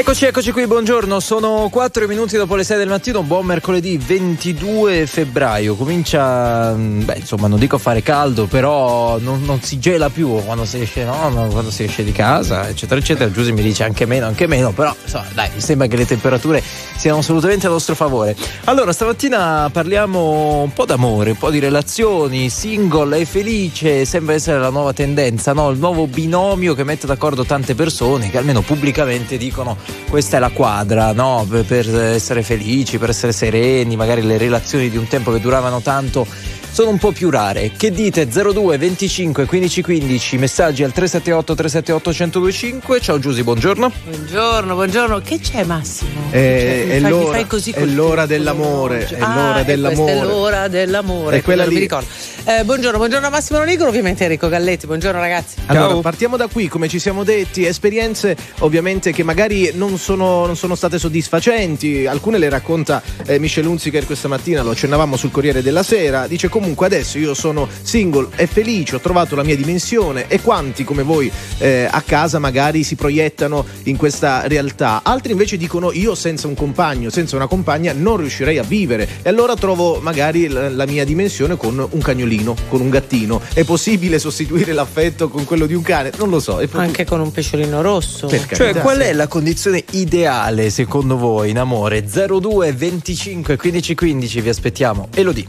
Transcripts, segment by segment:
Eccoci qui, buongiorno, sono 4 minuti dopo le 6 del mattino, buon mercoledì 22 febbraio, comincia, insomma non dico a fare caldo, però non si gela più quando si esce, quando si esce di casa, eccetera eccetera. Giuseppe mi dice anche meno, però insomma dai, mi sembra che le temperature siano assolutamente a nostro favore. Allora, stamattina parliamo un po' d'amore, un po' di relazioni, single e felice, sembra essere la nuova tendenza, no? Il nuovo binomio che mette d'accordo tante persone, che almeno pubblicamente dicono questa è la quadra, no? Per essere felici, per essere sereni, magari le relazioni di un tempo che duravano tanto sono un po' più rare. Che dite? 02 25 15 15, messaggi al 378 378 1025. Ciao Giusy, buongiorno. Buongiorno. Che c'è Massimo? È l'ora dell'amore. È l'ora dell'amore. Questa è l'ora dell'amore. È quella lì. Mi ricordo. Buongiorno a Massimo Lonigro, ovviamente Enrico Galletti. Buongiorno ragazzi. Allora, Ciao. partiamo da qui, come ci siamo detti, esperienze ovviamente che magari non sono state soddisfacenti. Alcune le racconta Michelle Hunziker questa mattina, lo accennavamo sul Corriere della Sera. Dice: comunque adesso io sono single e felice, ho trovato la mia dimensione. E quanti come voi a casa magari si proiettano in questa realtà. Altri invece dicono: io senza un compagno, senza una compagna non riuscirei a vivere, e allora trovo magari la mia dimensione con un cagnolino, con un gattino. È possibile sostituire l'affetto con quello di un cane? Non lo so. Anche con un pesciolino rosso. Cioè, qual è la condizione ideale secondo voi in amore? 02 25 15 15, vi aspettiamo. Elodie.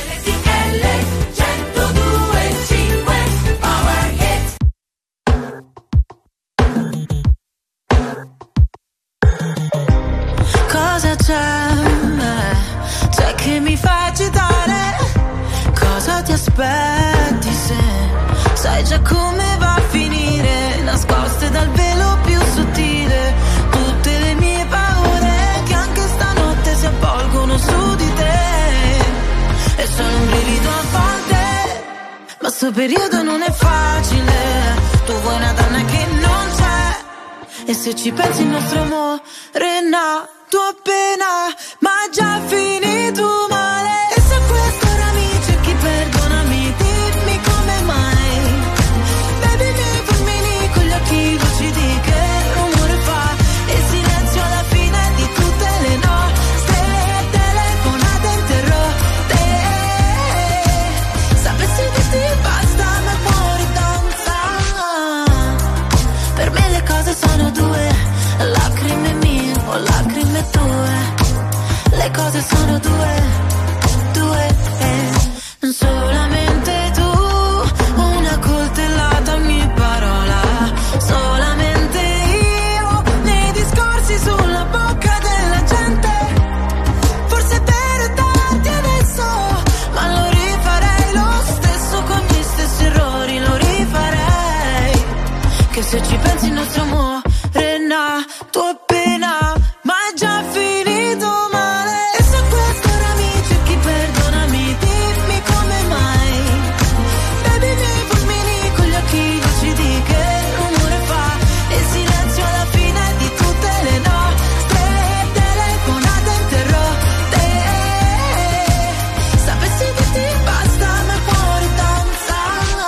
Cosa c'è che mi fa agitare? Cosa ti aspetti se sai già come va a finire? Nascoste dal velo più sottile tutte le mie paure che anche stanotte si avvolgono su di te. E sono un brivido a volte, ma sto periodo non è facile. Tu vuoi una donna che non c'è, e se ci pensi il nostro amore è nato appena, ma già finito male. E se questo ora mi cerchi, perdonami, dimmi come mai. Baby, mi fulmini con gli occhi lucidi, che rumore fa il silenzio alla fine di tutte le nostre telefonate interrotte. Sapessi che ti basta, ma il cuore danza. Per me le cose sono due, lacrime mie o lacrime tue. Le cose sono due, solamente tu, una coltellata ogni parola, solamente io, nei discorsi sulla bocca della gente. Forse per darti adesso, ma lo rifarei lo stesso con gli stessi errori, lo rifarei. Che se ci pensi il nostro amore è nato appena, ma è già finito male. E se questo ora mi cerchi, perdonami, dimmi come mai. Baby, mi fulmini con gli occhi lucidi, che rumore fa il silenzio alla fine di tutte le nostre telefonate interrotte. Sapessi che ti basta, ma il cuore danza.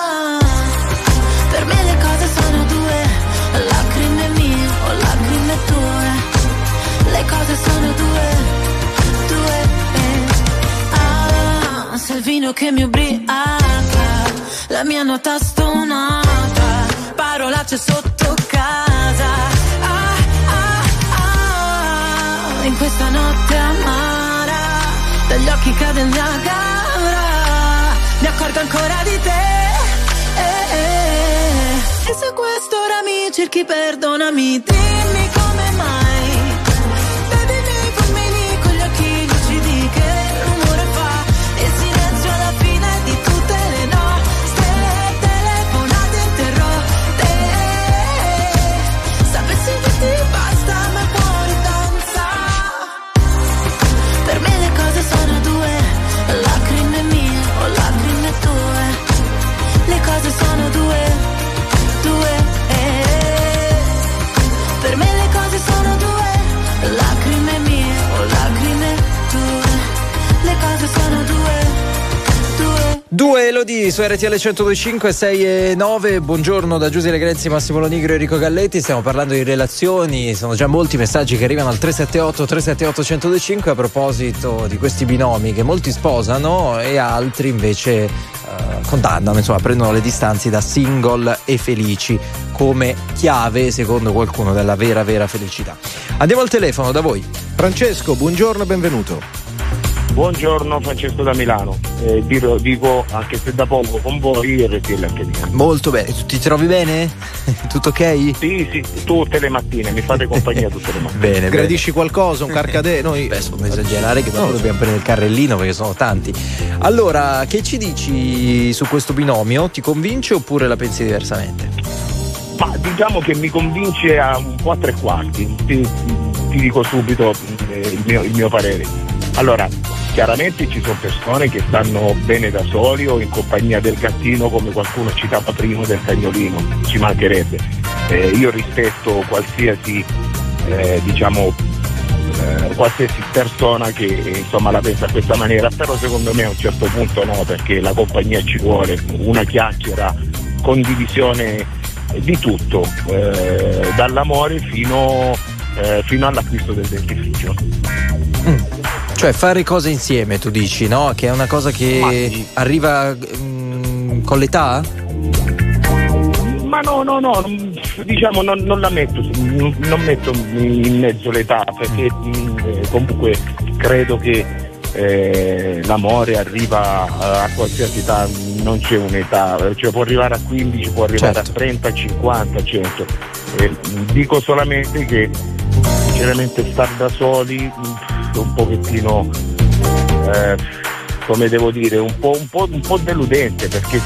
Per me le cose sono due, lacrime mie o lacrime tue. Le cose sono due. Se il vino che mi ubriaca, la mia nota stonata, parolacce sotto casa. In questa notte amara, dagli occhi cade il Niagara, mi accorgo ancora di te. E se questo ora mi cerchi, perdonami, dimmi come mai. Baby, mi fulmini con gli occhi lucidi, che rumore fa il silenzio alla fine di tutte le nostre telefonate interrotte. Sapessi che ti basta, ma il cuore danza. Per me le cose sono due, lacrime mie o lacrime tue. Le cose sono due. Per me le Due Elodie su RTL 102.5, 6 e 9. Buongiorno da Giusy Legrenzi, Massimo Lonigro e Enrico Galletti. Stiamo parlando di relazioni, sono già molti messaggi che arrivano al 378-378-1025 a proposito di questi binomi che molti sposano e altri invece condannano, insomma prendono le distanze da single e felici come chiave, secondo qualcuno, della vera felicità. Andiamo al telefono da voi. Francesco, buongiorno e benvenuto. Buongiorno, Francesco da Milano. Dico anche se da poco con voi RTL anche mia. Molto bene, ti trovi bene? Tutto ok? Sì, tutte le mattine, mi fate compagnia tutte le mattine. Bene. Gradisci qualcosa, un carcadè? Noi non esagerare che dopo dobbiamo prendere il carrellino perché sono tanti. Allora, che ci dici su questo binomio? Ti convince oppure la pensi diversamente? Ma diciamo che mi convince a un po' a tre quarti. Ti dico subito il mio parere. Allora, chiaramente ci sono persone che stanno bene da soli o in compagnia del gattino, come qualcuno citava prima, del cagnolino, ci mancherebbe. Io rispetto qualsiasi qualsiasi persona che insomma la pensa a questa maniera, però secondo me a un certo punto no, perché la compagnia ci vuole, una chiacchiera, condivisione di tutto, dall'amore fino all'acquisto del dentifricio. Cioè fare cose insieme, tu dici, no? Che è una cosa che arriva con l'età? Ma no, diciamo non la metto, non metto in mezzo l'età, perché comunque credo che l'amore arriva a qualsiasi età, non c'è un'età, cioè può arrivare a 15, può arrivare a 30, 50, 100. Dico solamente che sinceramente stare da soli un pochettino come devo dire, un po' deludente, perché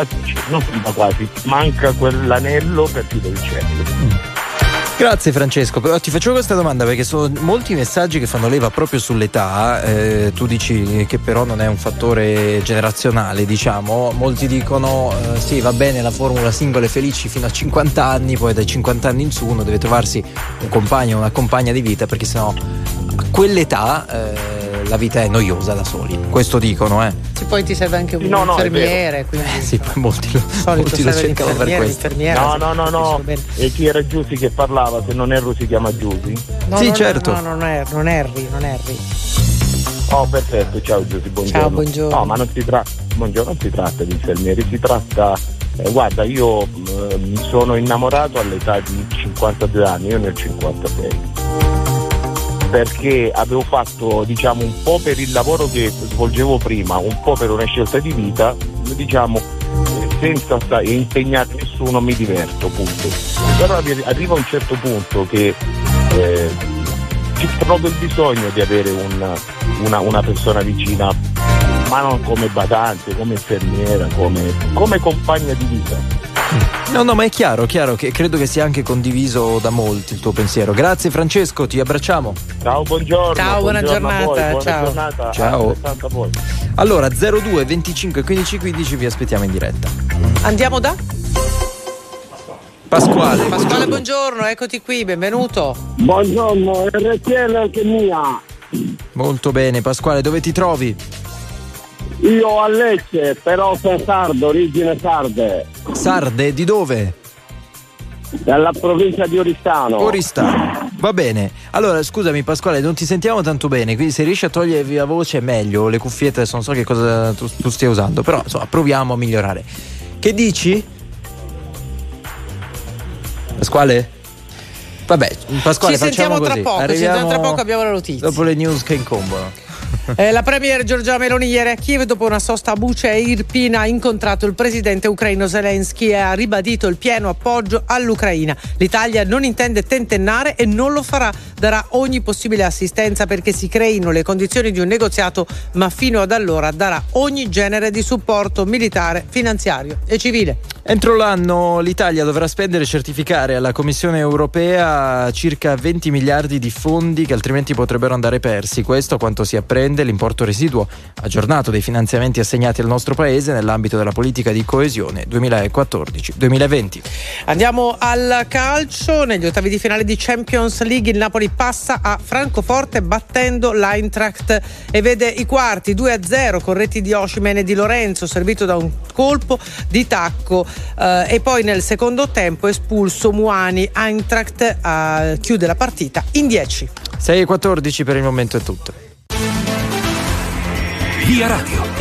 manca quell'anello per chiudere il cerchio. Grazie Francesco, però ti faccio questa domanda perché sono molti messaggi che fanno leva proprio sull'età. Tu dici che però non è un fattore generazionale, diciamo. Molti dicono sì, va bene la formula singole felici fino a 50 anni, poi dai 50 anni in su uno deve trovarsi un compagno, una compagna di vita, perché sennò a quell'età la vita è noiosa da soli. Questo dicono, Sì, poi ti serve anche un infermiere, quindi sì, poi molti lo cercano per questo. No. E chi era Giusy che parlava, se non erro si chiama Giusy? No, sì, non certo. No, non erri. Oh, perfetto, ciao Giusy, buongiorno. Ciao, buongiorno. No, ma non si tratta di infermieri, si tratta guarda, io mi sono innamorato all'età di 52 anni, io ne ho 56. Perché avevo fatto, diciamo, un po' per il lavoro che svolgevo prima, un po' per una scelta di vita, diciamo, senza impegnare nessuno, mi diverto, punto. Però arriva un certo punto che c'è proprio il bisogno di avere una persona vicina, ma non come badante, come infermiera, come compagna di vita. No, ma è chiaro che credo che sia anche condiviso da molti il tuo pensiero. Grazie Francesco, ti abbracciamo. Ciao, buongiorno. Ciao, buona giornata. Buona ciao. Giornata. Ciao. A voi. Allora 02 25 15 15 vi aspettiamo in diretta. Andiamo da Pasquale, buongiorno, eccoti qui, benvenuto. Buongiorno, RTL anche mia. Molto bene Pasquale, dove ti trovi? Io a Lecce, però sono sardo, origine sarde. Sarde, di dove? Dalla provincia di Oristano. Oristano, va bene. Allora scusami Pasquale, non ti sentiamo tanto bene, quindi se riesci a togliervi la voce è meglio. Le cuffiette adesso non so che cosa tu stia usando, però insomma proviamo a migliorare. Che dici? Pasquale? Vabbè, Pasquale, ci sentiamo facciamo tra così. poco, ci sentiamo tra poco, abbiamo la notizia. Dopo le news che incombono. La premier Giorgia Meloni ieri a Kiev, dopo una sosta a Bucha e Irpin, ha incontrato il presidente ucraino Zelensky e ha ribadito il pieno appoggio all'Ucraina. L'Italia non intende tentennare e non lo farà, darà ogni possibile assistenza perché si creino le condizioni di un negoziato, ma fino ad allora darà ogni genere di supporto militare, finanziario e civile. Entro l'anno l'Italia dovrà spendere e certificare alla Commissione europea circa 20 miliardi di fondi che altrimenti potrebbero andare persi. Questo a quanto si apprende l'importo residuo aggiornato dei finanziamenti assegnati al nostro paese nell'ambito della politica di coesione 2014-2020. Andiamo al calcio. Negli ottavi di finale di Champions League il Napoli passa a Francoforte battendo l'Eintracht e vede i quarti 2-0 con reti di Osimhen e di Lorenzo, servito da un colpo di tacco. E poi nel secondo tempo espulso Muani. Eintracht chiude la partita in 10. 6:14 per il momento è tutto. Via Radio.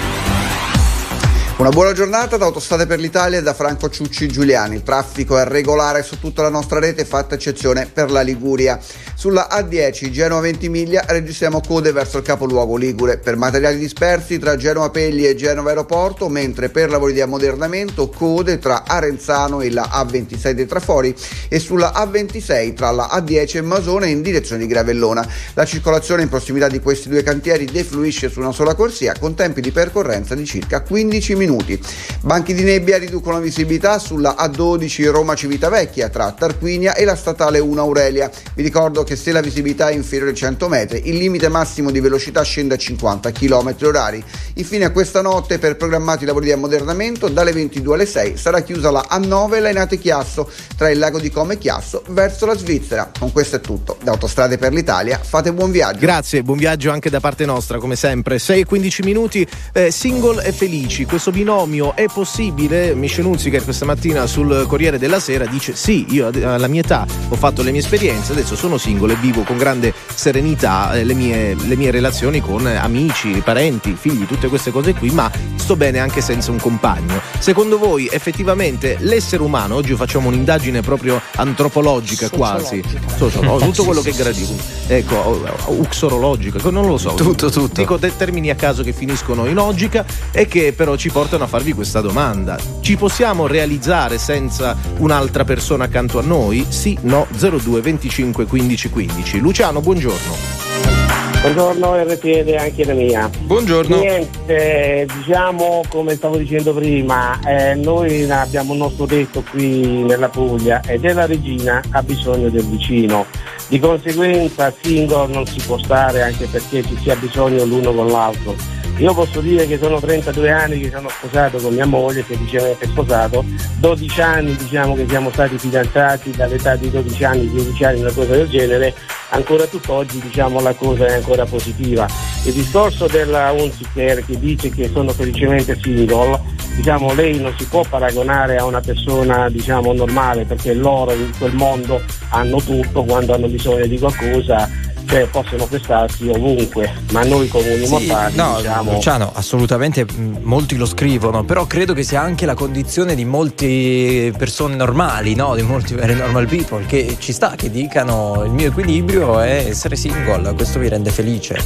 Una buona giornata da Autostrade per l'Italia e da Franco Ciucci Giuliani. Il traffico è regolare su tutta la nostra rete, fatta eccezione per la Liguria. Sulla A10 Genova-Ventimiglia registriamo code verso il capoluogo ligure per materiali dispersi tra Genova Pegli e Genova Aeroporto, mentre per lavori di ammodernamento code tra Arenzano e la A26 dei Trafori e sulla A26 tra la A10 e Masone in direzione di Gravellona. La circolazione in prossimità di questi due cantieri defluisce su una sola corsia con tempi di percorrenza di circa 15 minuti. Banchi di nebbia riducono la visibilità sulla A12 Roma Civitavecchia tra Tarquinia e la statale 1 Aurelia. Vi ricordo che se la visibilità è inferiore ai 100 metri il limite massimo di velocità scende a 50 km/h. Infine a questa notte per programmati lavori di ammodernamento dalle 22 alle 6 sarà chiusa la A9 Lainate Chiasso tra il lago di Como e Chiasso verso la Svizzera. Con questo è tutto. Da Autostrade per l'Italia fate buon viaggio. Grazie, buon viaggio anche da parte nostra come sempre. 6:15 minuti, single e felici. Questo binomio è possibile? Michel Hunziker questa mattina sul Corriere della Sera dice sì, io alla mia età ho fatto le mie esperienze, adesso sono single e vivo con grande serenità le mie relazioni con amici, parenti, figli, tutte queste cose qui, ma sto bene anche senza un compagno. Secondo voi effettivamente l'essere umano, oggi facciamo un'indagine proprio antropologica quasi, tutto quello che gradivo, ecco, uxorologica, non lo so, tutto dico termini a caso che finiscono in ogica e che però ci portano a farvi questa domanda: ci possiamo realizzare senza un'altra persona accanto a noi? Sì, no, 02 25 15 15. Luciano, buongiorno. Buongiorno RTL, anche la mia. Buongiorno. Niente, diciamo come stavo dicendo prima, noi abbiamo un nostro detto qui nella Puglia ed è la regina ha bisogno del vicino. Di conseguenza single non si può stare, anche perché ci sia bisogno l'uno con l'altro. Io posso dire che sono 32 anni che sono sposato con mia moglie, semplicemente sposato, 12 anni diciamo che siamo stati fidanzati, dall'età di 12 anni, 10 anni, una cosa del genere, ancora tutt'oggi diciamo la cosa è ancora positiva. Il discorso della Hunziker che dice che sono felicemente single, diciamo lei non si può paragonare a una persona diciamo normale, perché loro in quel mondo hanno tutto, quando hanno bisogno di qualcosa cioè possono prestarsi ovunque, ma noi comuni mortali diciamo... Luciano, assolutamente molti lo scrivono, però credo che sia anche la condizione di molte persone normali, no? Di molti very normal people, che ci sta che dicano il mio equilibrio è essere single, questo mi rende felice.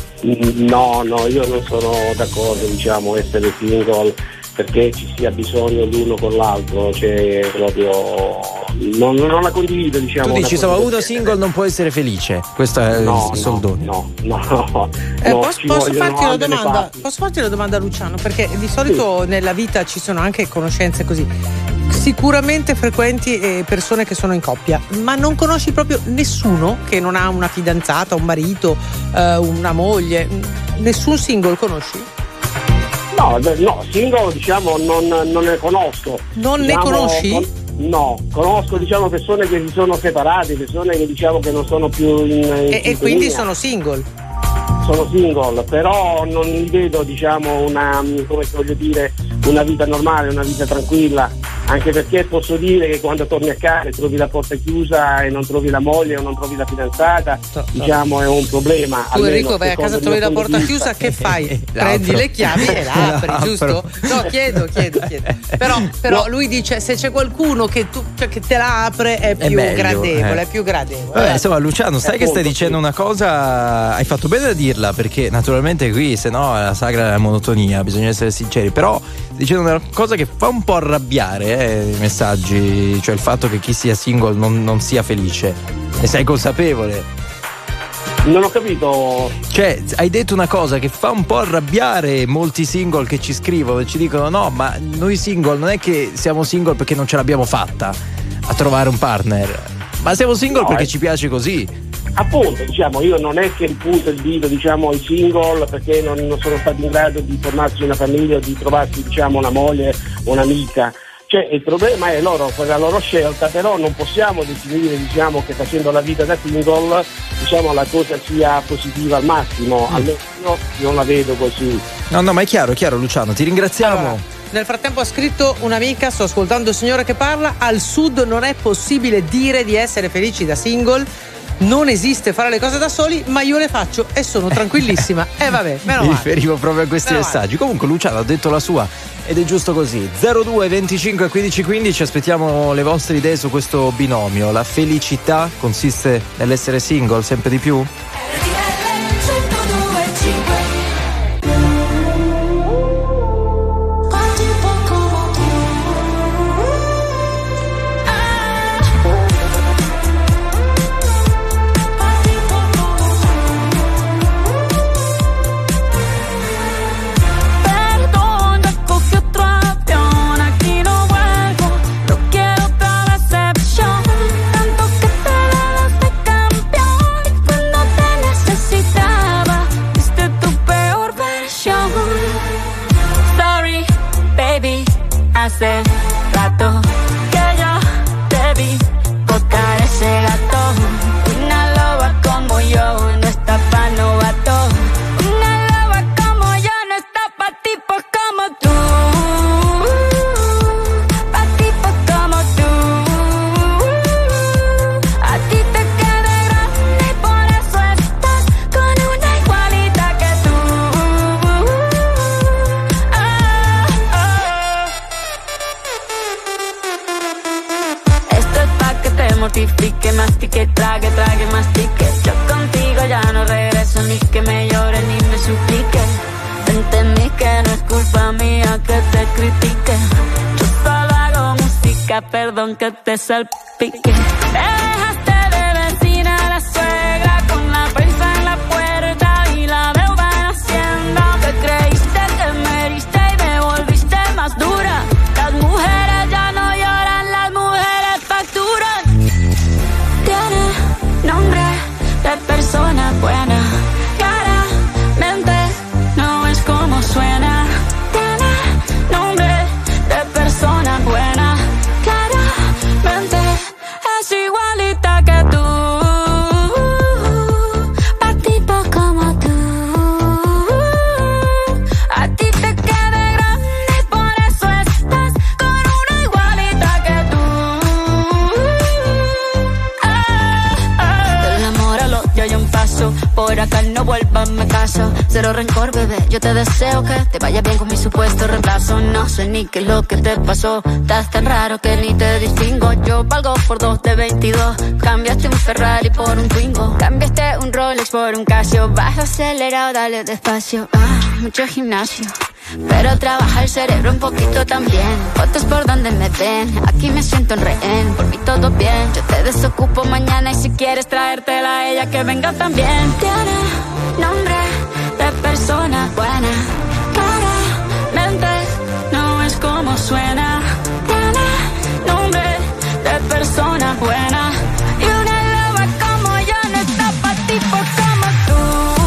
No, io non sono d'accordo, diciamo, essere single perché ci sia bisogno l'uno con l'altro, cioè proprio non la condivido, diciamo. Tu dici solo uno single non può essere felice, questo è il soldone. No. Posso farti una domanda Luciano, perché di solito nella vita ci sono anche conoscenze così sicuramente frequenti persone che sono in coppia, ma non conosci proprio nessuno che non ha una fidanzata, un marito, una moglie, nessun single conosci? No, single diciamo non ne conosco. Non ne conosci? No, conosco diciamo persone che si sono separate, persone che diciamo che non sono più in e quindi sono single. Sono single, però non li vedo diciamo una vita normale, una vita tranquilla, anche perché posso dire che quando torni a casa e trovi la porta chiusa e non trovi la moglie o non trovi la fidanzata, diciamo è un problema. Tu Enrico vai a casa e trovi la porta chiusa, che fai? Prendi le chiavi e la apri, giusto? No, chiedo. Però lui dice se c'è qualcuno che te la apre è più gradevole, è più gradevole. Vabbè, insomma Luciano, sai che stai dicendo una cosa, hai fatto bene a dirla, perché naturalmente qui se no la sagra della monotonia, bisogna essere sinceri, però dicendo una cosa che fa un po' arrabbiare i messaggi, cioè il fatto che chi sia single non sia felice. Ne sei consapevole? Non ho capito. Cioè, hai detto una cosa che fa un po' arrabbiare molti single che ci scrivono e ci dicono: no, ma noi single non è che siamo single perché non ce l'abbiamo fatta a trovare un partner, ma siamo single perché ci piace così. Appunto, diciamo, io non è che punto il dito, diciamo, ai single perché non sono stati in grado di formarsi una famiglia o di trovarsi, diciamo, una moglie o un'amica. Cioè, il problema è la loro scelta, però non possiamo definire, diciamo, che facendo la vita da single, diciamo, la cosa sia positiva al massimo. Almeno io non la vedo così. No, ma è chiaro, Luciano, ti ringraziamo. Allora, nel frattempo ha scritto un'amica, sto ascoltando il signore che parla: al sud non è possibile dire di essere felici da single. Non esiste fare le cose da soli, ma io le faccio e sono tranquillissima. Vabbè, meno male. Riferivo proprio a questi messaggi. Comunque Luciano ha detto la sua ed è giusto così. 02 25 15 15, aspettiamo le vostre idee su questo binomio. La felicità consiste nell'essere single sempre di più? Hace rato que yo debí botar ese gato. Una loba como yo no está pa' novato. Una loba como yo no está pa' tipos como tú. Pa' tipos como tú. A ti te queda grande y por eso estás con una igualita que tú. Mortifique, mastique, trague, mastique. Yo contigo ya no regreso, ni que me llore ni me suplique. Entendí que no es culpa mía que te critique. Yo solo hago música, perdón que te salpique. Dejaste de vecina a la suegra con la prensa en la puerta y la deuda en Hacienda. Te creíste que me heriste y me volviste más dura. Las mujeres ya no lloran, las mujeres facturan. Nombre de persona buena, claramente no es como suena. Tiene nombre de persona buena, claramente es igualita que tú. Pa' tipo como tú. A ti te queda grande y por eso estás con una igualita que tú. Yo hay un paso, por acá no vuelvas, me caso. Cero rencor, bebé, yo te deseo que te vaya bien con mi supuesto reemplazo. No sé ni qué es lo que te pasó, estás tan raro que ni te distingo. Yo valgo por 2 de 22, cambiaste un Ferrari por un Twingo. Cambiaste un Rolex por un Casio, baja acelerado, dale despacio. Mucho gimnasio, pero trabaja el cerebro un poquito también. Fotos por donde me ven, aquí me siento en rehén. Por mí todo bien, yo te desocupo mañana y si quieres traértela a ella que venga también. Tiene nombre de persona buena, claramente no es como suena. Tiene nombre de persona buena y una loba como yo no está pa' tipo como tú.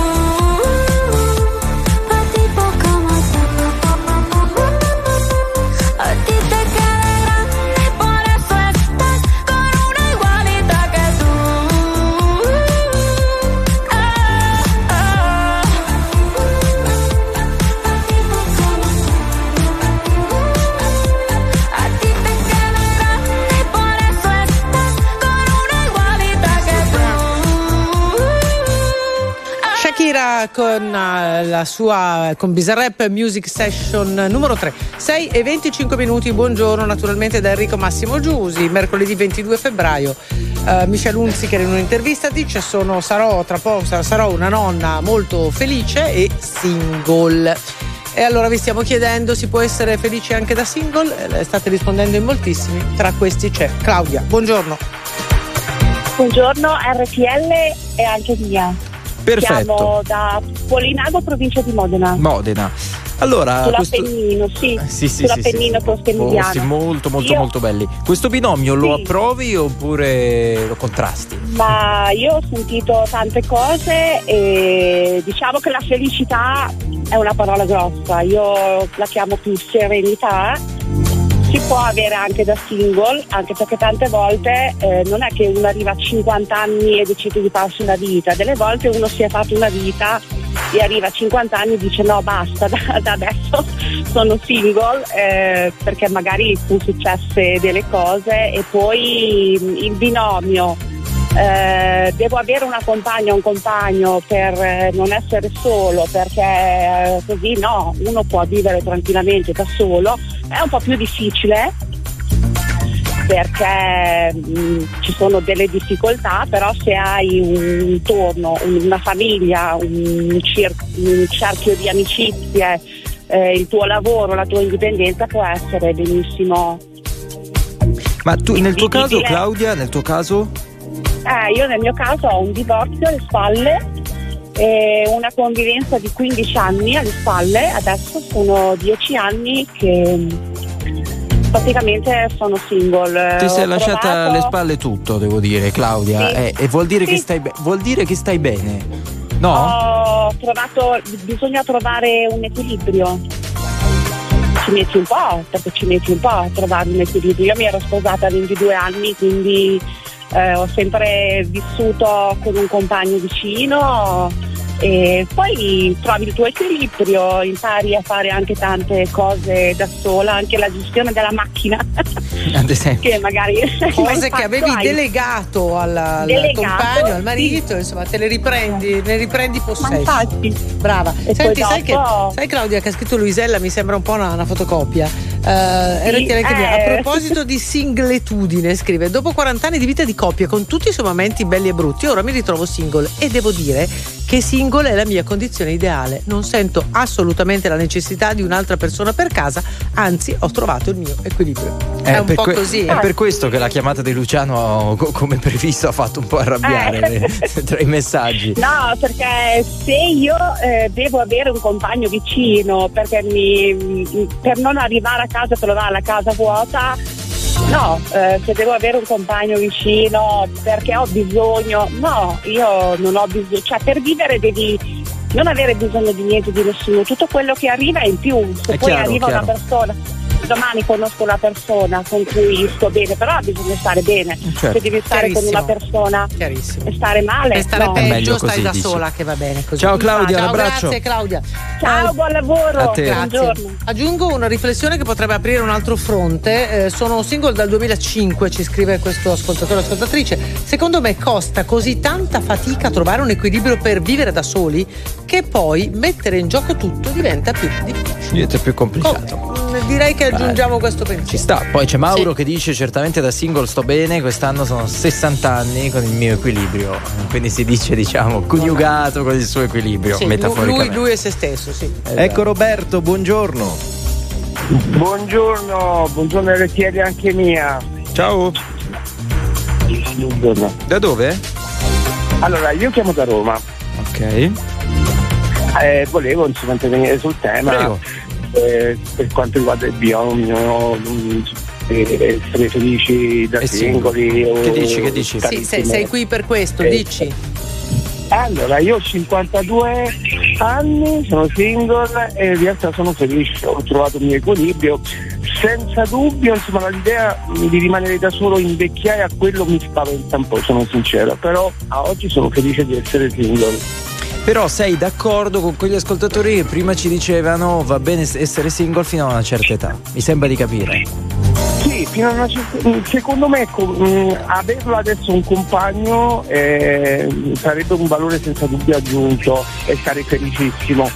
Con la sua con Bizarrap Music Session numero 3, 6 e 25 minuti. Buongiorno naturalmente da Enrico Massimo Giusi. Mercoledì 22 febbraio Michelle Hunziker in un'intervista dice sarò una nonna molto felice e single. E allora vi stiamo chiedendo, si può essere felici anche da single? State rispondendo in moltissimi, tra questi c'è Claudia. Buongiorno. Buongiorno, RTL e anche mia. Perfetto. Siamo da Polinago, provincia di Modena. Allora, Sull'Appennino, sull'Appennino tosco-emiliano. Sì, molto belli. Questo binomio lo approvi oppure lo contrasti? Ma io ho sentito tante cose e diciamo che la felicità è una parola grossa, io la chiamo più serenità. Si può avere anche da single, anche perché tante volte non è che uno arriva a 50 anni e decide di farsi una vita, delle volte uno si è fatto una vita e arriva a 50 anni e dice no basta, da adesso sono single, perché magari sono successe delle cose e poi il binomio devo avere una compagna o un compagno per non essere solo, perché così no, uno può vivere tranquillamente da solo, è un po' più difficile perché ci sono delle difficoltà, però se hai un intorno, una famiglia, un cerchio di amicizie, il tuo lavoro, la tua indipendenza può essere benissimo. Ma tu nel tuo caso, Claudia, nel tuo caso? Io nel mio caso ho un divorzio alle spalle e una convivenza di 15 anni alle spalle, adesso sono 10 anni che praticamente sono single. Ti sei lasciata alle spalle tutto, devo dire, Claudia, sì. E vuol dire che stai bene, no? Ho trovato, bisogna trovare un equilibrio. Ci metti un po' a trovare un equilibrio. Io mi ero sposata a 22 anni, quindi ho sempre vissuto con un compagno vicino e poi trovi il tuo equilibrio, impari a fare anche tante cose da sola, anche la gestione della macchina ad esempio, che magari cose che avevi delegato al compagno, al marito, sì. Insomma te ne riprendi possesso. Brava. Senti, sai Claudia che ha scritto Luisella, mi sembra un po' una fotocopia. A proposito di singletudine, scrive: dopo 40 anni di vita di coppia con tutti i suoi momenti belli e brutti, ora mi ritrovo single e devo dire che single è la mia condizione ideale, non sento assolutamente la necessità di un'altra persona per casa, anzi ho trovato il mio equilibrio. È un po' così. È per questo che la chiamata di Luciano, come previsto, ha fatto un po' arrabbiare tra i messaggi. No, perché se io devo avere un compagno vicino perché per non arrivare a casa e trovare la casa vuota, no, se devo avere un compagno vicino perché ho bisogno, no, io non ho bisogno, cioè per vivere devi non avere bisogno di niente, di nessuno, tutto quello che arriva è in più, se poi arriva una persona, domani conosco una persona con cui sto bene, però bisogna stare bene, certo. Se devi stare con una persona e stare male, e stare peggio, stai da sola, che va bene così. Ciao Claudia, un abbraccio. Grazie Claudia. Ciao, buon lavoro. A te. Buongiorno. Aggiungo una riflessione che potrebbe aprire un altro fronte. Sono single dal 2005, ci scrive questo ascoltatore o ascoltatrice. Secondo me costa così tanta fatica trovare un equilibrio per vivere da soli che poi mettere in gioco tutto diventa più difficile. Diventa più complicato. Direi che aggiungiamo questo pensiero. Ci sta. Poi c'è Mauro che dice: certamente da single sto bene, quest'anno sono 60 anni con il mio equilibrio, quindi si dice, diciamo, coniugato con il suo equilibrio, sì, metaforicamente. Lui è se stesso, sì. Ecco Roberto, buongiorno. Buongiorno RTL anche mia. Ciao. Buongiorno. Da dove? Allora, io chiamo da Roma. Ok. Volevo intervenire sul tema. Prego. Per quanto riguarda il binomio, essere felici da singoli. Che dici? Sì, sei qui per questo, dici. Allora, io ho 52 anni, sono single e in realtà sono felice, ho trovato il mio equilibrio. Senza dubbio, insomma, l'idea di rimanere da solo, invecchiare, a quello mi spaventa un po', sono sincero, però a oggi sono felice di essere single. Però sei d'accordo con quegli ascoltatori che prima ci dicevano va bene essere single fino a una certa età? Mi sembra di capire. Sì, fino a una certa, secondo me averlo adesso un compagno sarebbe un valore senza dubbio aggiunto e stare felicissimo.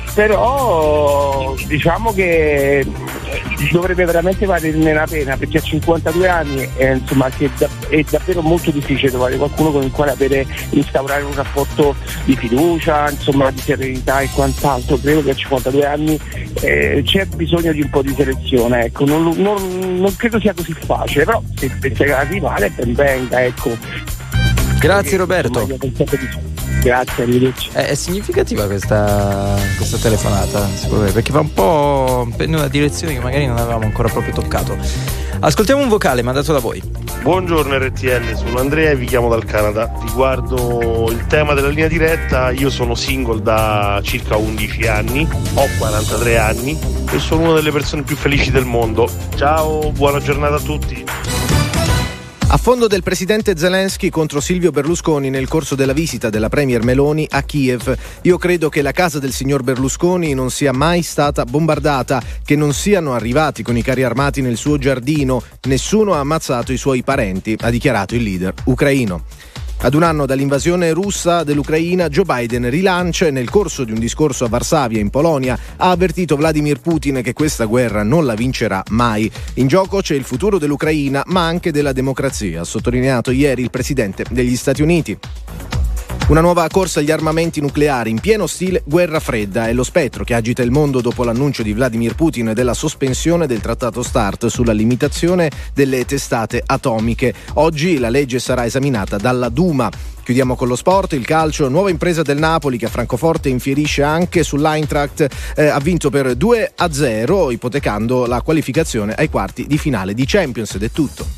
Però diciamo che dovrebbe veramente valerne la pena, perché a 52 anni insomma è davvero molto difficile trovare qualcuno con il quale instaurare un rapporto di fiducia, insomma di serenità e quant'altro. Credo che a 52 anni c'è bisogno di un po' di selezione, ecco, non credo sia così facile, però se arrivare ben venga, ecco. Grazie Roberto. Grazie, arrivederci. È significativa questa telefonata, perché va un po' in una direzione che magari non avevamo ancora proprio toccato. Ascoltiamo un vocale mandato da voi. Buongiorno RTL, sono Andrea e vi chiamo dal Canada. Riguardo il tema della linea diretta, io sono single da circa 11 anni, ho 43 anni e sono una delle persone più felici del mondo. Ciao, buona giornata a tutti. Affondo del presidente Zelensky contro Silvio Berlusconi nel corso della visita della premier Meloni a Kiev. Io credo che la casa del signor Berlusconi non sia mai stata bombardata, che non siano arrivati con i carri armati nel suo giardino, nessuno ha ammazzato i suoi parenti, ha dichiarato il leader ucraino. Ad un anno dall'invasione russa dell'Ucraina, Joe Biden rilancia e nel corso di un discorso a Varsavia, in Polonia, ha avvertito Vladimir Putin che questa guerra non la vincerà mai. In gioco c'è il futuro dell'Ucraina, ma anche della democrazia, ha sottolineato ieri il presidente degli Stati Uniti. Una nuova corsa agli armamenti nucleari in pieno stile guerra fredda è lo spettro che agita il mondo dopo l'annuncio di Vladimir Putin della sospensione del trattato START sulla limitazione delle testate atomiche. Oggi la legge sarà esaminata dalla Duma. Chiudiamo con lo sport, il calcio, nuova impresa del Napoli che a Francoforte infierisce anche sull'Eintracht, ha vinto per 2-0 ipotecando la qualificazione ai quarti di finale di Champions ed è tutto.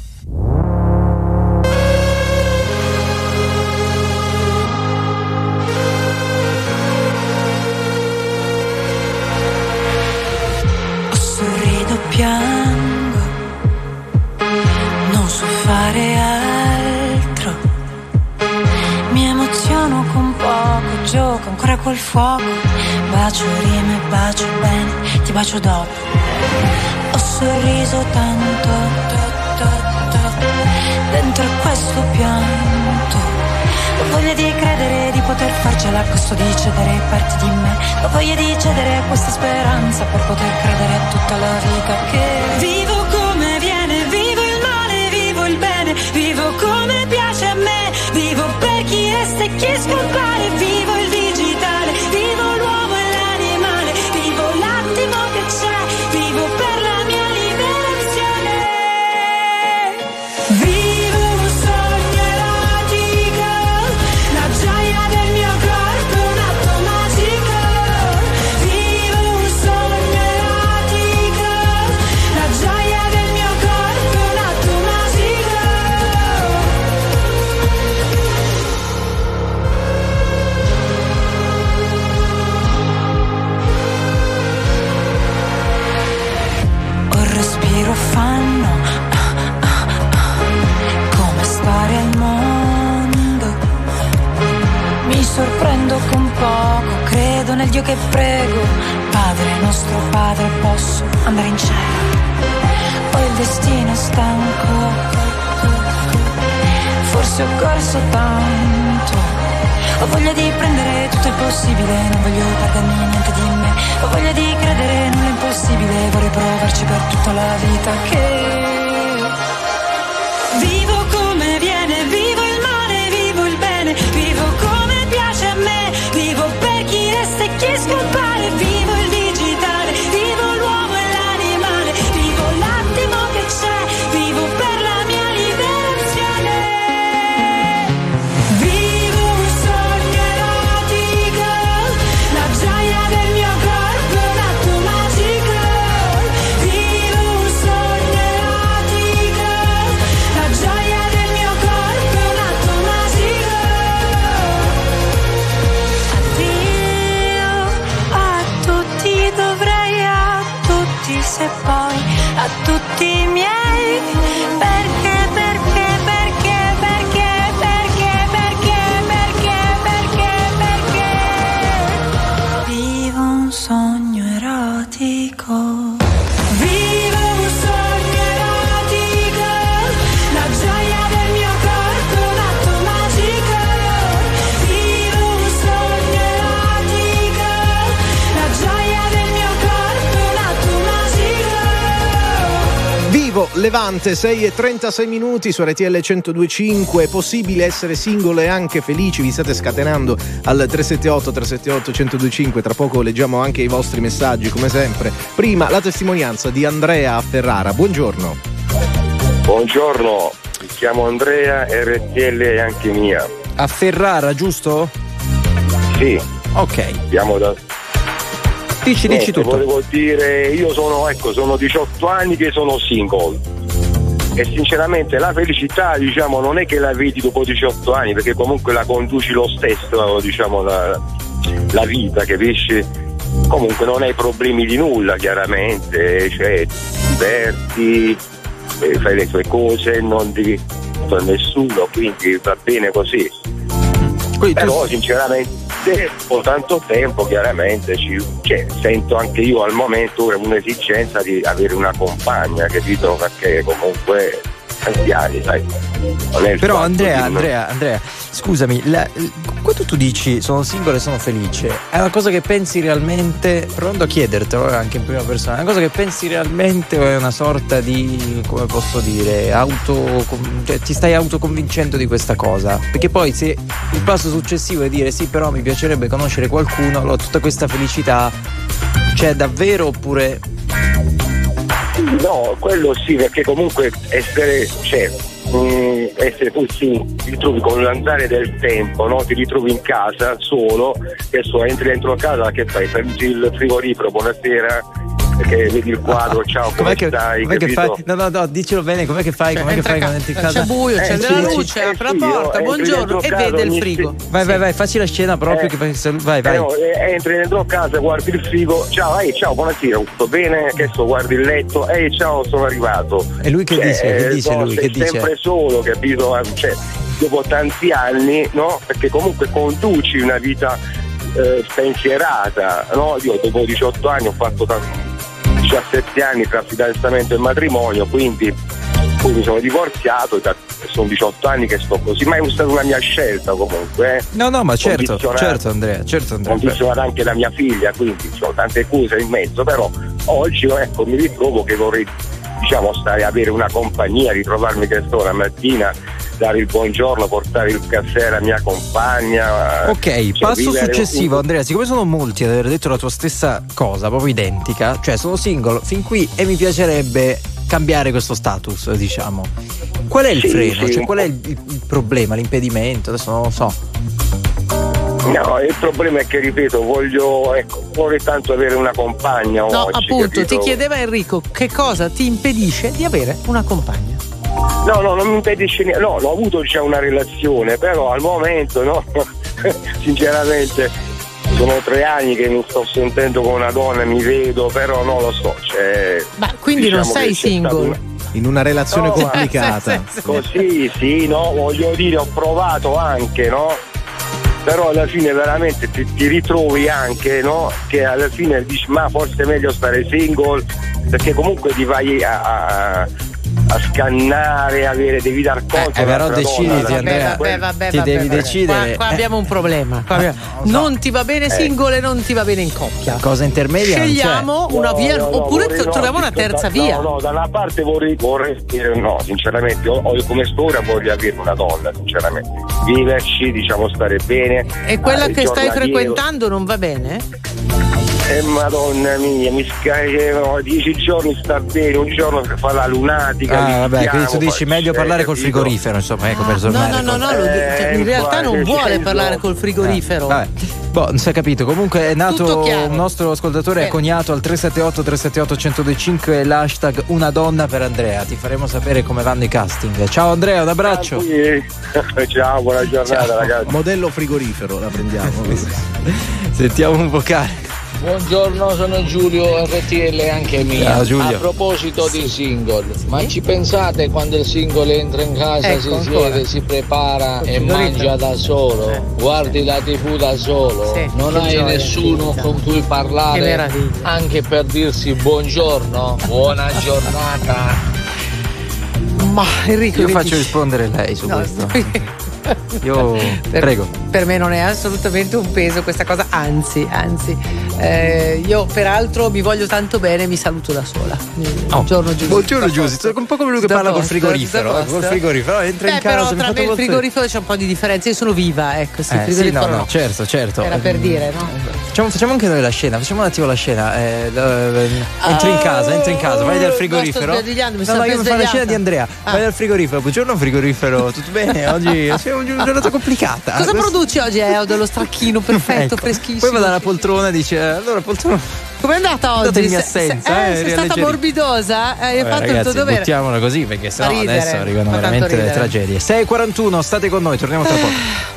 Piango, non so fare altro, mi emoziono con poco, gioco ancora col fuoco, bacio rime, bacio bene, ti bacio dopo, ho sorriso tanto, dentro questo pianto, ho voglia di credere di poter farcela a costo di cedere parti di me, ho voglia di cedere a questa speranza per poter credere a tutta la vita che vivo come viene, vivo il male, vivo il bene, vivo come piace a me, vivo per chi resta e chi scompare, vivo il digitale, vivo l'uomo e l'animale, vivo l'attimo che c'è, vivo per la mia liberazione, vivo un sogno erotico, la gioia del mio corpo è un atto magico, vivo un sogno erotico, la gioia del mio corpo è un atto magico. Un respiro fanno come stare al mondo, mi sorprendo con poco, credo nel Dio che prego, Padre nostro Padre, posso andare in cielo, ho il destino stanco, forse ho corso tanto, ho voglia di prendere tutto il possibile, non voglio perdermi niente di me, ho voglia di credere nell'impossibile, vorrei provarci per tutta la vita che vivo come viene, vivo il male, vivo il bene, vivo come piace a me, vivo per chi resta e chi scompare, vivo il digitale, vivo l'uomo e l'animale, vivo l'attimo che c'è, vivo per la mia liberazione, vivo un sogno erotico, la gioia del mio corpo è un atto magico, vivo un sogno erotico, la gioia del mio corpo è un atto magico. Addio a tutti, dovrei a tutti, se poi a tutti i miei, perché vivo un sogno erotico, vivo un sogno erotico, la gioia del mio corpo è un atto magico, vivo un sogno erotico, la gioia del mio corpo è un atto magico. Vivo Levante, 6:36 su RTL 102.5. È possibile essere single e anche felici? Vi state scatenando al 378 1025. Tra poco leggiamo anche i vostri messaggi come sempre. Prima la testimonianza di Andrea a Ferrara. Buongiorno. Buongiorno, mi chiamo Andrea, RTL è anche mia. A Ferrara, giusto? Sì. Ok. Dici tutto. Volevo dire, io sono 18 anni che sono single e sinceramente la felicità, diciamo, non è che la vedi dopo 18 anni, perché comunque la conduci lo stesso, diciamo, la vita, capisci? Comunque non hai problemi di nulla, chiaramente, cioè ti diverti, fai le tue cose, non devi a nessuno, quindi va bene così. Però sinceramente dopo tanto tempo chiaramente sento anche io al momento un'esigenza di avere una compagna, capito? Perché comunque tanti anni, sai. Però Andrea, scusami, quando tu dici sono singolo e sono felice, è una cosa che pensi realmente, provando a chiedertelo anche in prima persona, è una cosa che pensi realmente o è una sorta di, come posso dire, cioè ti stai autoconvincendo di questa cosa? Perché poi se il passo successivo è dire sì, però mi piacerebbe conoscere qualcuno, allora tutta questa felicità c'è davvero oppure... No, quello sì, perché comunque essere così ti ritrovi con l'andare del tempo, no? Ti ritrovi in casa solo, che entri dentro casa, che fai? Prendi il frigorifero, buonasera, perché vedi il quadro, ciao, come stai? Com'è che fai? No, dicelo bene, com'è che fai? Com'è che fai quando entri in casa? C'è buio, c'è la luce, apre la porta, buongiorno, e vede il frigo. Vai, facci la scena proprio vai. Entri dentro casa, guardi il frigo, ciao, buonasera, tutto bene? Che guardi il letto, ciao, sono arrivato. E lui che dice? Sei sempre solo, capito? Cioè, dopo tanti anni, no? Perché comunque conduci una vita spensierata, no? Io dopo 18 anni ho fatto 17 anni tra fidanzamento e matrimonio, quindi poi mi sono divorziato, sono 18 anni che sto così, ma è stata una mia scelta comunque. No, ma certo Andrea. Condizionata anche la mia figlia, quindi ho tante cose in mezzo, però oggi mi ritrovo che vorrei, diciamo, avere una compagnia, ritrovarmi che sto la mattina, dare il buongiorno, portare il caffè alla mia compagna. Ok, passo successivo, Andrea, siccome sono molti ad aver detto la tua stessa cosa, proprio identica, cioè sono single fin qui e mi piacerebbe cambiare questo status, diciamo. Qual è il freno? Cioè, qual è il problema, l'impedimento? Adesso non lo so. No, il problema è che, ripeto, vorrei tanto avere una compagna. No, oggi, appunto, capito? ti chiedeva Enrico che cosa ti impedisce di avere una compagna. No, non mi impedisce niente. No, ho avuto una relazione, però al momento, no, sinceramente sono 3 anni che mi sto sentendo con una donna, mi vedo, però non lo so. Ma quindi diciamo non sei single? In una relazione complicata. Così, sì, no, voglio dire, ho provato anche, no? Però alla fine veramente ti ritrovi anche, no? Che alla fine dici, ma forse è meglio stare single, perché comunque ti vai a scannare, devi dar conto. Però deciditi, Andrea. Ti devi decidere. Qua abbiamo un problema. Non ti va bene single e non ti va bene in coppia. Cosa intermedia? Scegliamo una via, oppure troviamo una terza via. No, da una parte vorrei dire, no, sinceramente, come sto ora voglio avere una donna, sinceramente. Viverci, diciamo, stare bene. E quella che stai frequentando non va bene? Madonna mia, mi scarico 10 giorni sta bene, un giorno fa la lunatica. Vabbè, quindi tu dici meglio parlare col frigorifero, insomma, ecco, per tornare. No, in realtà non vuole parlare col frigorifero. Vabbè. Non si è capito. Comunque è nato un nostro ascoltatore, è coniato al 378-378-1025 l'hashtag una donna per Andrea. Ti faremo sapere come vanno i casting. Ciao Andrea, un abbraccio. Ciao, buona giornata, ragazzi. Modello frigorifero, la prendiamo. Sentiamo un vocale. Buongiorno, sono Giulio, RTL anche mia. Ciao, Giulio. A proposito di single, ma ci pensate quando il single entra in casa, si siede, si prepara e mangia da solo, guardi la TV da solo, non hai nessuno con cui parlare anche per dirsi buongiorno, buona giornata. Ma Enrico, io faccio rispondere lei su questo. Prego. Per me non è assolutamente un peso questa cosa, anzi, io peraltro mi voglio tanto bene, mi saluto da sola. Buongiorno Giusy. Buongiorno Giusy, un po' come lui che parla col frigorifero. Col frigorifero entra in casa. Però tra me e il frigorifero c'è un po' di differenza, io sono viva, ecco. Sì, no, certo. Era per dire, no? Facciamo anche noi la scena, facciamo un attimo la scena. Entri in casa, vai dal frigorifero. Io mi fare la scena di Andrea. Vai dal frigorifero, buongiorno frigorifero, tutto bene? Oggi è una giornata complicata. Cosa produci oggi? Ho dello stracchino perfetto, freschissimo. Poi va dalla poltrona e dice: allora poltrona. Com'è andata oggi? In assenza, sei stata morbidosa? Hai fatto ragazzi, il tuo dovere. Buttiamola così perché sennò adesso arrivano veramente le tragedie. 6:41, state con noi, torniamo tra poco.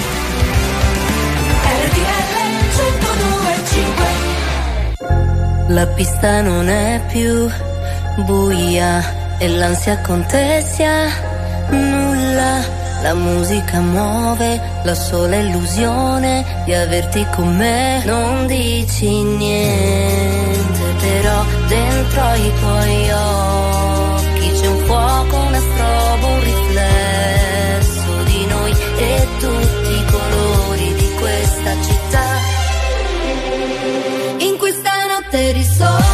La pista non è più buia e l'ansia contesia nulla. La musica muove la sola illusione di averti con me. Non dici niente, però dentro i tuoi occhi c'è un fuoco, una strobo, un riflesso di noi e tutti i colori di questa città. In questa notte di sole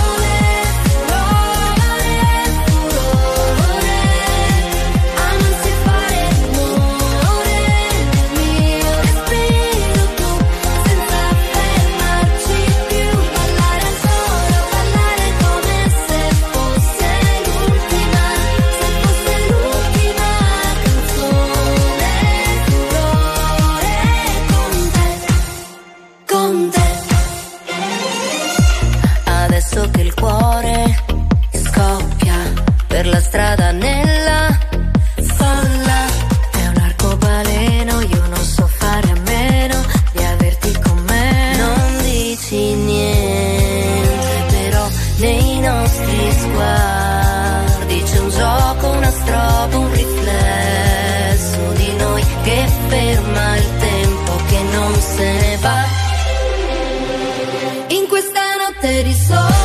che il cuore scoppia per la strada nella folla. È un arcobaleno, io non so fare a meno di averti con me. Non dici niente, però nei nostri sguardi c'è un gioco, una strobo, un riflesso di noi che ferma il tempo che non se ne va. In questa notte di sole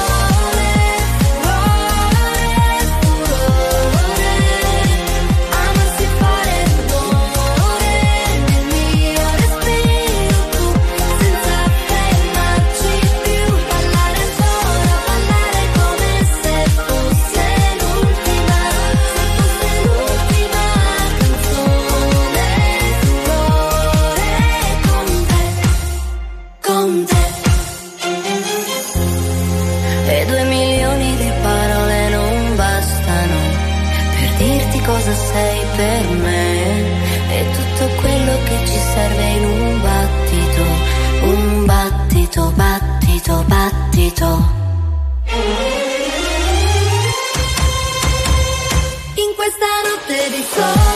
cosa sei per me e tutto quello che ci serve in un battito, battito. In questa notte di sole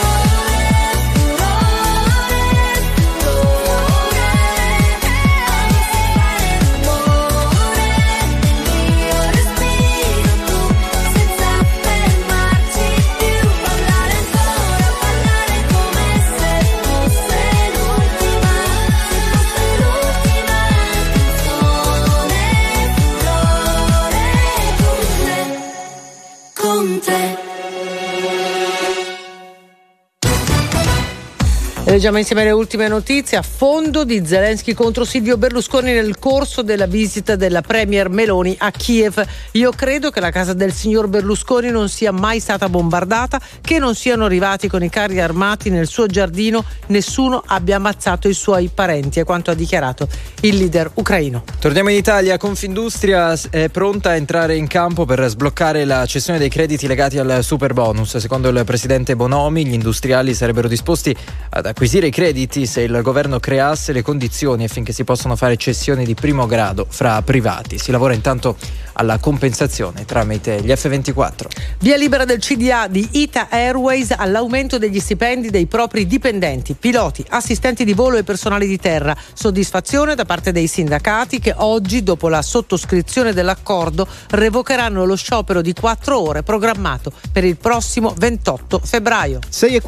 Leggiamo insieme le ultime notizie. Affondo di Zelensky contro Silvio Berlusconi nel corso della visita della premier Meloni a Kiev. Io credo che la casa del signor Berlusconi non sia mai stata bombardata, che non siano arrivati con i carri armati nel suo giardino, nessuno abbia ammazzato i suoi parenti, è quanto ha dichiarato il leader ucraino. Torniamo in Italia. Confindustria è pronta a entrare in campo per sbloccare la cessione dei crediti legati al superbonus. Secondo il presidente Bonomi, gli industriali sarebbero disposti ad acquisire i crediti se il governo creasse le condizioni affinché si possano fare cessioni di primo grado fra privati. Si lavora intanto alla compensazione tramite gli F24. Via libera del CDA di Ita Airways all'aumento degli stipendi dei propri dipendenti, piloti, assistenti di volo e personale di terra. Soddisfazione da parte dei sindacati che oggi, dopo la sottoscrizione dell'accordo, revocheranno lo sciopero di 4 ore programmato per il prossimo 28 febbraio.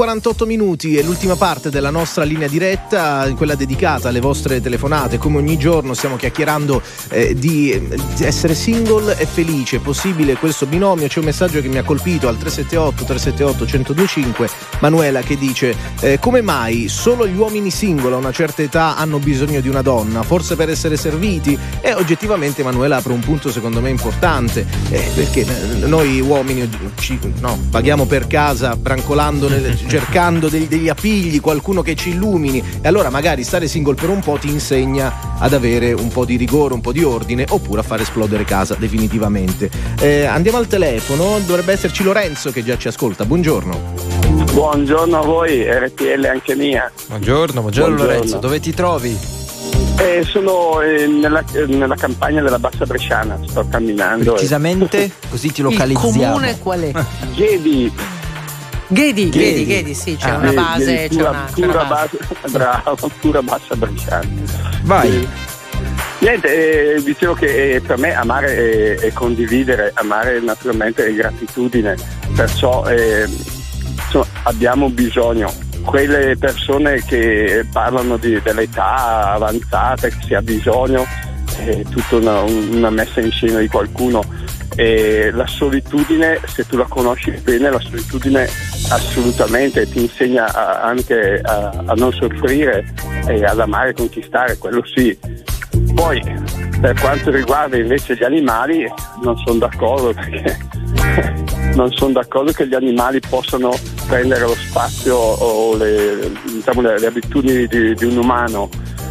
6:48 è l'ultima parte della nostra linea diretta, quella dedicata alle vostre telefonate. Come ogni giorno stiamo chiacchierando di essere single e felice. È possibile questo binomio? C'è un messaggio che mi ha colpito al 378-378-1025, Manuela, che dice come mai solo gli uomini single a una certa età hanno bisogno di una donna? Forse per essere serviti? E oggettivamente Manuela apre un punto secondo me importante, perché noi uomini paghiamo per casa brancolando cercando degli appigli, qualcuno che ci illumini, e allora magari stare single per un po' ti insegna ad avere un po' di rigore, un po' di ordine, oppure a far esplodere casa definitivamente. Andiamo al telefono, dovrebbe esserci Lorenzo che già ci ascolta. Buongiorno. Buongiorno a voi, RTL anche mia. Buongiorno Lorenzo, dove ti trovi? Sono nella campagna della Bassa Bresciana, sto camminando. Precisamente? Così ti localizziamo. Il comune qual è? Ghedi, sì, c'è una base, c'è una base. Bravo, pura Bassa Bresciana. Vai. Niente, dicevo che per me amare è condividere, amare naturalmente è gratitudine, perciò abbiamo bisogno. Quelle persone che parlano dell'età avanzata, che si ha bisogno, è tutta una messa in scena di qualcuno. E la solitudine, se tu la conosci bene, la solitudine assolutamente ti insegna anche a non soffrire e ad amare e conquistare, quello sì. Poi per quanto riguarda invece gli animali non sono d'accordo, perché non sono d'accordo che gli animali possano prendere lo spazio o le abitudini di un umano,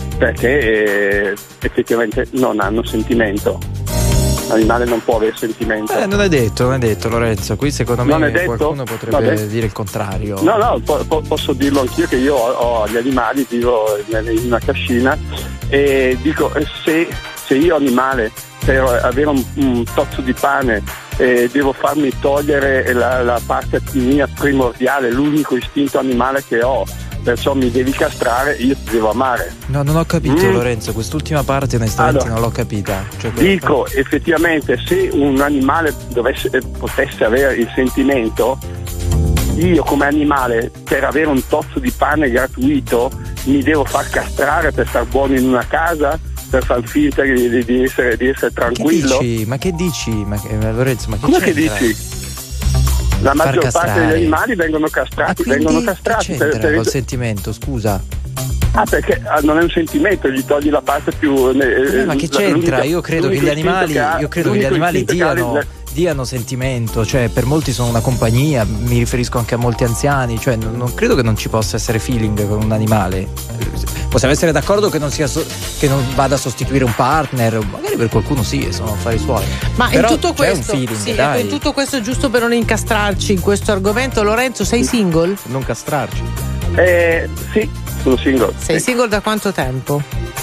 perché effettivamente non hanno sentimento. L'animale non può avere sentimento. Non è detto Lorenzo, qui secondo me qualcuno potrebbe dire il contrario. No, posso dirlo anch'io, che io ho gli animali, vivo in una cascina e dico, se io animale per avere un tozzo di pane devo farmi togliere la parte mia primordiale, l'unico istinto animale che ho, perciò mi devi castrare, io ti devo amare. No, non ho capito Lorenzo, quest'ultima parte onestamente non l'ho capita. Dico, effettivamente, se un animale potesse avere il sentimento, io come animale per avere un tozzo di pane gratuito mi devo far castrare per star buono in una casa, per far finta di essere tranquillo. Ma che dici? Lorenzo, ma che come che dici? La maggior parte degli animali vengono castrati, per il sentimento, scusa. Perché non è un sentimento, gli togli la parte più. Ma che c'entra? Io credo che gli animali diano sentimento, cioè per molti sono una compagnia, mi riferisco anche a molti anziani, cioè non credo che non ci possa essere feeling con un animale. Possiamo essere d'accordo che non vada a sostituire un partner, magari per qualcuno sì, sono affari suoi. Ma però in tutto questo, c'è un feeling, in tutto questo, giusto per non incastrarci in questo argomento, Lorenzo, sei single? Non castrarci. Sì, sono single. Sei single da quanto tempo?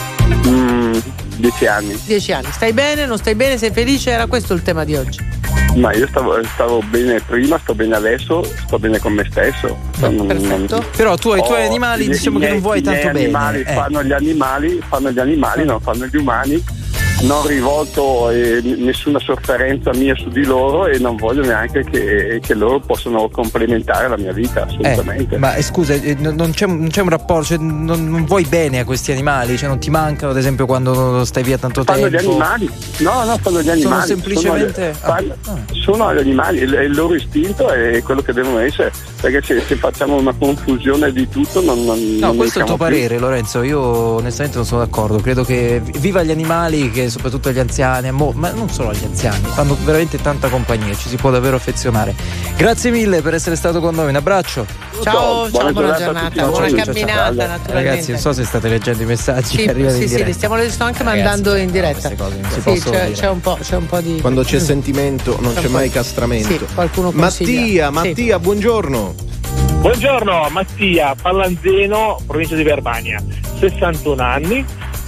10 anni. 10 anni. Stai bene, non stai bene, sei felice? Era questo il tema di oggi? Ma io stavo bene prima, sto bene adesso, sto bene con me stesso. Perfetto. Però tu ai tuoi animali diciamo che non vuoi tanto bene. Gli animali fanno gli animali, non fanno gli umani. Non rivolto nessuna sofferenza mia su di loro e non voglio neanche che loro possano complementare la mia vita, assolutamente. Ma scusa, non c'è un rapporto, cioè, non vuoi bene a questi animali? Cioè non ti mancano, ad esempio, quando stai via tanto tempo? Fanno gli animali? No, fanno gli animali. Sono semplicemente sono gli animali, il loro istinto è quello che devono essere, perché se facciamo una confusione di tutto non questo è il tuo parere, Lorenzo. Io onestamente non sono d'accordo, credo che viva gli animali, che soprattutto agli anziani, ma non solo agli anziani, fanno veramente tanta compagnia, ci si può davvero affezionare. Grazie mille per essere stato con noi, un abbraccio. Ciao, buona giornata, buona camminata, naturalmente. Ragazzi, non so se state leggendo i messaggi che arrivano in diretta. Li sto anche mandando in diretta. C'è un po' di. Quando c'è sentimento non c'è mai castramento. Sì, qualcuno consiglia. Mattia, buongiorno. Buongiorno, Mattia, Pallanzeno, provincia di Verbania, 61 anni.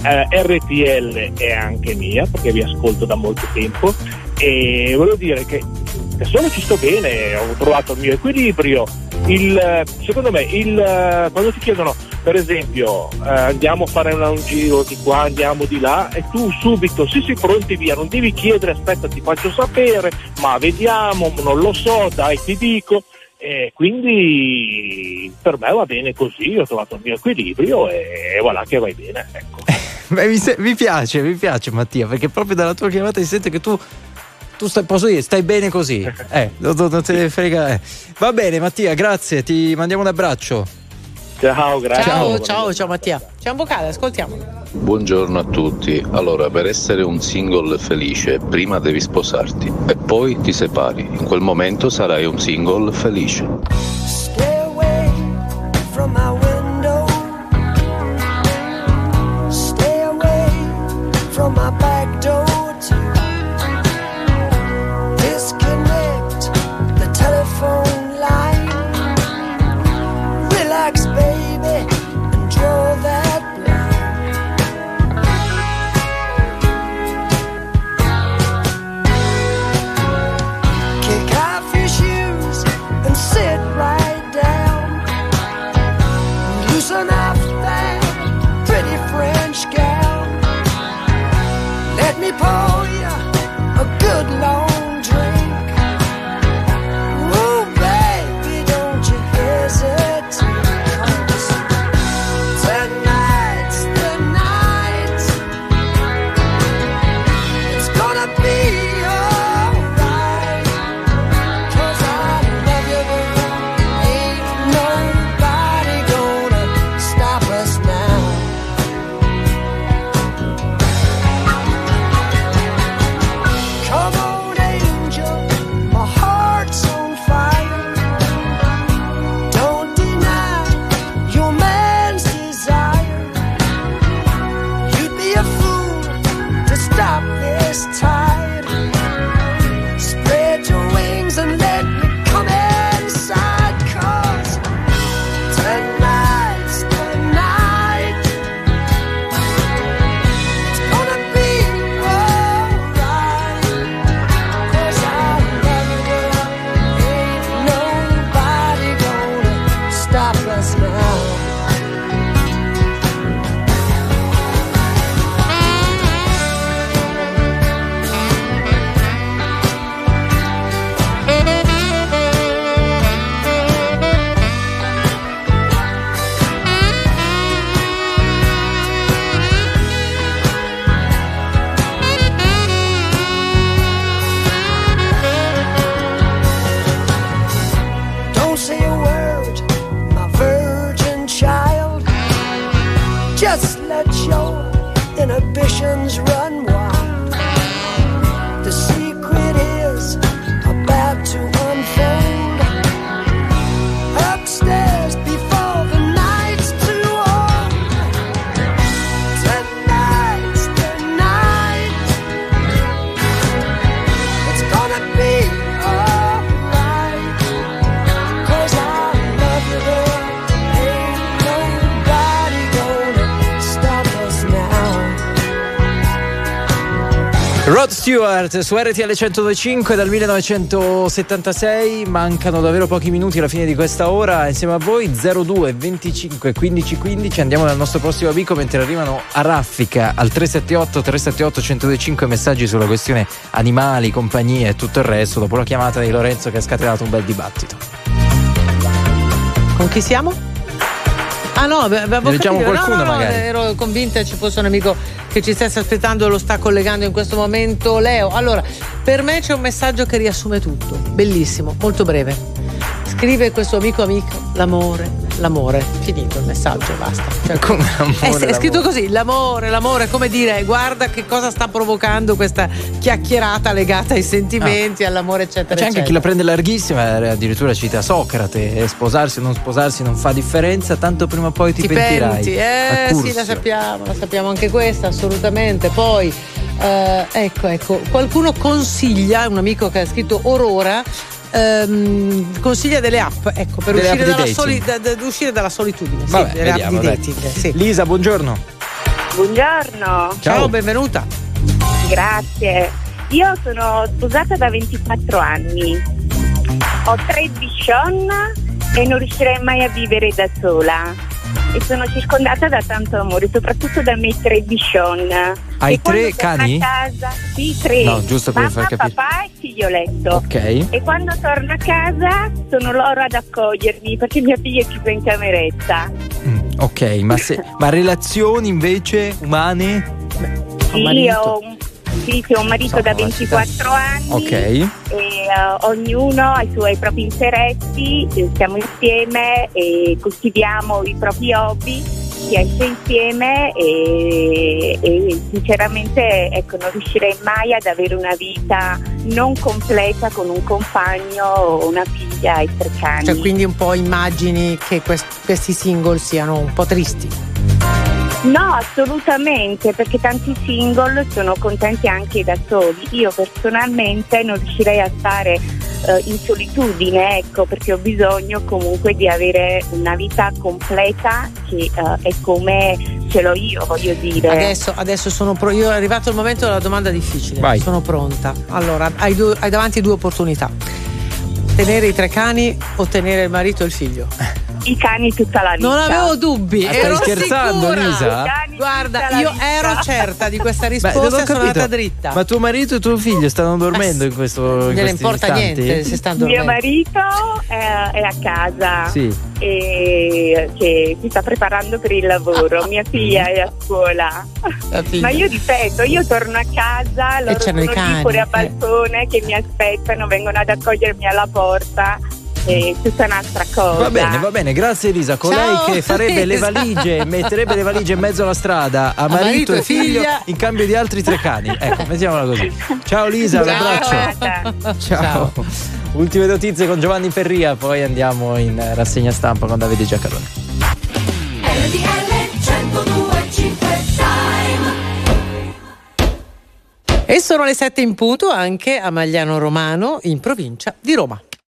RTL è anche mia perché vi ascolto da molto tempo e volevo dire che solo ci sto bene, ho trovato il mio equilibrio. Secondo me quando ti chiedono per esempio andiamo a fare un giro di qua, andiamo di là, e tu subito sì pronti via, non devi chiedere aspetta ti faccio sapere, ma vediamo, non lo so, dai ti dico. E quindi per me va bene così, ho trovato il mio equilibrio e voilà che vai bene, ecco. Mi piace Mattia, perché proprio dalla tua chiamata si sente che tu stai bene così. Non te ne frega. Va bene Mattia, grazie, ti mandiamo un abbraccio. Ciao, grazie. Ciao Mattia. C'è un vocale, ascoltiamo. Buongiorno a tutti. Allora, per essere un single felice, prima devi sposarti e poi ti separi. In quel momento sarai un single felice. Stay away from my window. Stay away emotions run wild. The secret is about to unfold. Upstairs before the night's too old. Tonight's the night. It's gonna be alright. 'Cause I love you, girl. Ain't nobody gonna stop us now. Rod Stewart su RTL 102.5 dal 1976. Mancano davvero pochi minuti alla fine di questa ora. Insieme a voi 02 25 15 15. Andiamo dal nostro prossimo amico mentre arrivano a raffica al 378 378 125 messaggi sulla questione animali, compagnie e tutto il resto, dopo la chiamata di Lorenzo che ha scatenato un bel dibattito. Con chi siamo? Ah no, avevo Leggiamo capito. qualcuno, no, magari. ero convinta ci fosse un amico che ci stesse aspettando, lo sta collegando in questo momento. Leo, allora, per me c'è un messaggio che riassume tutto, bellissimo, molto breve. Scrive questo amico, l'amore, finito il messaggio, basta. Cioè, come l'amore, è scritto così, l'amore, come dire, guarda che cosa sta provocando questa chiacchierata legata ai sentimenti, all'amore, eccetera, C'è anche eccetera. chi la prende larghissima, addirittura cita Socrate: sposarsi o non sposarsi non fa differenza, tanto prima o poi ti pentirai. Penti, Accursio. sì, la sappiamo anche questa, assolutamente. Poi ecco, qualcuno consiglia, un amico che ha scritto Aurora, consiglia delle app, ecco, per Delle uscire app di uscire dalla solitudine. Vabbè, sì, delle app vediamo, di dai. dating, sì. Lisa, buongiorno. Buongiorno. Ciao, benvenuta. Grazie. Io sono sposata da 24 anni. Ho 3 bichon e non riuscirei mai a vivere da sola. E sono circondata da tanto amore, soprattutto dai miei 3 bichon. Hai E quando 3 torno cani? a casa, sì, 3. No, giusto per Mamma, far capire. papà e figlioletto. Ok. E quando torno a casa sono loro ad accogliermi perché mia figlia è chiusa in cameretta. Ok, ma relazioni invece umane? Sì, ho un marito da 24 anni. Ok. E ognuno ha i suoi propri interessi, stiamo insieme e coltiviamo i propri hobby, piace insieme e sinceramente ecco, non riuscirei mai ad avere una vita non completa con un compagno o una figlia e 3 cani. Cioè, quindi un po' immagini che questi single siano un po' tristi. No, assolutamente, perché tanti single sono contenti anche da soli. Io personalmente non riuscirei a stare in solitudine, ecco, perché ho bisogno comunque di avere una vita completa che è come ce l'ho io, voglio dire. Adesso sono io è arrivato il momento della domanda difficile. Vai. Sono pronta. Allora, hai davanti 2 opportunità. Tenere i 3 cani o tenere il marito e il figlio? I cani tutta la vita. Non avevo dubbi. Ma stai ero scherzando, sicura. Lisa? Guarda, io ero certa di questa Beh, non risposta ho e sono capito. andata dritta. Ma tuo marito e tuo figlio stanno dormendo in Non questo in gliene questi importa istanti? niente se stanno Mio dormendo. marito è a casa Sì. e che si sta preparando per il lavoro, mia figlia è a scuola. Ma io ripeto, io torno a casa, loro c'hanno sono i cani, lì fuori a balcone che mi aspettano, vengono ad accogliermi alla porta. E tutta un'altra cosa. Va bene, grazie Elisa. Colei che farebbe le valigie, metterebbe le valigie in mezzo alla strada a marito e figlio in cambio di altri 3 cani. Ecco, mettiamola così. Ciao Lisa, un abbraccio. Ciao. Ultime notizie con Giovanni Perria, poi andiamo in rassegna stampa con Davide Giacarone. E sono le 7 in punto anche a Magliano Romano, in provincia di Roma.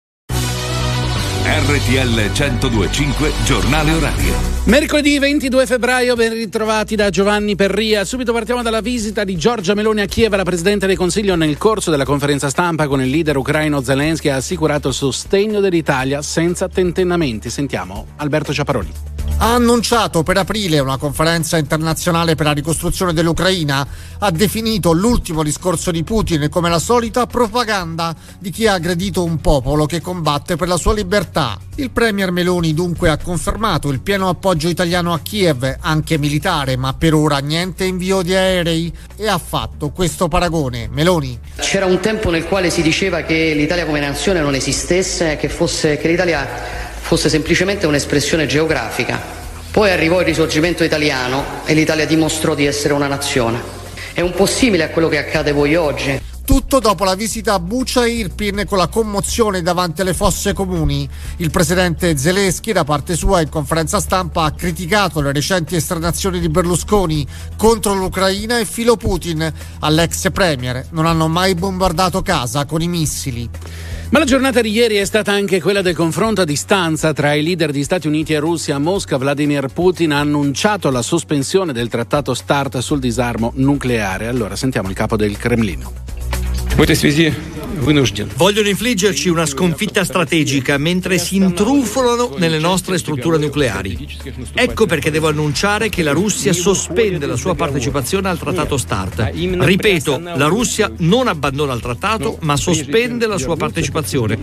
RTL 102.5 Giornale Orario. Mercoledì 22 febbraio, ben ritrovati da Giovanni Perria. Subito partiamo dalla visita di Giorgia Meloni a Kiev. La Presidente del Consiglio nel corso della conferenza stampa con il leader ucraino Zelensky ha assicurato il sostegno dell'Italia senza tentennamenti. Sentiamo Alberto Ciaparoni. Ha annunciato per aprile una conferenza internazionale per la ricostruzione dell'Ucraina, ha definito l'ultimo discorso di Putin come la solita propaganda di chi ha aggredito un popolo che combatte per la sua libertà. Il premier Meloni dunque ha confermato il pieno appoggio italiano a Kiev, anche militare, ma per ora niente invio di aerei, e ha fatto questo paragone. Meloni: c'era un tempo nel quale si diceva che l'Italia come nazione non esistesse, che l'Italia fosse semplicemente un'espressione geografica. Poi arrivò il risorgimento italiano e l'Italia dimostrò di essere una nazione. è un po' simile a quello che accade poi oggi. Tutto dopo la visita a Bucha e Irpin con la commozione davanti alle fosse comuni. Il presidente Zelensky, da parte sua, in conferenza stampa ha criticato le recenti esternazioni di Berlusconi contro l'Ucraina e filo Putin. All'ex premier non hanno mai bombardato casa con i missili. Ma la giornata di ieri è stata anche quella del confronto a distanza tra i leader di Stati Uniti e Russia. A Mosca, Vladimir Putin ha annunciato la sospensione del trattato START sul disarmo nucleare. Allora sentiamo il capo del Cremlino. Vogliono infliggerci una sconfitta strategica mentre si intrufolano nelle nostre strutture nucleari. Ecco perché devo annunciare che la Russia sospende la sua partecipazione al trattato START. Ripeto, la Russia non abbandona il trattato, ma sospende la sua partecipazione.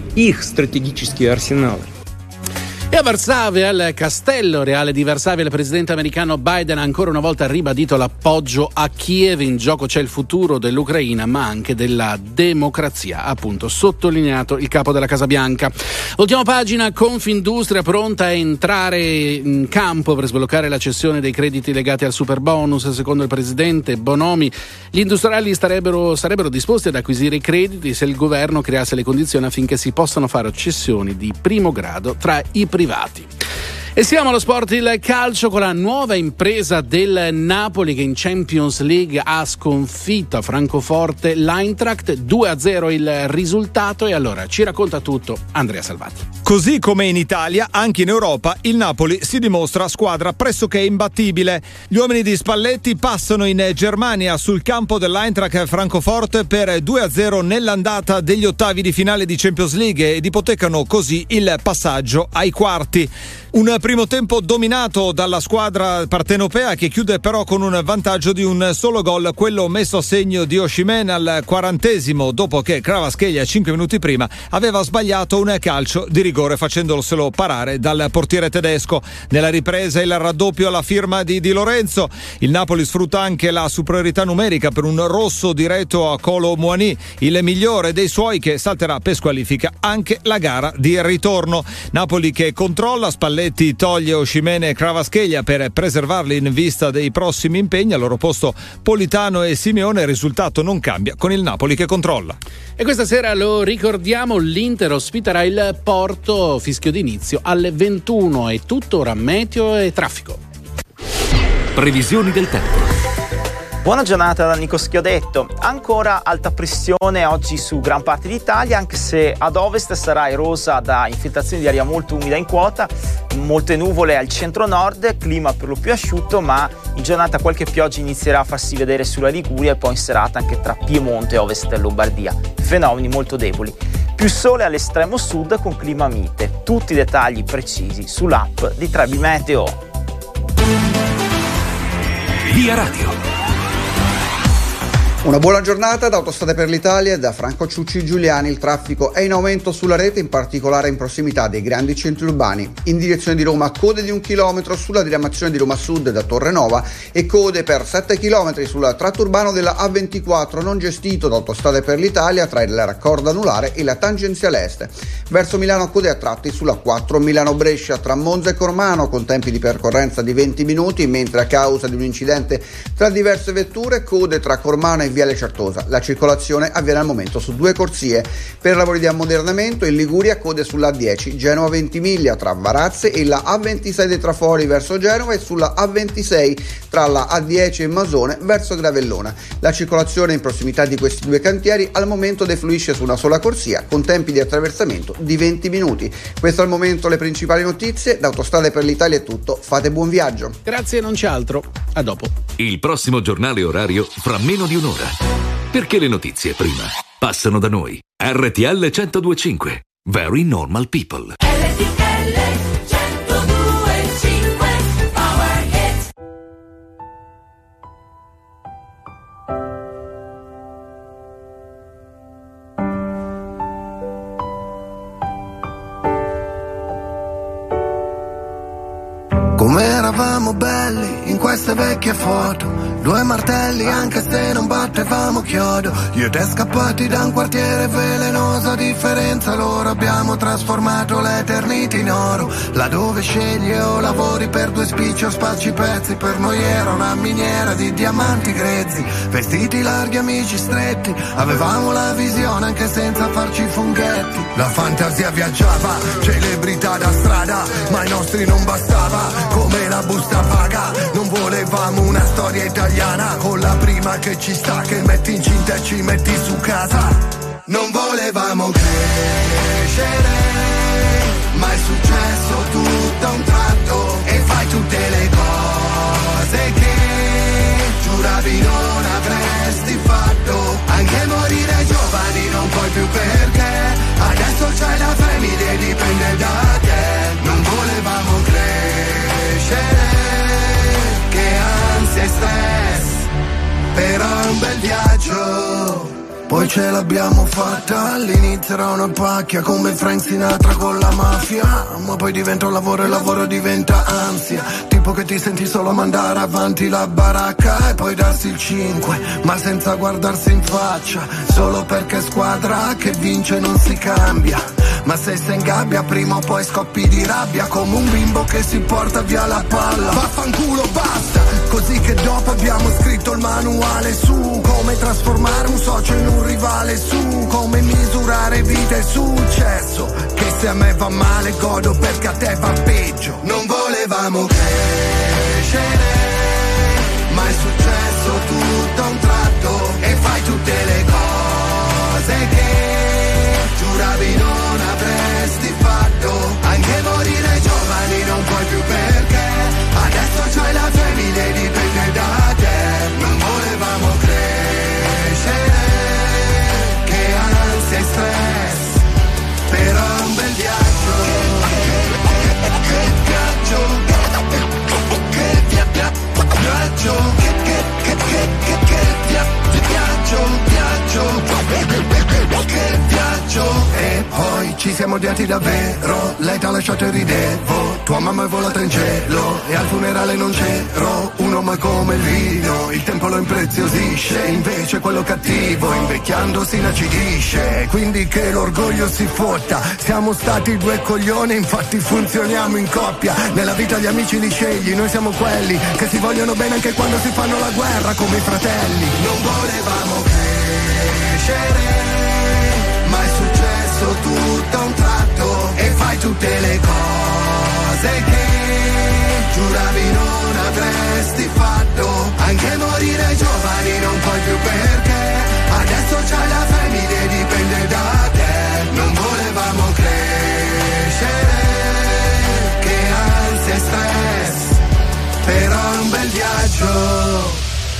E a Varsavia, al Castello Reale di Varsavia, il presidente americano Biden ha ancora una volta ribadito l'appoggio a Kiev. In gioco c'è il futuro dell'Ucraina, ma anche della democrazia, ha appunto sottolineato il capo della Casa Bianca. Ultima pagina, Confindustria pronta a entrare in campo per sbloccare la cessione dei crediti legati al superbonus. Secondo il presidente Bonomi, gli industriali sarebbero disposti ad acquisire i crediti se il governo creasse le condizioni affinché si possano fare cessioni di primo grado tra i privati. E siamo allo sport, il calcio, con la nuova impresa del Napoli che in Champions League ha sconfitto a Francoforte l'Eintracht 2-0 il risultato. E allora ci racconta tutto Andrea Salvati. Così come in Italia, anche in Europa il Napoli si dimostra squadra pressoché imbattibile. Gli uomini di Spalletti passano in Germania sul campo dell'Eintracht Francoforte per 2-0 nell'andata degli ottavi di finale di Champions League ed ipotecano così il passaggio ai quarti. Un primo tempo dominato dalla squadra partenopea, che chiude però con un vantaggio di un solo gol, quello messo a segno di Osimhen al 40esimo, dopo che Kvaratskhelia 5 minuti prima aveva sbagliato un calcio di rigore facendoselo parare dal portiere tedesco. Nella ripresa il raddoppio alla firma di Di Lorenzo. Il Napoli sfrutta anche la superiorità numerica per un rosso diretto a Kolo Muani, il migliore dei suoi, che salterà per squalifica anche la gara di ritorno. Napoli che controlla, Spalletti toglie Osimhen e Kvaratskhelia per preservarli in vista dei prossimi impegni. Al loro posto Politano e Simeone. Il risultato non cambia, con il Napoli che controlla. E questa sera, lo ricordiamo, l'Inter ospiterà il Porto, fischio d'inizio alle 21. È tutto, ora meteo e traffico. Previsioni del tempo. Buona giornata da Nico Schiodetto. Ancora alta pressione oggi su gran parte d'Italia, anche se ad ovest sarà erosa da infiltrazioni di aria molto umida in quota, molte nuvole al centro-nord, clima per lo più asciutto, ma in giornata qualche pioggia inizierà a farsi vedere sulla Liguria e poi in serata anche tra Piemonte e ovest Lombardia. Fenomeni molto deboli. Più sole all'estremo sud con clima mite. Tutti i dettagli precisi sull'app di Trebi Meteo. Via Radio. Una buona giornata da Autostrade per l'Italia e da Franco Ciucci Giuliani. Il traffico è in aumento sulla rete, in particolare in prossimità dei grandi centri urbani. In direzione di Roma code di 1 chilometro sulla diramazione di Roma Sud da Torrenova e code per 7 chilometri sul tratto urbano della A24 non gestito da Autostrade per l'Italia tra il raccordo anulare e la tangenziale est. Verso Milano code a tratti sulla 4 Milano-Brescia tra Monza e Cormano con tempi di percorrenza di 20 minuti, mentre a causa di un incidente tra diverse vetture code tra Cormano e Viale Certosa. La circolazione avviene al momento su 2 corsie. Per lavori di ammodernamento in Liguria code sulla A10 Genova-Ventimiglia tra Varazze e la A26 dei Trafori verso Genova e sulla A26 tra la A10 e Masone verso Gravellona. La circolazione in prossimità di questi 2 cantieri al momento defluisce su una sola corsia con tempi di attraversamento di 20 minuti. Queste al momento le principali notizie. Da Autostrade per l'Italia è tutto. Fate buon viaggio. Grazie, non c'è altro. A dopo. Il prossimo giornale orario fra meno di un'ora. Perché le notizie prima passano da noi. RTL 102.5. Very normal people. RTL 102.5 Power Hit. Come eravamo belli in queste vecchie foto, Due martelli anche se non battevamo chiodo. Io e te scappati da un quartiere velenoso. A differenza loro abbiamo trasformato l'eternità in oro. Laddove scegli o lavori per due spicci o spacci pezzi, per noi era una miniera di diamanti grezzi. Vestiti larghi, amici stretti, avevamo la visione anche senza farci funghetti. La fantasia viaggiava, celebrità da strada, ma ai nostri non bastava, come la busta paga. Non volevamo una storia italiana con la prima che ci sta, che metti incinta e ci metti su casa. Non volevamo crescere, ma è successo tutto a un tratto. E fai tutte le cose che giuravi non avresti fatto. Anche morire giovani non puoi più perché adesso c'hai la famiglia e dipende da te. Non volevamo crescere, che ansia e stress, però è un bel viaggio. Poi ce l'abbiamo fatta, all'inizio era una pacchia come Frank Sinatra con la mafia. Ma poi diventa un lavoro e il lavoro diventa ansia. Tipo che ti senti solo mandare avanti la baracca e poi darsi il 5, ma senza guardarsi in faccia. Solo perché squadra che vince non si cambia. Ma se sei in gabbia prima o poi scoppi di rabbia, come un bimbo che si porta via la palla. Vaffanculo, basta, così che dopo abbiamo scritto il manuale su come trasformare un socio in un rivale, su come misurare vita e successo. Che se a me va male godo perché a te va peggio. Non volevamo crescere, ma è successo tutto a un tratto. E fai tutte le cose che giuravi non avresti fatto. Anche morire giovani non puoi più perché adesso c'hai la famiglia e dipende da te. Non volevamo crescere, che ansia e stress, però è un bel viaggio. Che viaggio, che viaggio, che viaggio. E poi ci siamo odiati davvero, lei t'ha lasciato e ridevo, tua mamma è volata in cielo e al funerale non c'ero. Un uomo è come il vino, il tempo lo impreziosisce, invece quello cattivo invecchiando si inacidisce. Quindi che l'orgoglio si fotta, siamo stati due coglioni, infatti funzioniamo in coppia. Nella vita gli amici li scegli, noi siamo quelli che si vogliono bene anche quando si fanno la guerra come i fratelli. Non volevamo crescere, ma è successo tutto a un tratto. E fai tutte le cose che giuravi non avresti fatto. Anche morire giovani non puoi più perché adesso c'hai la famiglia e dipende da te. Non volevamo crescere, che ansia e stress, però è un bel viaggio.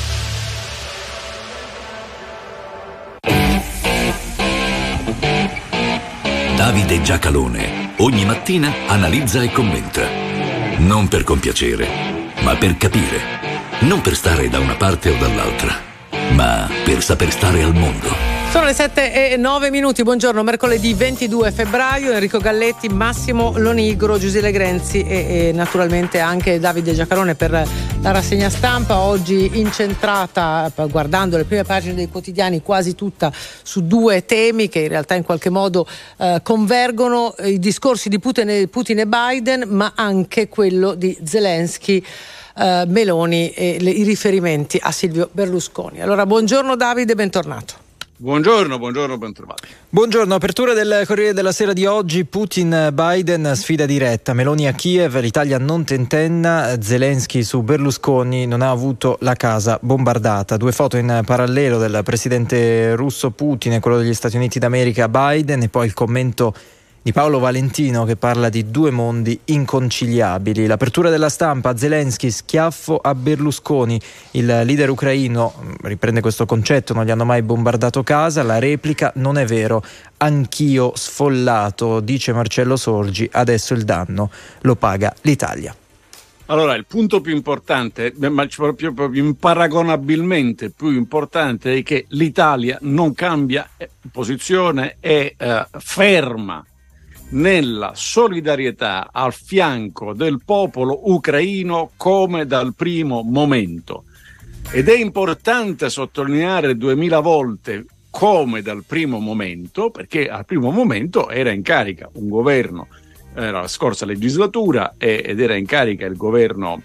Davide Giacalone ogni mattina analizza e commenta. Non per compiacere, ma per capire. Non per stare da una parte o dall'altra, ma per saper stare al mondo. Sono le 7:09. Buongiorno, mercoledì 22 febbraio. Enrico Galletti, Massimo Lonigro, Giuseppe Grenzi e naturalmente anche Davide Giacalone per la rassegna stampa. Oggi incentrata, guardando le prime pagine dei quotidiani, quasi tutta su due temi che in realtà in qualche modo convergono: i discorsi di Putin e Biden, ma anche quello di Zelensky, Meloni e i riferimenti a Silvio Berlusconi. Allora, buongiorno Davide, bentornato. Buongiorno, bentrovati. Buongiorno, apertura del Corriere della Sera di oggi. Putin-Biden, sfida diretta. Meloni a Kiev, l'Italia non tentenna. Zelensky su Berlusconi, non ha avuto la casa bombardata. Due foto in parallelo del presidente russo Putin e quello degli Stati Uniti d'America Biden, e poi il commento di Paolo Valentino che parla di due mondi inconciliabili. L'apertura della Stampa: Zelensky, schiaffo a Berlusconi. Il leader ucraino riprende questo concetto: non gli hanno mai bombardato casa. La replica: non è vero, anch'io sfollato, dice Marcello Sorgi, adesso il danno lo paga l'Italia. Allora, il punto più importante, ma proprio imparagonabilmente più importante, è che l'Italia non cambia posizione, è ferma nella solidarietà al fianco del popolo ucraino come dal primo momento. Ed è importante sottolineare 2000 volte come dal primo momento, perché al primo momento era in carica un governo, era la scorsa legislatura ed era in carica il governo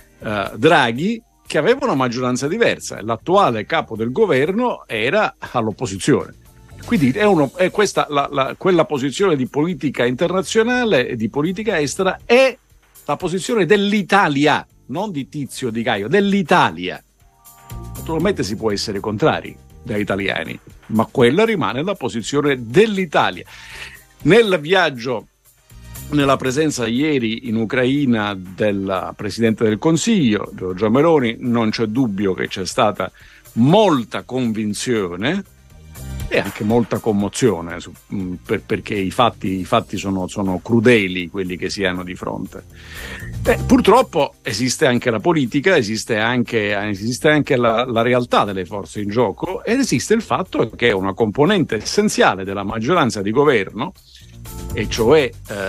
Draghi, che aveva una maggioranza diversa. L'attuale capo del governo era all'opposizione. Quindi è questa quella posizione di politica internazionale e di politica estera è la posizione dell'Italia, non di Tizio di Caio, dell'Italia. Naturalmente si può essere contrari da italiani, ma quella rimane la posizione dell'Italia. Nel viaggio, nella presenza ieri in Ucraina del Presidente del Consiglio, Giorgia Meloni, non c'è dubbio che c'è stata molta convinzione e anche molta commozione, perché i fatti sono crudeli, quelli che si hanno di fronte. Purtroppo esiste anche la politica, esiste anche la realtà delle forze in gioco, ed esiste il fatto che una componente essenziale della maggioranza di governo, e cioè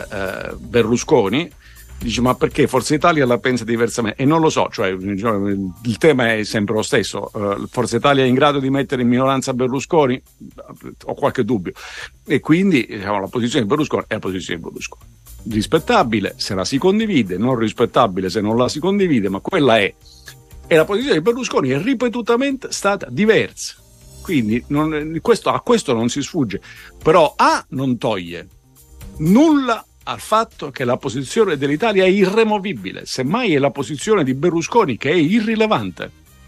Berlusconi, dice: ma perché Forza Italia la pensa diversamente? E non lo so, cioè il tema è sempre lo stesso. Forza Italia è in grado di mettere in minoranza Berlusconi? Ho qualche dubbio. E quindi la posizione di Berlusconi è la posizione di Berlusconi. Rispettabile se la si condivide, non rispettabile se non la si condivide, ma quella è. E la posizione di Berlusconi è ripetutamente stata diversa. Quindi a questo non si sfugge. Però non toglie nulla al fatto che la posizione dell'Italia è irremovibile, semmai è la posizione di Berlusconi che è irrilevante.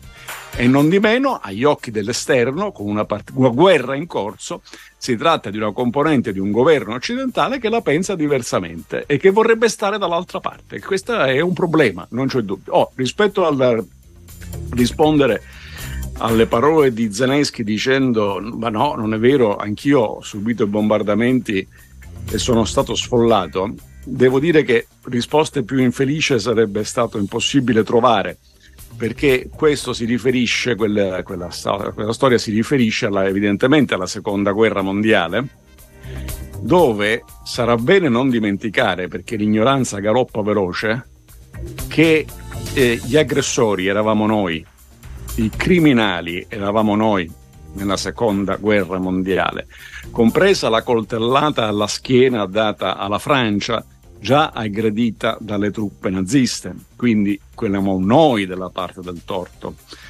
E non di meno, agli occhi dell'esterno, con una guerra in corso, si tratta di una componente di un governo occidentale che la pensa diversamente e che vorrebbe stare dall'altra parte. Questo è un problema, non c'è dubbio. Rispetto al rispondere alle parole di Zelensky dicendo: ma no, non è vero, anch'io ho subito i bombardamenti e sono stato sfollato, devo dire che risposte più infelici sarebbe stato impossibile trovare, perché questo si riferisce, quella storia si riferisce evidentemente alla seconda guerra mondiale, dove sarà bene non dimenticare, perché l'ignoranza galoppa veloce, che gli aggressori eravamo noi, i criminali eravamo noi nella seconda guerra mondiale, compresa la coltellata alla schiena data alla Francia, già aggredita dalle truppe naziste, quindi eravamo noi della parte del torto.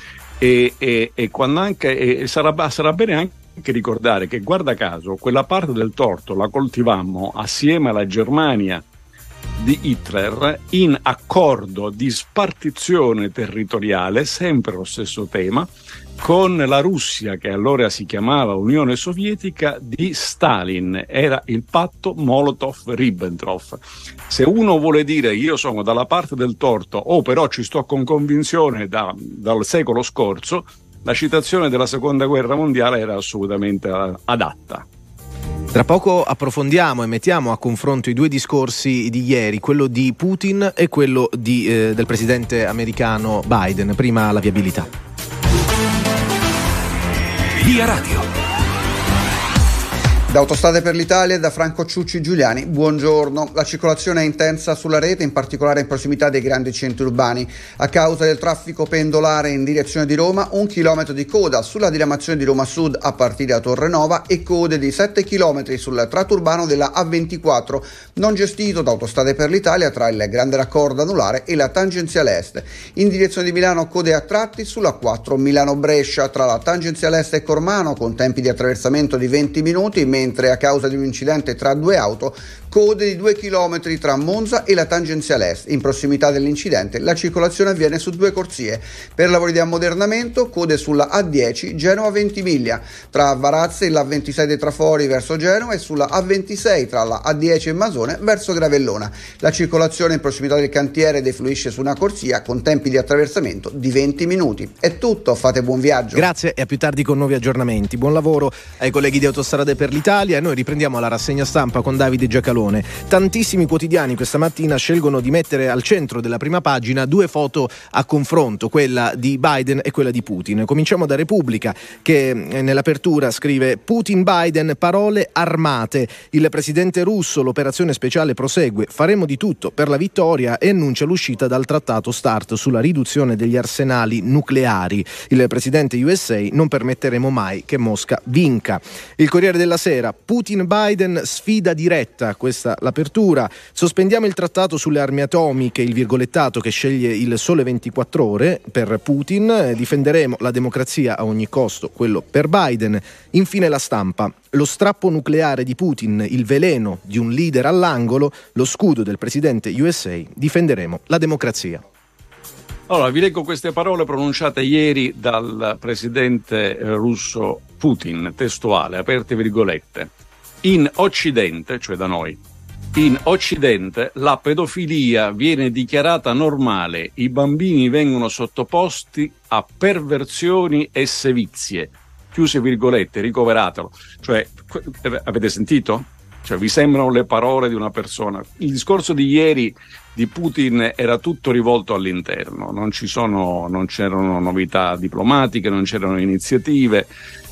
E quando sarà bene anche ricordare che, guarda caso, quella parte del torto la coltivammo assieme alla Germania di Hitler in accordo di spartizione territoriale, sempre lo stesso tema, con la Russia, che allora si chiamava Unione Sovietica, di Stalin. Era il patto Molotov-Ribbentrop. Se uno vuole dire io sono dalla parte del torto o però ci sto con convinzione dal secolo scorso, la citazione della seconda guerra mondiale era assolutamente adatta. Tra poco approfondiamo e mettiamo a confronto i due discorsi di ieri, quello di Putin e quello del presidente americano Biden. Prima la viabilità. Via Radio. Da Autostrade per l'Italia e da Franco Ciucci Giuliani, buongiorno. La circolazione è intensa sulla rete, in particolare in prossimità dei grandi centri urbani. A causa del traffico pendolare in direzione di Roma, 1 chilometro di coda sulla diramazione di Roma Sud a partire da Torrenova e code di 7 chilometri sul tratto urbano della A24, non gestito da Autostrade per l'Italia tra il Grande Raccordo Anulare e la tangenziale est. In direzione di Milano, code a tratti sulla 4 Milano-Brescia tra la tangenziale est e Cormano, con tempi di attraversamento di 20 minuti, mentre a causa di un incidente tra due auto, code di 2 km tra Monza e la tangenziale est. In prossimità dell'incidente la circolazione avviene su 2 corsie. Per lavori di ammodernamento, code sulla A10 Genova-Ventimiglia, tra Varazze e la A26 dei Trafori verso Genova e sulla A26 tra la A10 e Masone verso Gravellona. La circolazione in prossimità del cantiere defluisce su una corsia con tempi di attraversamento di 20 minuti. È tutto, fate buon viaggio. Grazie e a più tardi con nuovi aggiornamenti. Buon lavoro ai colleghi di Autostrade per l'Italia. Italia e noi riprendiamo la rassegna stampa con Davide Giacalone. Tantissimi quotidiani questa mattina scelgono di mettere al centro della prima pagina due foto a confronto, quella di Biden e quella di Putin. Cominciamo da Repubblica, che nell'apertura scrive: Putin-Biden, parole armate. Il presidente russo, l'operazione speciale prosegue, faremo di tutto per la vittoria, e annuncia l'uscita dal trattato START sulla riduzione degli arsenali nucleari. Il presidente USA: non permetteremo mai che Mosca vinca. Il Corriere della Sera: Putin-Biden, sfida diretta, questa l'apertura. Sospendiamo il trattato sulle armi atomiche, il virgolettato che sceglie il Sole 24 Ore per Putin. Difenderemo la democrazia a ogni costo, quello per Biden. Infine La Stampa: lo strappo nucleare di Putin, il veleno di un leader all'angolo, lo scudo del presidente USA, difenderemo la democrazia. Allora, vi leggo queste parole pronunciate ieri dal presidente russo Putin, testuale, aperte virgolette. In Occidente, cioè da noi, in Occidente la pedofilia viene dichiarata normale, i bambini vengono sottoposti a perversioni e sevizie. Chiuse virgolette, ricoveratelo. Cioè, avete sentito? Cioè, vi sembrano le parole di una persona? Il discorso di ieri di Putin era tutto rivolto all'interno, non c'erano novità diplomatiche, non c'erano iniziative.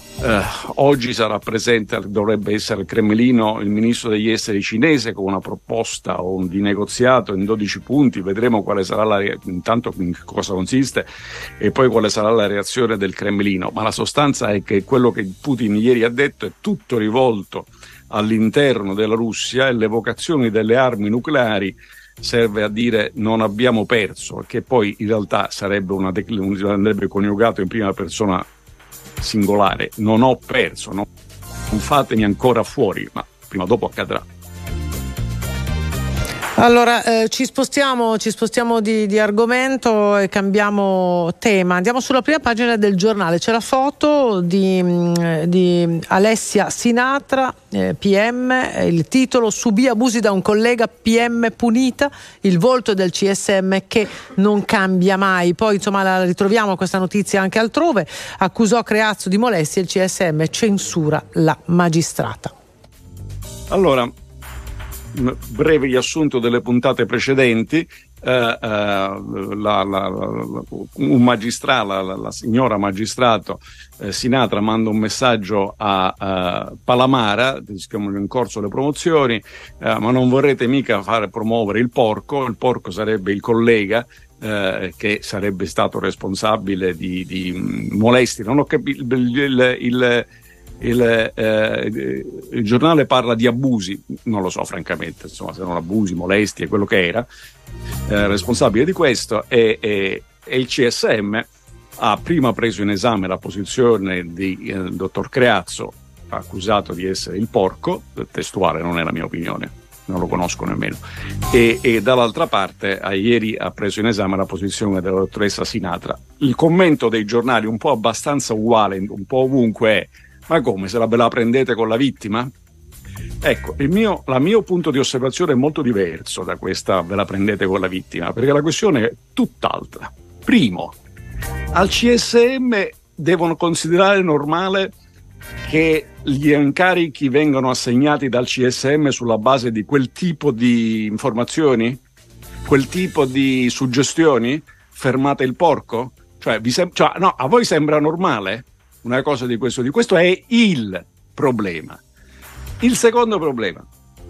Oggi sarà presente, dovrebbe essere al Cremlino, il ministro degli esteri cinese con una proposta di negoziato in 12 punti. Vedremo quale sarà intanto in cosa consiste e poi quale sarà la reazione del Cremlino, ma la sostanza è che quello che Putin ieri ha detto è tutto rivolto all'interno della Russia, e l'evocazione delle armi nucleari serve a dire non abbiamo perso, che poi in realtà andrebbe coniugato in prima persona singolare: non ho perso, non fatemi ancora fuori, ma prima o dopo accadrà. Allora, ci spostiamo di argomento e cambiamo tema. Andiamo sulla prima pagina del Giornale. C'è la foto di Alessia Sinatra, PM, il titolo: subì abusi da un collega, PM punita, il volto del CSM che non cambia mai. Poi insomma la ritroviamo questa notizia anche altrove. Accusò Creazzo di molestie, il CSM censura la magistrata. Allora, breve riassunto delle puntate precedenti. La signora magistrato Sinatra manda un messaggio a Palamara, siamo in corso le promozioni, ma non vorrete mica promuovere il porco sarebbe il collega che sarebbe stato responsabile di molestie. Non ho capito, il giornale parla di abusi, non lo so francamente, insomma, se non abusi, molestie, quello che era responsabile di questo, e il CSM ha prima preso in esame la posizione di dottor Creazzo, accusato di essere il porco, testuale, non è la mia opinione, non lo conosco nemmeno, e dall'altra parte ieri ha preso in esame la posizione della dottoressa Sinatra. Il commento dei giornali, un po' abbastanza uguale un po' ovunque, è: ma come, se ve la prendete con la vittima? Ecco, il mio punto di osservazione è molto diverso da questa ve la prendete con la vittima, perché la questione è tutt'altra. Primo, al CSM devono considerare normale che gli incarichi vengano assegnati dal CSM sulla base di quel tipo di informazioni? Quel tipo di suggestioni? Fermate il porco? No, a voi sembra normale una cosa di questo? Di questo è il problema. Il secondo problema: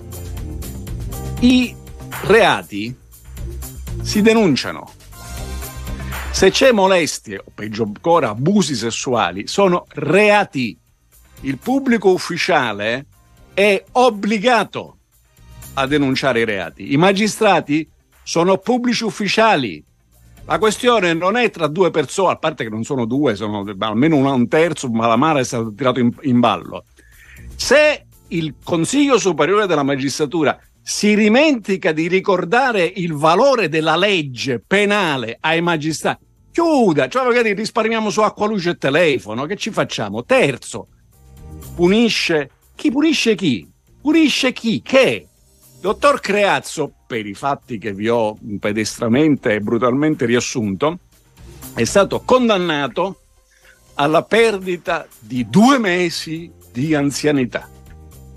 i reati si denunciano. Se c'è molestie o peggio ancora abusi sessuali, sono reati. Il pubblico ufficiale è obbligato a denunciare i reati. I magistrati sono pubblici ufficiali. La questione non è tra due persone, a parte che non sono due, sono almeno un terzo, ma la mare è stato tirato in ballo. Se il Consiglio Superiore della Magistratura si dimentica di ricordare il valore della legge penale ai magistrati, chiuda, cioè magari risparmiamo su acqua, luce e telefono, che ci facciamo? Terzo, punisce chi? Punisce chi? Punisce chi? Che? Dottor Creazzo, per i fatti che vi ho pedestramente e brutalmente riassunto, è stato condannato alla perdita di 2 mesi di anzianità.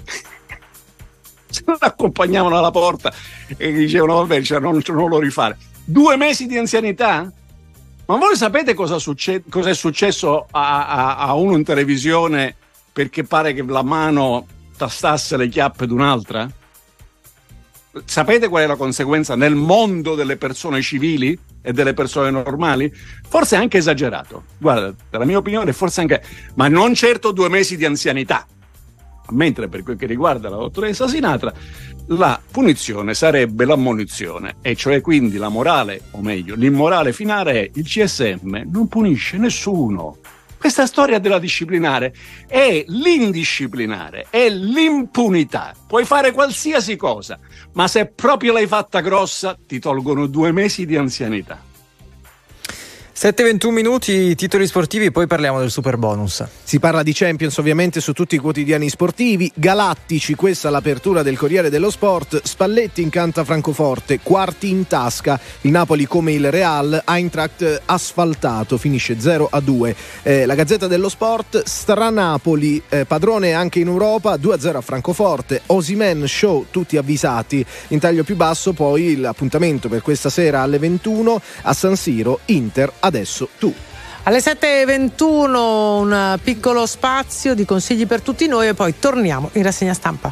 se lo accompagnavano alla porta e dicevano vabbè, cioè, non lo rifare. 2 mesi di anzianità? Ma voi sapete cosa è successo a uno in televisione perché pare che la mano tastasse le chiappe di un'altra? Sapete qual è la conseguenza nel mondo delle persone civili e delle persone normali? Forse è anche esagerato. Guarda, per la mia opinione forse anche, ma non certo 2 mesi di anzianità. Mentre per quel che riguarda la dottoressa Sinatra, la punizione sarebbe l'ammonizione, e cioè quindi la morale, o meglio, l'immorale finale è: il CSM non punisce nessuno. Questa storia della disciplinare è l'indisciplinare, è l'impunità. Puoi fare qualsiasi cosa, ma se proprio l'hai fatta grossa ti tolgono 2 mesi di anzianità. 7:21 minuti, titoli sportivi, poi parliamo del super bonus. Si parla di Champions ovviamente su tutti i quotidiani sportivi. Galattici, questa l'apertura del Corriere dello Sport. Spalletti incanta Francoforte, quarti in tasca. Il Napoli come il Real, Eintracht asfaltato, finisce 0-2. La Gazzetta dello Sport, Stranapoli, padrone anche in Europa, 2-0 a Francoforte. Osimhen show, tutti avvisati. In taglio più basso poi l'appuntamento per questa sera alle 21 a San Siro, Inter. Adesso tu. Alle 7:21 un piccolo spazio di consigli per tutti noi e poi torniamo in rassegna stampa.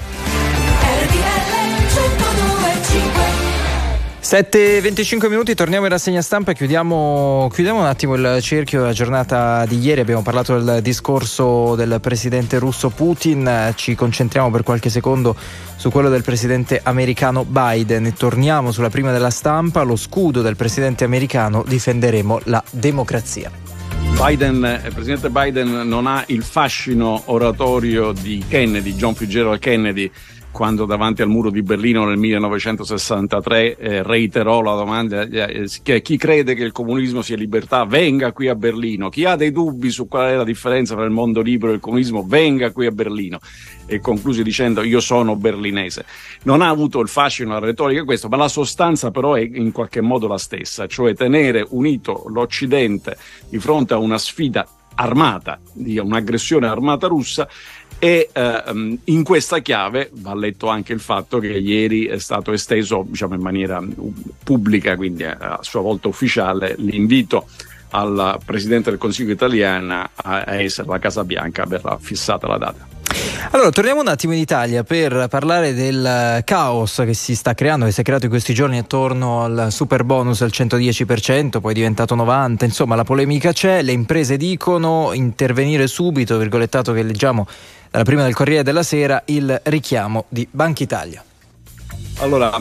7:25 minuti, torniamo in rassegna stampa e chiudiamo un attimo il cerchio della giornata di ieri. Abbiamo parlato del discorso del presidente russo Putin, ci concentriamo per qualche secondo su quello del presidente americano Biden e torniamo sulla prima della stampa: lo scudo del presidente americano, difenderemo la democrazia. Il presidente Biden non ha il fascino oratorio di Kennedy, John Fitzgerald Kennedy, quando davanti al muro di Berlino nel 1963 reiterò la domanda: chi crede che il comunismo sia libertà venga qui a Berlino, chi ha dei dubbi su qual è la differenza tra il mondo libero e il comunismo venga qui a Berlino, e concluse dicendo io sono berlinese. Non ha avuto il fascino, la retorica questo, ma la sostanza però è in qualche modo la stessa, cioè tenere unito l'Occidente di fronte a una sfida armata, di un'aggressione armata russa. E in questa chiave va letto anche il fatto che ieri è stato esteso, diciamo in maniera pubblica, quindi a sua volta ufficiale, l'invito al Presidente del Consiglio italiano a essere alla Casa Bianca, verrà fissata la data. Allora, torniamo un attimo in Italia per parlare del caos che si sta creando, che si è creato in questi giorni attorno al super bonus al 110%, poi è diventato 90%, insomma la polemica c'è, le imprese dicono intervenire subito, virgolettato che leggiamo dalla prima del Corriere della Sera, il richiamo di Banca Italia. Allora,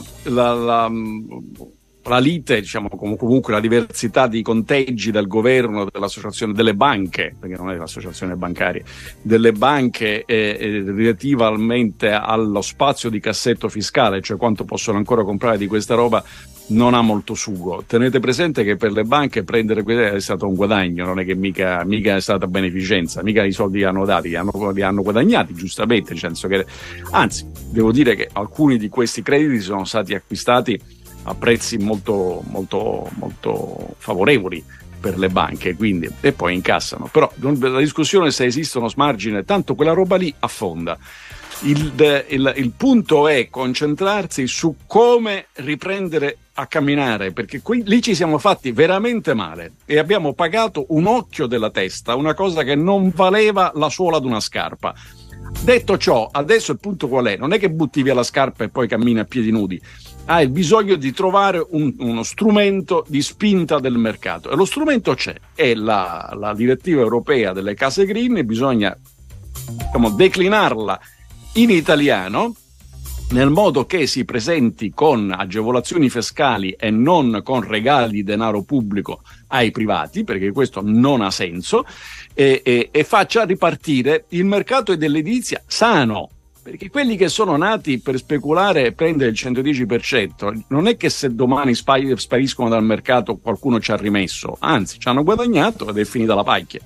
la lite, diciamo comunque la diversità di conteggi del governo, dell'associazione delle banche, perché non è l'associazione bancaria, delle banche relativamente allo spazio di cassetto fiscale, cioè quanto possono ancora comprare di questa roba, non ha molto sugo. Tenete presente che per le banche prendere è stato un guadagno, non è che mica è stata beneficenza, mica i soldi li hanno dati, li hanno guadagnati giustamente, nel senso che, anzi, devo dire che alcuni di questi crediti sono stati acquistati a prezzi molto, molto, molto favorevoli per le banche, quindi, e poi incassano. Però la discussione se esistono margini, tanto quella roba lì affonda. Il punto è concentrarsi su come riprendere a camminare, perché lì ci siamo fatti veramente male e abbiamo pagato un occhio della testa, una cosa che non valeva la suola di una scarpa. Detto ciò, adesso il punto qual è? Non è che butti via la scarpa e poi cammini a piedi nudi. Hai bisogno di trovare uno strumento di spinta del mercato, e lo strumento c'è, è la direttiva europea delle case green, e bisogna declinarla in italiano nel modo che si presenti con agevolazioni fiscali e non con regali di denaro pubblico ai privati, perché questo non ha senso, e faccia ripartire il mercato dell'edilizia sano. Perché quelli che sono nati per speculare e prendere il 110%, non è che se domani spariscono dal mercato qualcuno ci ha rimesso, anzi ci hanno guadagnato ed è finita la pacchia.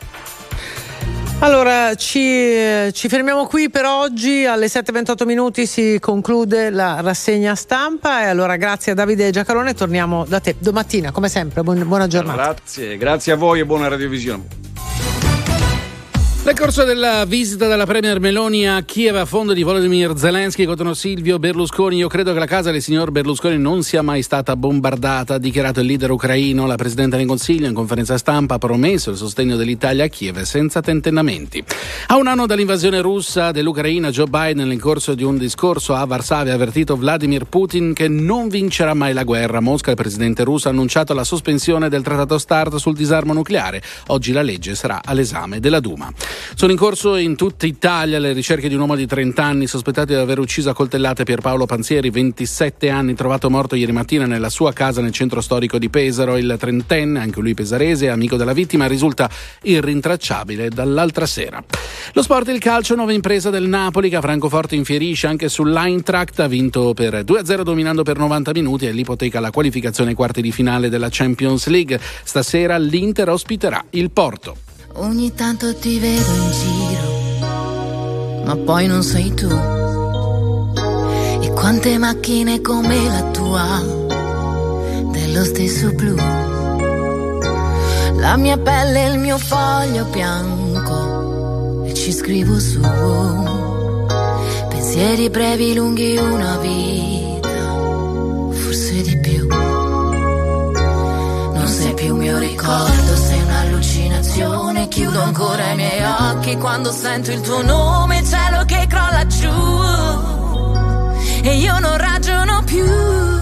Allora ci fermiamo qui per oggi, alle 7:28 minuti si conclude la rassegna stampa, e allora grazie a Davide Giacalone, torniamo da te domattina come sempre, buona giornata. Grazie a voi e buona radiovisione. Nel corso della visita della Premier Meloni a Kiev a fondo di Volodymyr Zelensky contro Silvio Berlusconi, io credo che la casa del signor Berlusconi non sia mai stata bombardata, ha dichiarato il leader ucraino. La Presidente del Consiglio in conferenza stampa ha promesso il sostegno dell'Italia a Kiev senza tentennamenti. A un anno dall'invasione russa dell'Ucraina, Joe Biden nel corso di un discorso a Varsavia ha avvertito Vladimir Putin che non vincerà mai la guerra. A Mosca il presidente russo ha annunciato la sospensione del trattato START sul disarmo nucleare. Oggi la legge sarà all'esame della Duma. Sono in corso in tutta Italia le ricerche di un uomo di 30 anni sospettato di aver ucciso a coltellate Pierpaolo Panzieri, 27 anni, trovato morto ieri mattina nella sua casa nel centro storico di Pesaro. Il trentenne, anche lui pesarese, amico della vittima, risulta irrintracciabile dall'altra sera. Lo sport e il calcio, nuova impresa del Napoli che a Francoforte infierisce anche sull'Eintracht, ha vinto per 2-0 dominando per 90 minuti e l'ipoteca alla qualificazione ai quarti di finale della Champions League. Stasera l'Inter ospiterà il Porto. Ogni tanto ti vedo in giro, ma poi non sei tu. E quante macchine come la tua, dello stesso blu. La mia pelle è il mio foglio bianco e ci scrivo su. Pensieri brevi, lunghi, una vita, forse di più. Non sei più mio ricordo, sei un'allucinazione. Chiudo ancora i miei occhi quando sento il tuo nome, cielo che crolla giù e io non ragiono più. E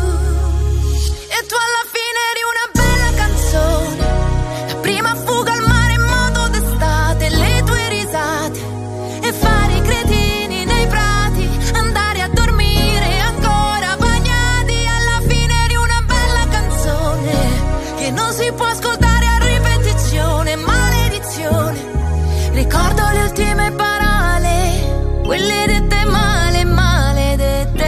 tu alla fine eri una bella canzone, la prima fuga al mare in moto d'estate, le tue risate e fare i cretini nei prati, andare a dormire ancora bagnati. Alla fine eri una bella canzone che non si può ascoltare a ripetizione, maledizione. Ricordo le ultime parole, quelle dette male, maledette.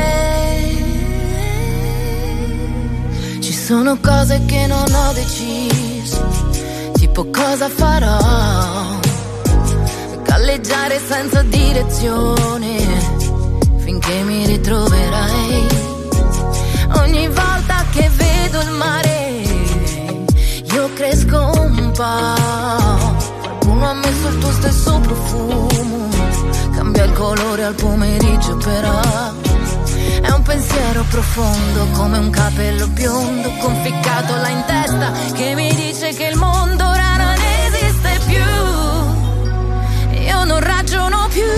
Ci sono cose che non ho deciso, tipo cosa farò. Galleggiare senza direzione, finché mi ritroverai. Ogni volta che vedo il mare, io cresco un po'. Qualcuno ha messo il tuo stesso profumo, cambia il colore al pomeriggio però. È un pensiero profondo come un capello biondo conficcato là in testa che mi dice che il mondo ora non esiste più. Io non ragiono più.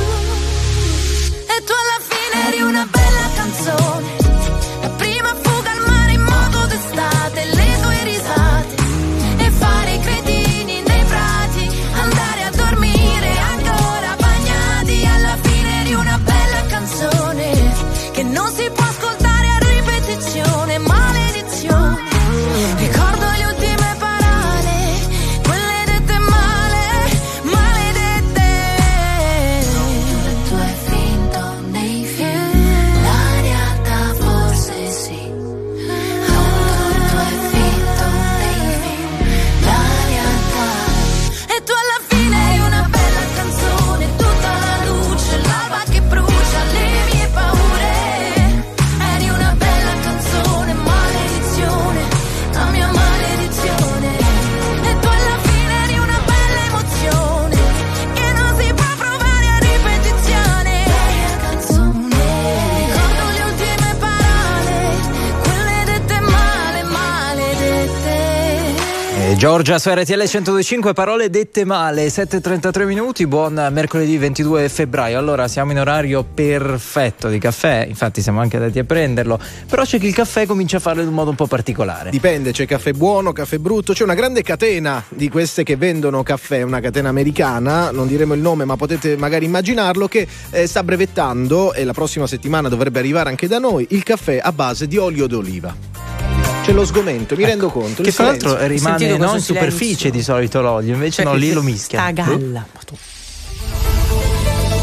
E tu alla fine eri una bella canzone, la prima fuga al mare in moto d'estate, le tue risate e fare i cretini nei prati, andare a dormire ancora bagnati. Alla fine eri una bella canzone che non si può ascoltare a ripetizione, maledizione. Ricordo le ultime parole, quelle dette male, maledette. Tutto è finto nei film, la realtà forse sì. Tutto è finto nei film, la realtà. E tu alla fine hai una bella canzone, tutta la luce, l'alba che brucia le mie paure. Eri una bella canzone, maledizione, la mia maledizione. E tu alla fine eri una bella emozione che non si può provare a ripetizione. Bella canzone. Ricordo le ultime parole, quelle dette male, maledette. Giorgia su RTL 102.5, parole dette male, 7:33 minuti, buon mercoledì 22 febbraio. Allora siamo in orario perfetto di caffè, infatti siamo anche andati a prenderlo, però c'è chi il caffè comincia a farlo in un modo un po' particolare. Dipende, c'è caffè buono, caffè brutto, c'è una grande catena di queste che vendono caffè, una catena americana, non diremo il nome ma potete magari immaginarlo, che sta brevettando e la prossima settimana dovrebbe arrivare anche da noi il caffè a base di olio d'oliva. C'è lo sgomento, mi rendo conto. Che tra l'altro rimane non in superficie di solito l'olio, invece no, lì lo mischia. Sta a galla.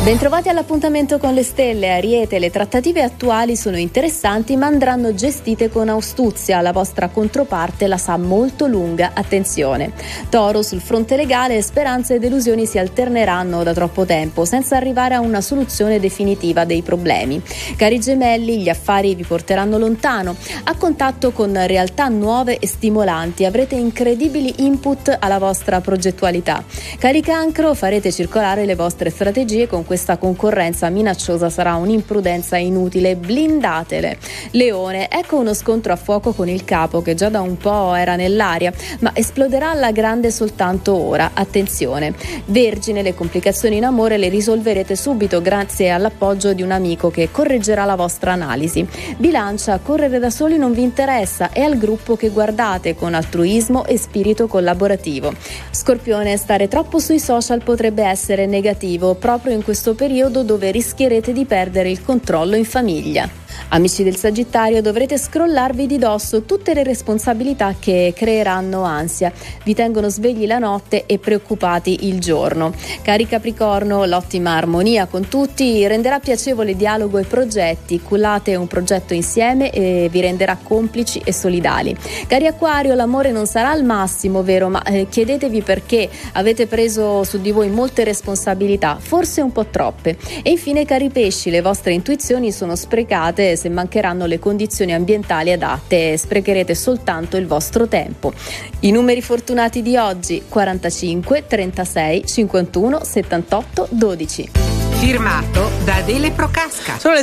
Bentrovati all'appuntamento con le stelle. Ariete, le trattative attuali sono interessanti ma andranno gestite con astuzia. La vostra controparte la sa molto lunga, attenzione. Toro, sul fronte legale speranze e delusioni si alterneranno da troppo tempo senza arrivare a una soluzione definitiva dei problemi. Cari gemelli, gli affari vi porteranno lontano, a contatto con realtà nuove e stimolanti. Avrete incredibili input alla vostra progettualità. Cari Cancro, farete circolare le vostre strategie con questa concorrenza minacciosa, sarà un'imprudenza inutile, blindatele. Leone, ecco uno scontro a fuoco con il capo che già da un po' era nell'aria, ma esploderà alla grande soltanto ora, attenzione. Vergine, le complicazioni in amore le risolverete subito grazie all'appoggio di un amico che correggerà la vostra analisi. Bilancia, correre da soli non vi interessa, è al gruppo che guardate con altruismo e spirito collaborativo. Scorpione, stare troppo sui social potrebbe essere negativo, proprio in questo periodo dove rischierete di perdere il controllo in famiglia. Amici del Sagittario, dovrete scrollarvi di dosso tutte le responsabilità che creeranno ansia. Vi tengono svegli la notte e preoccupati il giorno. Cari Capricorno, l'ottima armonia con tutti renderà piacevole dialogo e progetti. Cullate un progetto insieme e vi renderà complici e solidali. Cari Acquario, l'amore non sarà al massimo, vero? Ma chiedetevi perché avete preso su di voi molte responsabilità, forse un po' troppe. E infine, cari Pesci, le vostre intuizioni sono sprecate se mancheranno le condizioni ambientali adatte, sprecherete soltanto il vostro tempo. I numeri fortunati di oggi: 45, 36, 51, 78, 12. Firmato da Adele Procasca. Sono le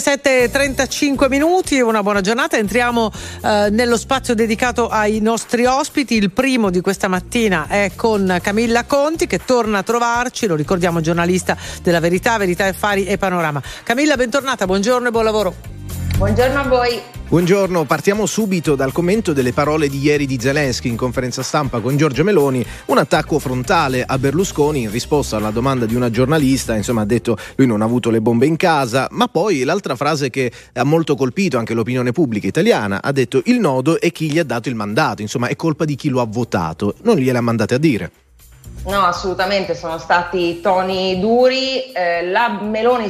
7:35 minuti, una buona giornata. Entriamo nello spazio dedicato ai nostri ospiti. Il primo di questa mattina è con Camilla Conti, che torna a trovarci, lo ricordiamo, giornalista della Verità Affari e Panorama. Camilla, bentornata, buongiorno e buon lavoro. Buongiorno a voi. Buongiorno, partiamo subito dal commento delle parole di ieri di Zelensky in conferenza stampa con Giorgia Meloni, un attacco frontale a Berlusconi in risposta alla domanda di una giornalista. Insomma, ha detto lui non ha avuto le bombe in casa, ma poi l'altra frase che ha molto colpito anche l'opinione pubblica italiana, ha detto il nodo è chi gli ha dato il mandato, insomma è colpa di chi lo ha votato, non gliela mandate a dire. No, assolutamente, sono stati toni duri. La Meloni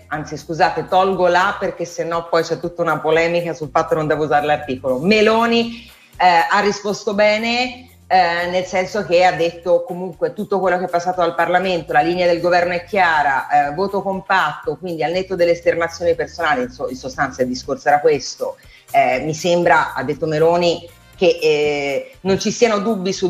tolgo là perché sennò poi c'è tutta una polemica sul fatto che non devo usare l'articolo. Meloni ha risposto bene, nel senso che ha detto comunque tutto quello che è passato dal Parlamento, la linea del governo è chiara, voto compatto, quindi al netto delle esternazioni personali, in sostanza il discorso era questo. Mi sembra, ha detto Meloni, che non ci siano dubbi su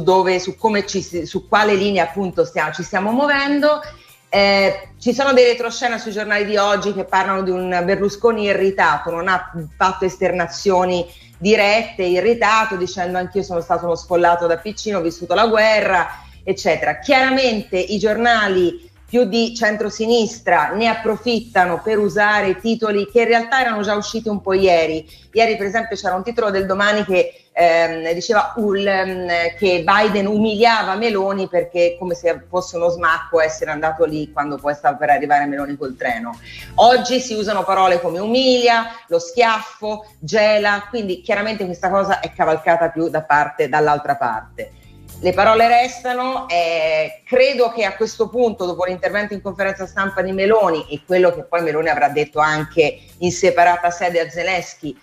quale linea appunto ci stiamo muovendo. Ci sono delle retroscena sui giornali di oggi che parlano di un Berlusconi irritato, non ha fatto esternazioni dirette, irritato, dicendo anch'io sono stato uno sfollato da piccino, ho vissuto la guerra, eccetera. Chiaramente i giornali più di centrosinistra ne approfittano per usare titoli che in realtà erano già usciti un po' ieri. Ieri per esempio c'era un titolo del Domani che diceva che Biden umiliava Meloni perché come se fosse uno smacco essere andato lì quando poi stava per arrivare Meloni col treno. Oggi si usano parole come umilia, lo schiaffo, gela, quindi chiaramente questa cosa è cavalcata più dall'altra parte. Le parole restano, credo che a questo punto, dopo l'intervento in conferenza stampa di Meloni e quello che poi Meloni avrà detto anche in separata sede a Zelensky,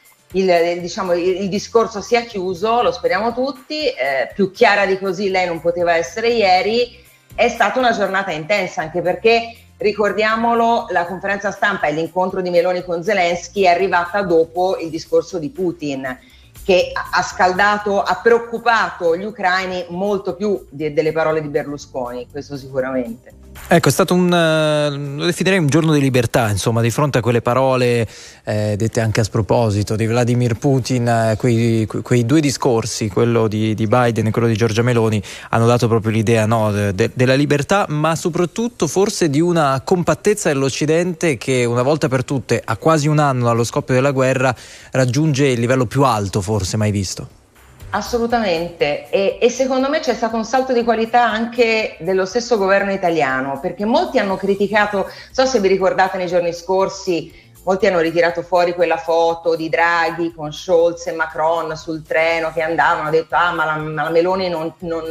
il discorso sia chiuso, lo speriamo tutti. Più chiara di così lei non poteva essere ieri. È stata una giornata intensa, anche perché, ricordiamolo, la conferenza stampa e l'incontro di Meloni con Zelensky è arrivata dopo il discorso di Putin, che ha preoccupato gli ucraini molto più delle parole di Berlusconi, questo sicuramente. Ecco, è stato lo definirei un giorno di libertà, insomma, di fronte a quelle parole dette anche a sproposito di Vladimir Putin. Quei due discorsi, quello di Biden e quello di Giorgia Meloni, hanno dato proprio l'idea della libertà, ma soprattutto forse di una compattezza dell'Occidente che una volta per tutte, a quasi un anno dallo scoppio della guerra, raggiunge il livello più alto forse mai visto. Assolutamente, e secondo me c'è stato un salto di qualità anche dello stesso governo italiano, perché molti hanno criticato, non so se vi ricordate nei giorni scorsi, molti hanno ritirato fuori quella foto di Draghi con Scholz e Macron sul treno che andavano, hanno detto ma la Meloni non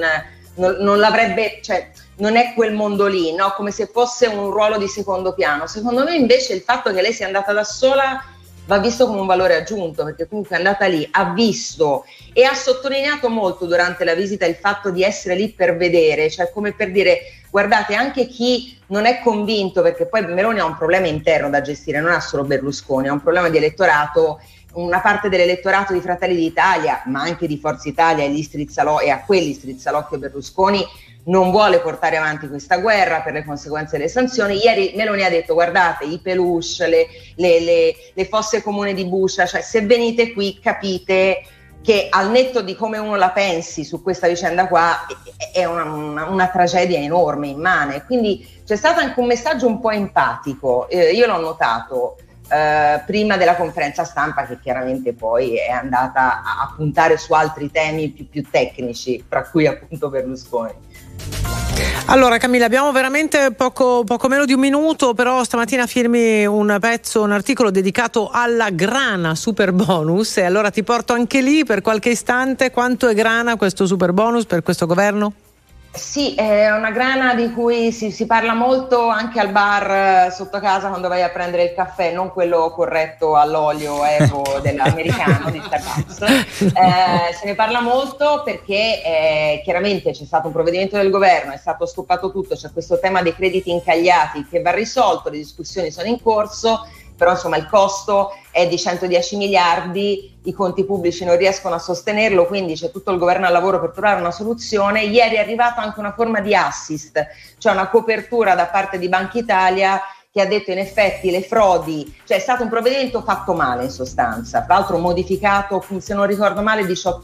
non l'avrebbe, cioè non è quel mondo lì, no? Come se fosse un ruolo di secondo piano. Secondo me invece il fatto che lei sia andata da sola va visto come un valore aggiunto, perché comunque è andata lì, ha visto e ha sottolineato molto durante la visita il fatto di essere lì per vedere, cioè come per dire guardate, anche chi non è convinto, perché poi Meloni ha un problema interno da gestire, non ha solo Berlusconi, ha un problema di elettorato, una parte dell'elettorato di Fratelli d'Italia, ma anche di Forza Italia e a quelli strizzalocchio Berlusconi non vuole portare avanti questa guerra per le conseguenze delle sanzioni. Ieri Meloni ha detto guardate i peluche, le fosse comuni di Buscia, cioè se venite qui capite che al netto di come uno la pensi su questa vicenda qua è una tragedia enorme, immane, quindi c'è stato anche un messaggio un po' empatico, io l'ho notato prima della conferenza stampa, che chiaramente poi è andata a puntare su altri temi più tecnici, tra cui appunto Berlusconi. Allora Camilla, abbiamo veramente poco meno di un minuto, però stamattina firmi un articolo dedicato alla grana super bonus, e allora ti porto anche lì per qualche istante. Quanto è grana questo super bonus per questo governo? Sì, è una grana di cui si parla molto anche al bar sotto casa quando vai a prendere il caffè, non quello corretto all'olio evo dell'americano di Starbucks. Se ne parla molto perché chiaramente c'è stato un provvedimento del governo, è stato stoppato tutto, c'è questo tema dei crediti incagliati che va risolto, le discussioni sono in corso, però insomma il costo è di 110 miliardi, i conti pubblici non riescono a sostenerlo, quindi c'è tutto il governo al lavoro per trovare una soluzione. Ieri è arrivata anche una forma di assist, cioè una copertura da parte di Banca Italia che ha detto in effetti le frodi, cioè è stato un provvedimento fatto male in sostanza, tra l'altro modificato, se non ricordo male, 17-18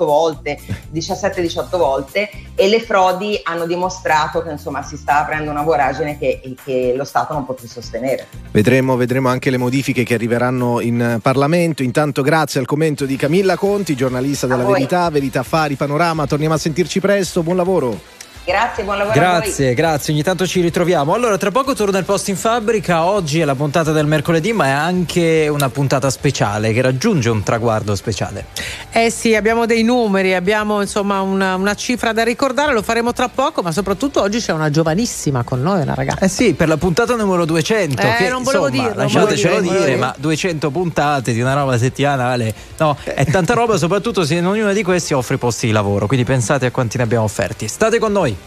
volte, e le frodi hanno dimostrato che insomma si sta aprendo una voragine che lo Stato non può più sostenere. Vedremo anche le modifiche che arriveranno in Parlamento. Intanto grazie al commento di Camilla Conti, giornalista della Verità Affari, Panorama. Torniamo a sentirci presto, buon lavoro. Grazie, buon lavoro a voi. Grazie, ogni tanto ci ritroviamo. Allora, tra poco torna il Post in Fabbrica. Oggi è la puntata del mercoledì, ma è anche una puntata speciale che raggiunge un traguardo speciale. Sì, abbiamo dei numeri, abbiamo insomma una cifra da ricordare, lo faremo tra poco, ma soprattutto oggi c'è una giovanissima con noi, una ragazza. Sì, per la puntata numero 200, che non volevo insomma, dirlo, lasciatecelo dire, ma 200 puntate di una roba settimanale, no, è tanta roba, soprattutto se in ognuna di questi offre posti di lavoro, quindi pensate a quanti ne abbiamo offerti. State con noi.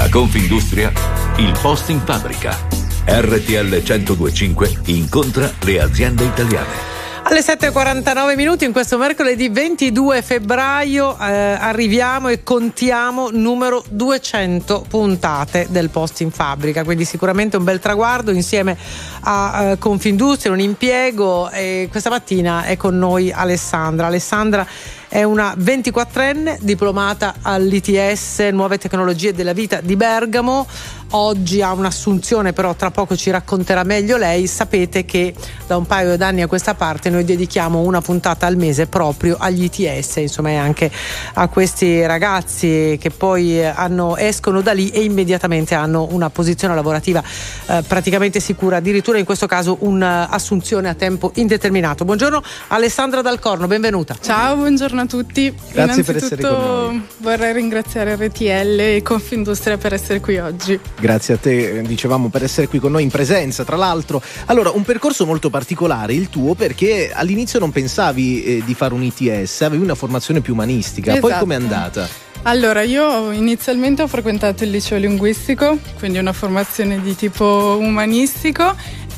Da Confindustria, il posto in fabbrica. RTL 102.5 incontra le aziende italiane. Alle 7:49 in questo mercoledì 22 febbraio arriviamo e contiamo numero 200 puntate del Post in Fabbrica, quindi sicuramente un bel traguardo insieme a Confindustria, un impiego, e questa mattina è con noi Alessandra. Alessandra è una 24enne diplomata all'ITS Nuove Tecnologie della Vita di Bergamo. Oggi ha un'assunzione, però tra poco ci racconterà meglio lei. Sapete che da un paio d'anni a questa parte noi dedichiamo una puntata al mese proprio agli ITS, insomma, e anche a questi ragazzi che poi escono da lì e immediatamente hanno una posizione lavorativa praticamente sicura, addirittura in questo caso un'assunzione a tempo indeterminato. Buongiorno Alessandra Dal Corno, benvenuta. Ciao, buongiorno a tutti. Grazie per essere con noi. Vorrei ringraziare RTL e Confindustria per essere qui oggi. Grazie a te, dicevamo, per essere qui con noi in presenza, tra l'altro. Allora, un percorso molto particolare il tuo, perché all'inizio non pensavi di fare un ITS, avevi una formazione più umanistica. Esatto. Poi com'è andata? Allora, io inizialmente ho frequentato il liceo linguistico, quindi una formazione di tipo umanistico,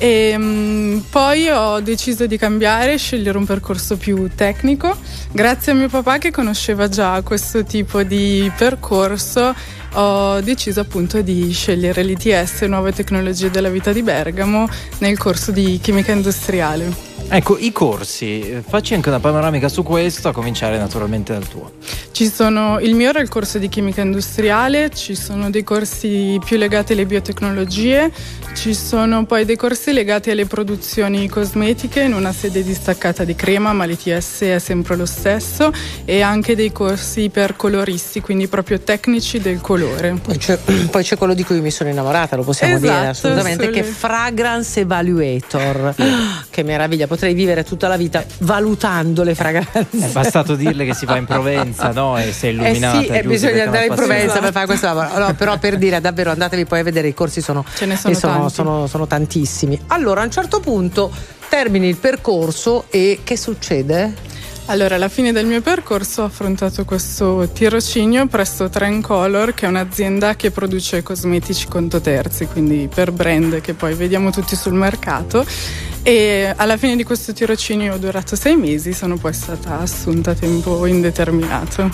e poi ho deciso di cambiare e scegliere un percorso più tecnico. Grazie a mio papà, che conosceva già questo tipo di percorso, ho deciso appunto di scegliere l'ITS Nuove Tecnologie della Vita di Bergamo nel corso di chimica industriale. Ecco, i corsi, facci anche una panoramica su questo, a cominciare naturalmente dal tuo. Il mio era il corso di chimica industriale, ci sono dei corsi più legati alle biotecnologie, ci sono poi dei corsi legati alle produzioni cosmetiche in una sede distaccata di Crema, ma l'ITS è sempre lo stesso, e anche dei corsi per coloristi, quindi proprio tecnici del colore. Poi c'è quello di cui mi sono innamorata, lo possiamo dire assolutamente, che è Fragrance Evaluator. Che meraviglia, potrei vivere tutta la vita valutando le fragranze. È bastato dirle che si va in Provenza, no? E sei illuminata. Sì, bisogna andare in Provenza per fare questo lavoro. No, però per dire, davvero, andatevi poi a vedere, i corsi sono tantissimi. Allora, a un certo punto termini il percorso e che succede? Allora, alla fine del mio percorso ho affrontato questo tirocinio presso Trencolor, che è un'azienda che produce cosmetici conto terzi, quindi per brand che poi vediamo tutti sul mercato. E alla fine di questo tirocinio, durato 6 mesi, sono poi stata assunta a tempo indeterminato.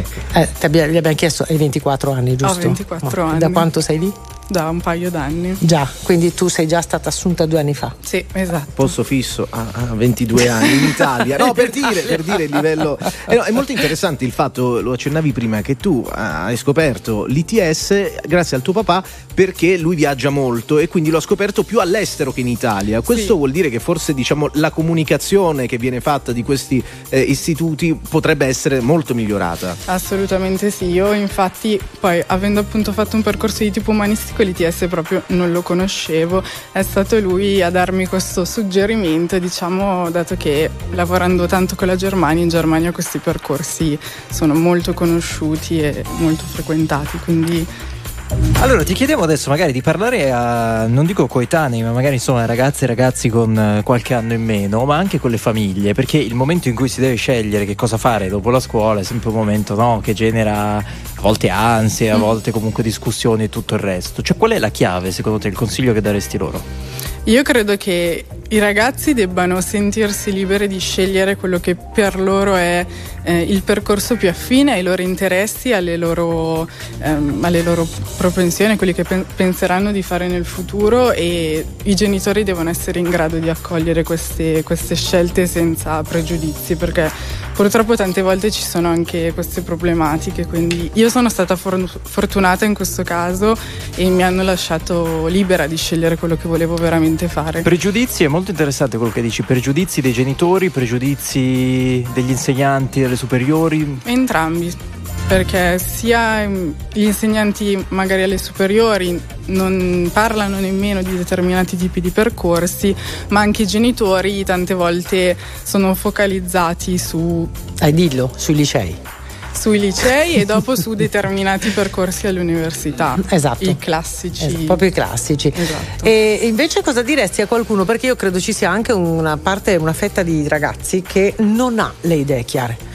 Gli abbiamo chiesto, hai 24 anni, giusto? Ho 24 anni. Da quanto sei lì? Da un paio d'anni. Già, quindi tu sei già stata assunta 2 anni fa. Sì, esatto. Posto fisso a 22 anni in Italia. No, per dire il livello. No, è molto interessante il fatto, lo accennavi prima, che tu hai scoperto l'ITS grazie al tuo papà, perché lui viaggia molto e quindi lo ha scoperto più all'estero che in Italia. Questo vuol dire che forse, diciamo, la comunicazione che viene fatta di questi istituti potrebbe essere molto migliorata. Assolutamente sì. Io infatti poi, avendo appunto fatto un percorso di tipo umanistico, l'ITS proprio non lo conoscevo, è stato lui a darmi questo suggerimento, diciamo, dato che lavorando tanto con la Germania, in Germania questi percorsi sono molto conosciuti e molto frequentati, quindi... Allora ti chiediamo adesso magari di parlare a, non dico coetanei, ma magari insomma ragazze e ragazzi con qualche anno in meno, ma anche con le famiglie, perché il momento in cui si deve scegliere che cosa fare dopo la scuola è sempre un momento, no, che genera a volte ansie, a volte comunque discussioni e tutto il resto. Cioè, qual è la chiave secondo te, il consiglio che daresti loro? Io credo che i ragazzi debbano sentirsi liberi di scegliere quello che per loro è il percorso più affine ai loro interessi, alle loro propensioni, quelli che penseranno di fare nel futuro, e i genitori devono essere in grado di accogliere queste scelte senza pregiudizi, perché purtroppo tante volte ci sono anche queste problematiche, quindi io sono stata fortunata in questo caso e mi hanno lasciato libera di scegliere quello che volevo veramente fare. Pregiudizi, è molto interessante quello che dici, pregiudizi dei genitori, pregiudizi degli insegnanti delle superiori? Entrambi, perché sia gli insegnanti magari alle superiori non parlano nemmeno di determinati tipi di percorsi, ma anche i genitori tante volte sono focalizzati sui licei e dopo su determinati percorsi all'università. Esatto. I classici. Proprio i classici. Esatto. E invece cosa diresti a qualcuno? Perché io credo ci sia anche una fetta di ragazzi che non ha le idee chiare.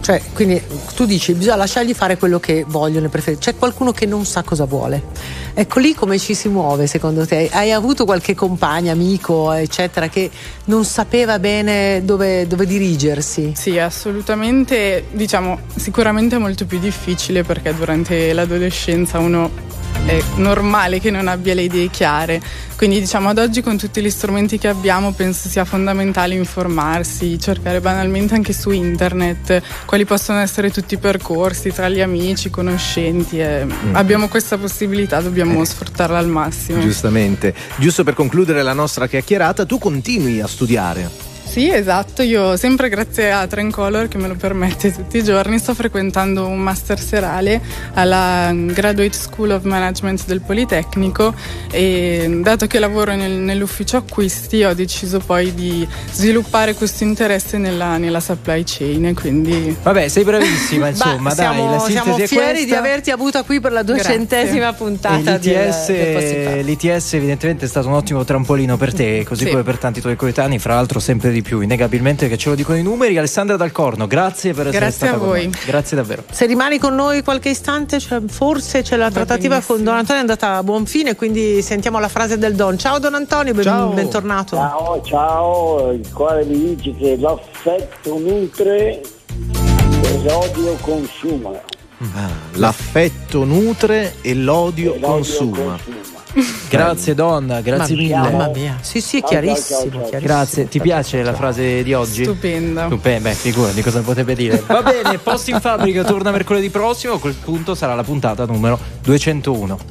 Cioè, quindi tu dici bisogna lasciargli fare quello che vogliono e preferiscono. C'è qualcuno che non sa cosa vuole. Ecco, lì come ci si muove secondo te? Hai avuto qualche compagno, amico, eccetera, che non sapeva bene dove dirigersi? Sì, assolutamente. Diciamo, sicuramente è molto più difficile perché durante l'adolescenza uno è normale che non abbia le idee chiare, quindi diciamo ad oggi con tutti gli strumenti che abbiamo penso sia fondamentale informarsi, cercare banalmente anche su internet quali possono essere tutti i percorsi tra gli amici, conoscenti, abbiamo questa possibilità, dobbiamo sfruttarla al massimo. Giustamente. Giusto per concludere la nostra chiacchierata, tu continui a studiare? Sì, esatto, io sempre grazie a Trencolor che me lo permette tutti i giorni sto frequentando un master serale alla Graduate School of Management del Politecnico e dato che lavoro nell'ufficio acquisti ho deciso poi di sviluppare questo interesse nella supply chain, quindi... Vabbè, sei bravissima, insomma, dai, la sintesi siamo è fieri questa. di averti avuta qui per la 200ª puntata l'ITS evidentemente è stato un ottimo trampolino per te, così come per tanti tuoi coetanei, fra l'altro sempre di più, innegabilmente, che ce lo dicono i numeri. Alessandra Dal Corno, grazie per essere stata con noi. Grazie davvero. Se rimani con noi qualche istante, forse c'è la trattativa con Don Antonio, è andata a buon fine, quindi sentiamo la frase del Don. Ciao Don Antonio, bentornato. Ciao, il quale mi dice che l'affetto nutre e l'odio consuma. L'affetto nutre e l'odio consuma. Grazie donna, grazie mille. Mamma mia. Sì, è chiarissimo. Grazie. Ti piace la frase di oggi? Stupenda. Beh, figurati cosa potrebbe dire. Va bene, Post in Fabbrica torna mercoledì prossimo, a quel punto sarà la puntata numero 201.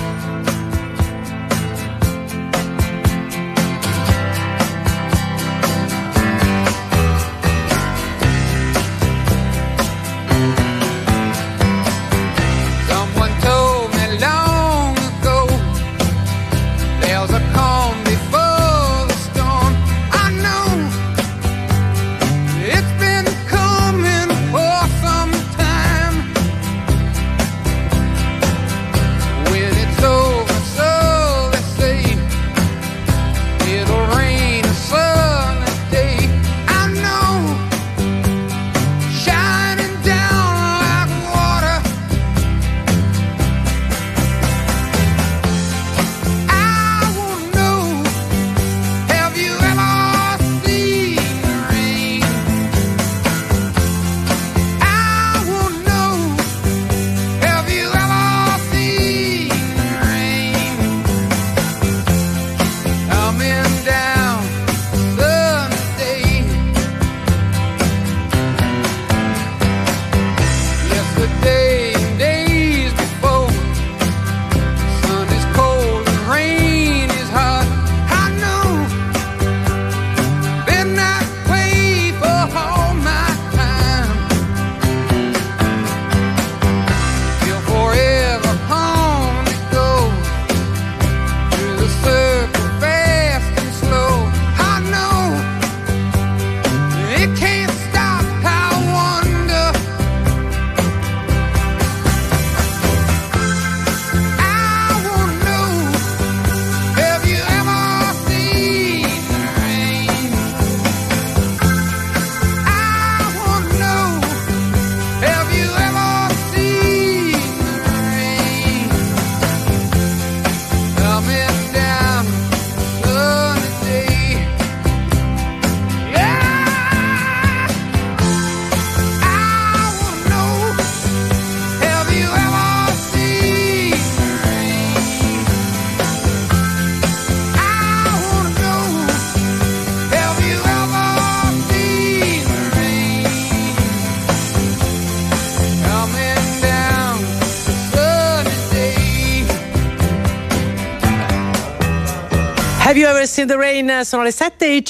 Have you ever seen the rain? Sono le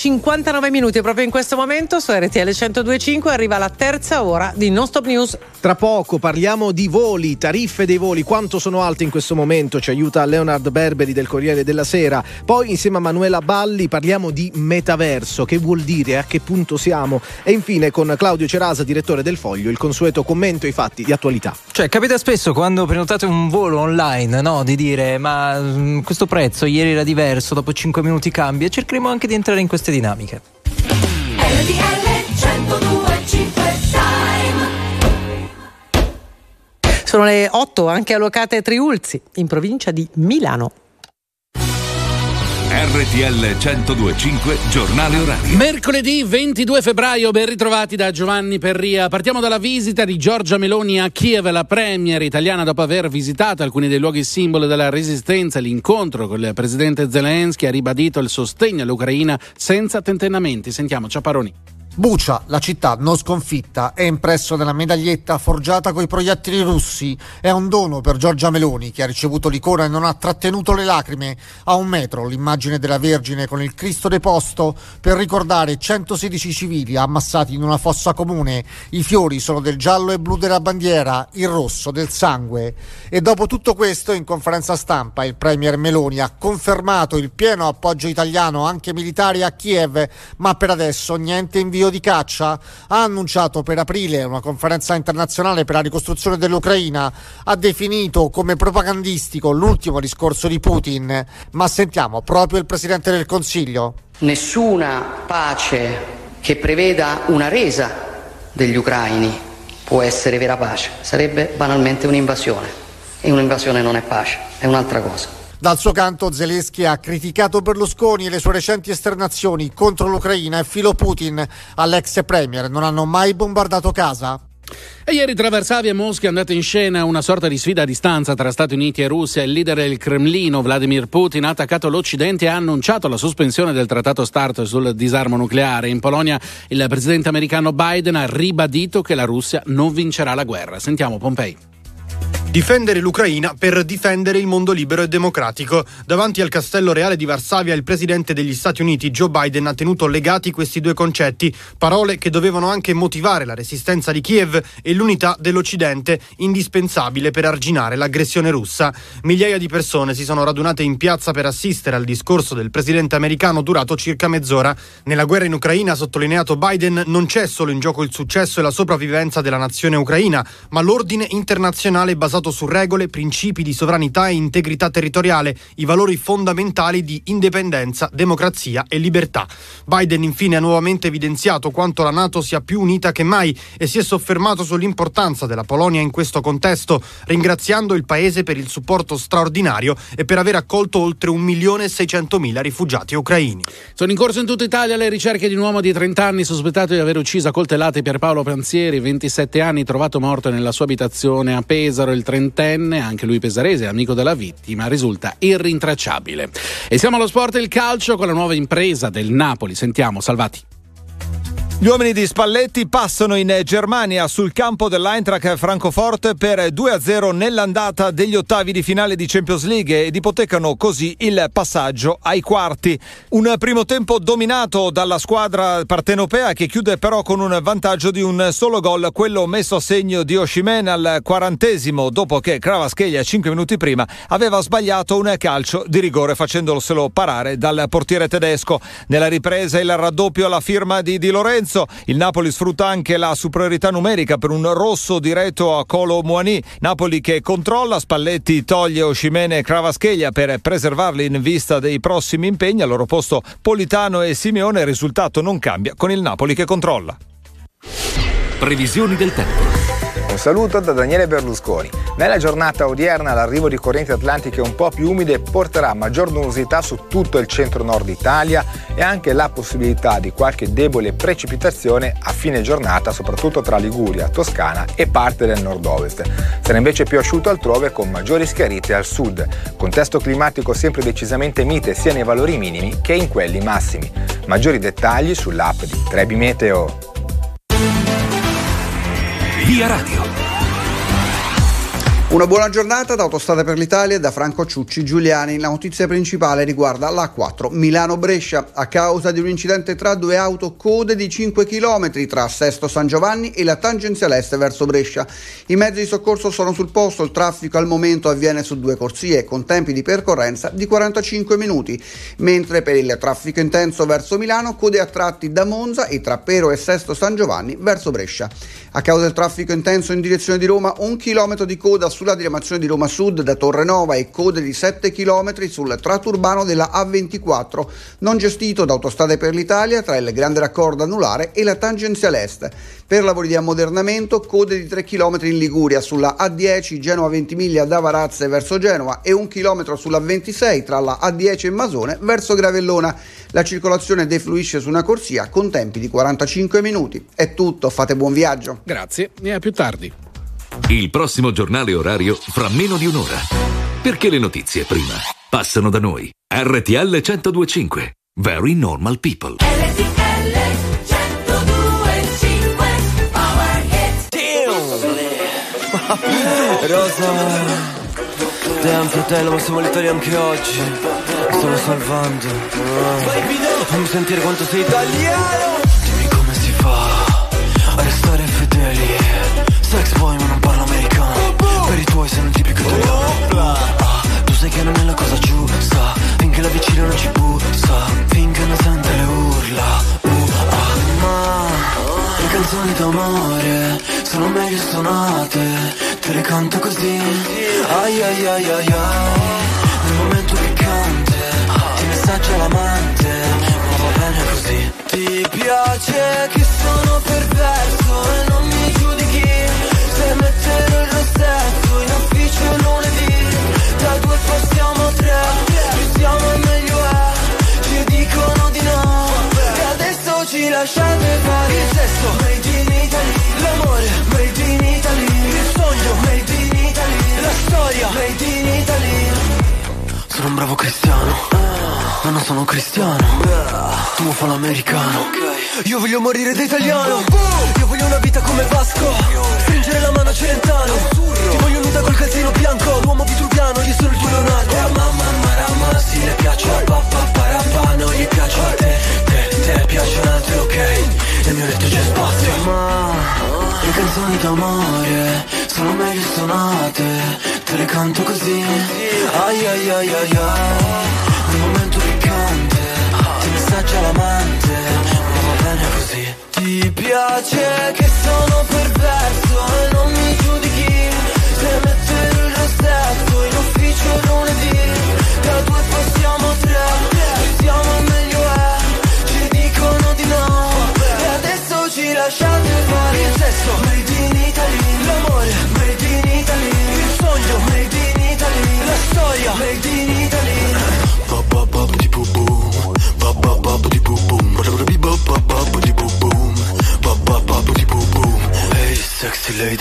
7:59 e proprio in questo momento su RTL 102.5 arriva la terza ora di Non Stop News. Tra poco parliamo di voli, tariffe dei voli, quanto sono alte in questo momento, ci aiuta Leonard Berberi del Corriere della Sera. Poi insieme a Manuela Balli parliamo di metaverso, che vuol dire, a che punto siamo, e infine con Claudio Cerasa, direttore del Foglio, il consueto commento ai fatti di attualità. Cioè, capita spesso quando prenotate un volo online, no, di dire ma questo prezzo ieri era diverso, dopo 5 minuti cambia, e cercheremo anche di entrare in queste dinamiche. RTL 102.5 Time. Sono le 8, anche a Locate Triulzi, in provincia di Milano. RTL 102.5 Giornale Orario. Mercoledì 22 febbraio, ben ritrovati da Giovanni Perria. Partiamo dalla visita di Giorgia Meloni a Kiev. La premier italiana, dopo aver visitato alcuni dei luoghi simbolo della resistenza, l'incontro con il presidente Zelensky, ha ribadito il sostegno all'Ucraina senza tentennamenti. Sentiamo Ciapparoni. Bucha, la città non sconfitta, è impresso nella medaglietta forgiata coi proiettili russi. È un dono per Giorgia Meloni, che ha ricevuto l'icona e non ha trattenuto le lacrime. A 1 metro l'immagine della Vergine con il Cristo deposto per ricordare 116 civili ammassati in una fossa comune. I fiori sono del giallo e blu della bandiera, il rosso del sangue. E dopo tutto questo, in conferenza stampa, il premier Meloni ha confermato il pieno appoggio italiano, anche militare, a Kiev, ma per adesso niente invio di caccia. Ha annunciato per aprile una conferenza internazionale per la ricostruzione dell'Ucraina. Ha definito come propagandistico l'ultimo discorso di Putin. Ma sentiamo proprio il Presidente del Consiglio. Nessuna pace che preveda una resa degli ucraini può essere vera pace, sarebbe banalmente un'invasione. E un'invasione non è pace, è un'altra cosa. Dal suo canto Zelensky ha criticato Berlusconi e le sue recenti esternazioni contro l'Ucraina e filo Putin. All'ex premier non hanno mai bombardato casa. E ieri tra Varsavia e Mosca è andata in scena una sorta di sfida a distanza tra Stati Uniti e Russia. Il leader del Cremlino, Vladimir Putin, ha attaccato l'Occidente e ha annunciato la sospensione del trattato START sul disarmo nucleare. In Polonia il presidente americano Biden ha ribadito che la Russia non vincerà la guerra. Sentiamo Pompei. Difendere l'Ucraina per difendere il mondo libero e democratico. Davanti al Castello Reale di Varsavia il presidente degli Stati Uniti Joe Biden ha tenuto legati questi due concetti, parole che dovevano anche motivare la resistenza di Kiev e l'unità dell'Occidente, indispensabile per arginare l'aggressione russa. Migliaia di persone si sono radunate in piazza per assistere al discorso del presidente americano durato circa mezz'ora. Nella guerra in Ucraina, ha sottolineato Biden, non c'è solo in gioco il successo e la sopravvivenza della nazione ucraina, ma l'ordine internazionale basato su regole, principi di sovranità e integrità territoriale, i valori fondamentali di indipendenza, democrazia e libertà. Biden infine ha nuovamente evidenziato quanto la NATO sia più unita che mai e si è soffermato sull'importanza della Polonia in questo contesto, ringraziando il paese per il supporto straordinario e per aver accolto oltre 1.600.000 rifugiati ucraini. Sono in corso in tutta Italia le ricerche di un uomo di 30 anni sospettato di aver ucciso a coltellate Pierpaolo Panzieri, 27 anni, trovato morto nella sua abitazione a Pesaro. Il trentenne, anche lui pesarese, amico della vittima, risulta irrintracciabile. E siamo allo sport e il calcio con la nuova impresa del Napoli. Sentiamo Salvati. Gli uomini di Spalletti passano in Germania sul campo dell'Eintracht Francoforte per 2-0 nell'andata degli ottavi di finale di Champions League ed ipotecano così il passaggio ai quarti. Un primo tempo dominato dalla squadra partenopea che chiude però con un vantaggio di un solo gol, quello messo a segno di Osimhen al 40esimo, dopo che Kvaratskhelia 5 minuti prima aveva sbagliato un calcio di rigore facendoselo parare dal portiere tedesco. Nella ripresa il raddoppio alla firma di Di Lorenzo. Il Napoli sfrutta anche la superiorità numerica per un rosso diretto a Kolo Muani. Napoli che controlla, Spalletti toglie Osimhen e Kvaratskhelia per preservarli in vista dei prossimi impegni. Al loro posto Politano e Simeone. Il risultato non cambia con il Napoli che controlla. Previsioni del tempo. Un saluto da Daniele Berlusconi. Nella giornata odierna l'arrivo di correnti atlantiche un po' più umide porterà maggior nuvosità su tutto il centro-nord Italia e anche la possibilità di qualche debole precipitazione a fine giornata, soprattutto tra Liguria, Toscana e parte del nord-ovest. Sarà invece più asciutto altrove con maggiori schiarite al sud. Contesto climatico sempre decisamente mite sia nei valori minimi che in quelli massimi. Maggiori dettagli sull'app di Trebi Meteo. Via Radio. Una buona giornata da Autostrade per l'Italia e da Franco Ciucci Giuliani. La notizia principale riguarda l'A4 Milano-Brescia. A causa di un incidente tra due auto, code di 5 km tra Sesto San Giovanni e la tangenziale est verso Brescia. I mezzi di soccorso sono sul posto, il traffico al momento avviene su due corsie con tempi di percorrenza di 45 minuti, mentre per il traffico intenso verso Milano, code a tratti da Monza e tra Pero e Sesto San Giovanni verso Brescia. A causa del traffico intenso in direzione di Roma, 1 chilometro di coda sulla diramazione di Roma Sud da Torrenova e code di 7 km sul tratto urbano della A24 non gestito da Autostrade per l'Italia tra il Grande Raccordo Anulare e la tangenziale est. Per lavori di ammodernamento code di 3 km in Liguria sulla A10 Genova Ventimiglia da Varazze verso Genova e 1 km sulla A26 tra la A10 e Masone verso Gravellona. La circolazione defluisce su una corsia con tempi di 45 minuti. È tutto, fate buon viaggio. Grazie e a più tardi. Il prossimo giornale orario fra meno di un'ora. Perché le notizie prima passano da noi. RTL 102.5. Very normal people. Rosa, damn fratello, ma siamo l'Italia anche oggi. Mi stanno salvando. Fammi sentire quanto sei italiano. Dimmi come si fa a restare fedeli. Sex boy ma non parlo americano. Per i tuoi sei un tipico italiano. Tu sai che non è la cosa giusta. Finché la vicina non ci bussa. Finché non sente le urla. Ma le canzoni d'amore sono meglio suonate, te le canto così. Ai ai ai ai ai. Nel momento piccante ti messaggia l'amante, ma va bene così. Ti piace che sono perverso e non mi giudichi se mettere il rossetto in ufficio lunedì. Da 2 passiamo a 3, più siamo e meglio è. Ci dicono di no e adesso ci lasciate fare il sesso. Made in Italy, l'amore made in Italy, il sogno made in Italy, la storia made in Italy. Sono un bravo cristiano, ma non sono cristiano. Tu fa l'americano, io voglio morire da italiano. Io voglio una vita come Vasco, stringere la mano a Celentano. Ti voglio nuda col calzino bianco, l'uomo vitruviano, io sono il tuo Leonardo. Mamma marama, sì le piaccio a papà parapà, non gli piaccio a te piacciono altri, ok, nel mio letto c'è spazio. Ma le canzoni d'amore sono meglio suonate, te le canto così. Ai ai ai ai ai. Nel momento piccante ti messaggia l'amante, ma va bene così. Ti piace che sono perverso e non mi giudichi se mettere il rossetto in ufficio lunedì. Da 2 passiamo a 3, più siamo e meglio è. Ci dicono di no e adesso ci lasciate fare il sesso. Made in Italy, l'amore made in Italy, il sogno made in Italy, la storia made in Italy. Hey sexy lady.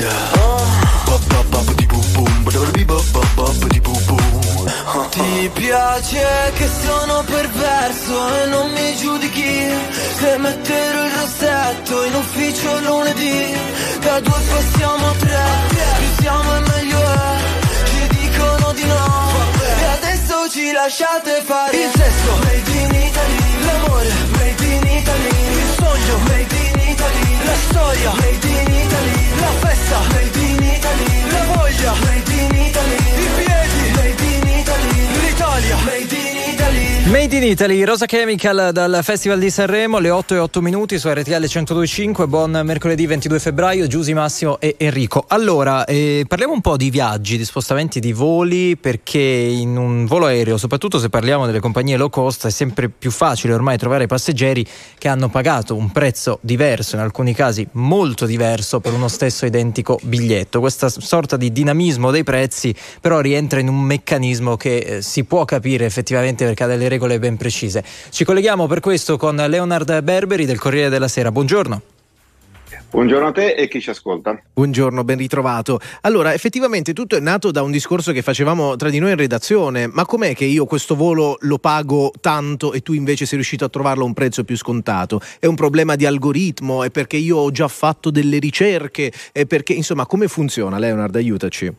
Ti piace che sono perverso e non mi giudichi se mettere il rossetto in ufficio lunedì. Da 2 passiamo a 3, più siamo e meglio è. Ci dicono di no e adesso ci lasciate fare il sesso. Made in Italy, l'amore made in Italy, il sogno made in Italy, la storia made in Italy, la festa made in Italy, la voglia made in Italy, i piedi made in Italy, l'Italia made in Italy. Made in Italy, Rosa Chemical dal Festival di Sanremo, le 8:08 su RTL 102.5. Buon mercoledì 22 febbraio, Giusy, Massimo e Enrico. Allora, parliamo un po' di viaggi, di spostamenti di voli, perché in un volo aereo, soprattutto se parliamo delle compagnie low cost, è sempre più facile ormai trovare passeggeri che hanno pagato un prezzo diverso, in alcuni casi molto diverso, per uno stesso identico biglietto. Questa sorta di dinamismo dei prezzi però rientra in un meccanismo che si può capire effettivamente perché ha delle regole ben precise. Ci colleghiamo per questo con Leonard Berberi del Corriere della Sera. Buongiorno. Buongiorno a te e chi ci ascolta. Buongiorno, ben ritrovato. Allora, effettivamente tutto è nato da un discorso che facevamo tra di noi in redazione. Ma com'è che io questo volo lo pago tanto e tu invece sei riuscito a trovarlo a un prezzo più scontato? È un problema di algoritmo? È perché io ho già fatto delle ricerche? È perché, insomma, come funziona, Leonard? Aiutaci.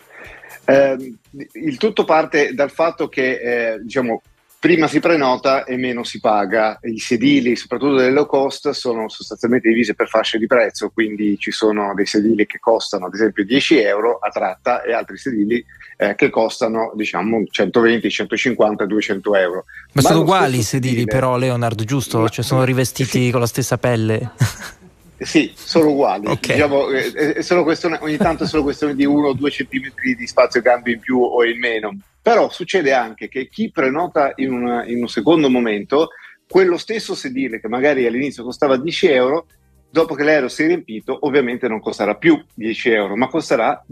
Il tutto parte dal fatto che, prima si prenota e meno si paga. I sedili, soprattutto delle low cost, sono sostanzialmente divisi per fasce di prezzo, quindi ci sono dei sedili che costano ad esempio 10 euro a tratta e altri sedili che costano 120, 150, 200 euro. Ma sono uguali i sedili però, Leonard, giusto? Cioè sono rivestiti con la stessa pelle? Sì, sono uguali. Okay. Diciamo, è solo questione, ogni tanto è solo questione di 1 o 2 centimetri di spazio cambio in più o in meno. Però succede anche che chi prenota in un secondo momento, quello stesso sedile che magari all'inizio costava 10 euro, dopo che l'aereo si è riempito, ovviamente non costerà più 10 euro, ma costerà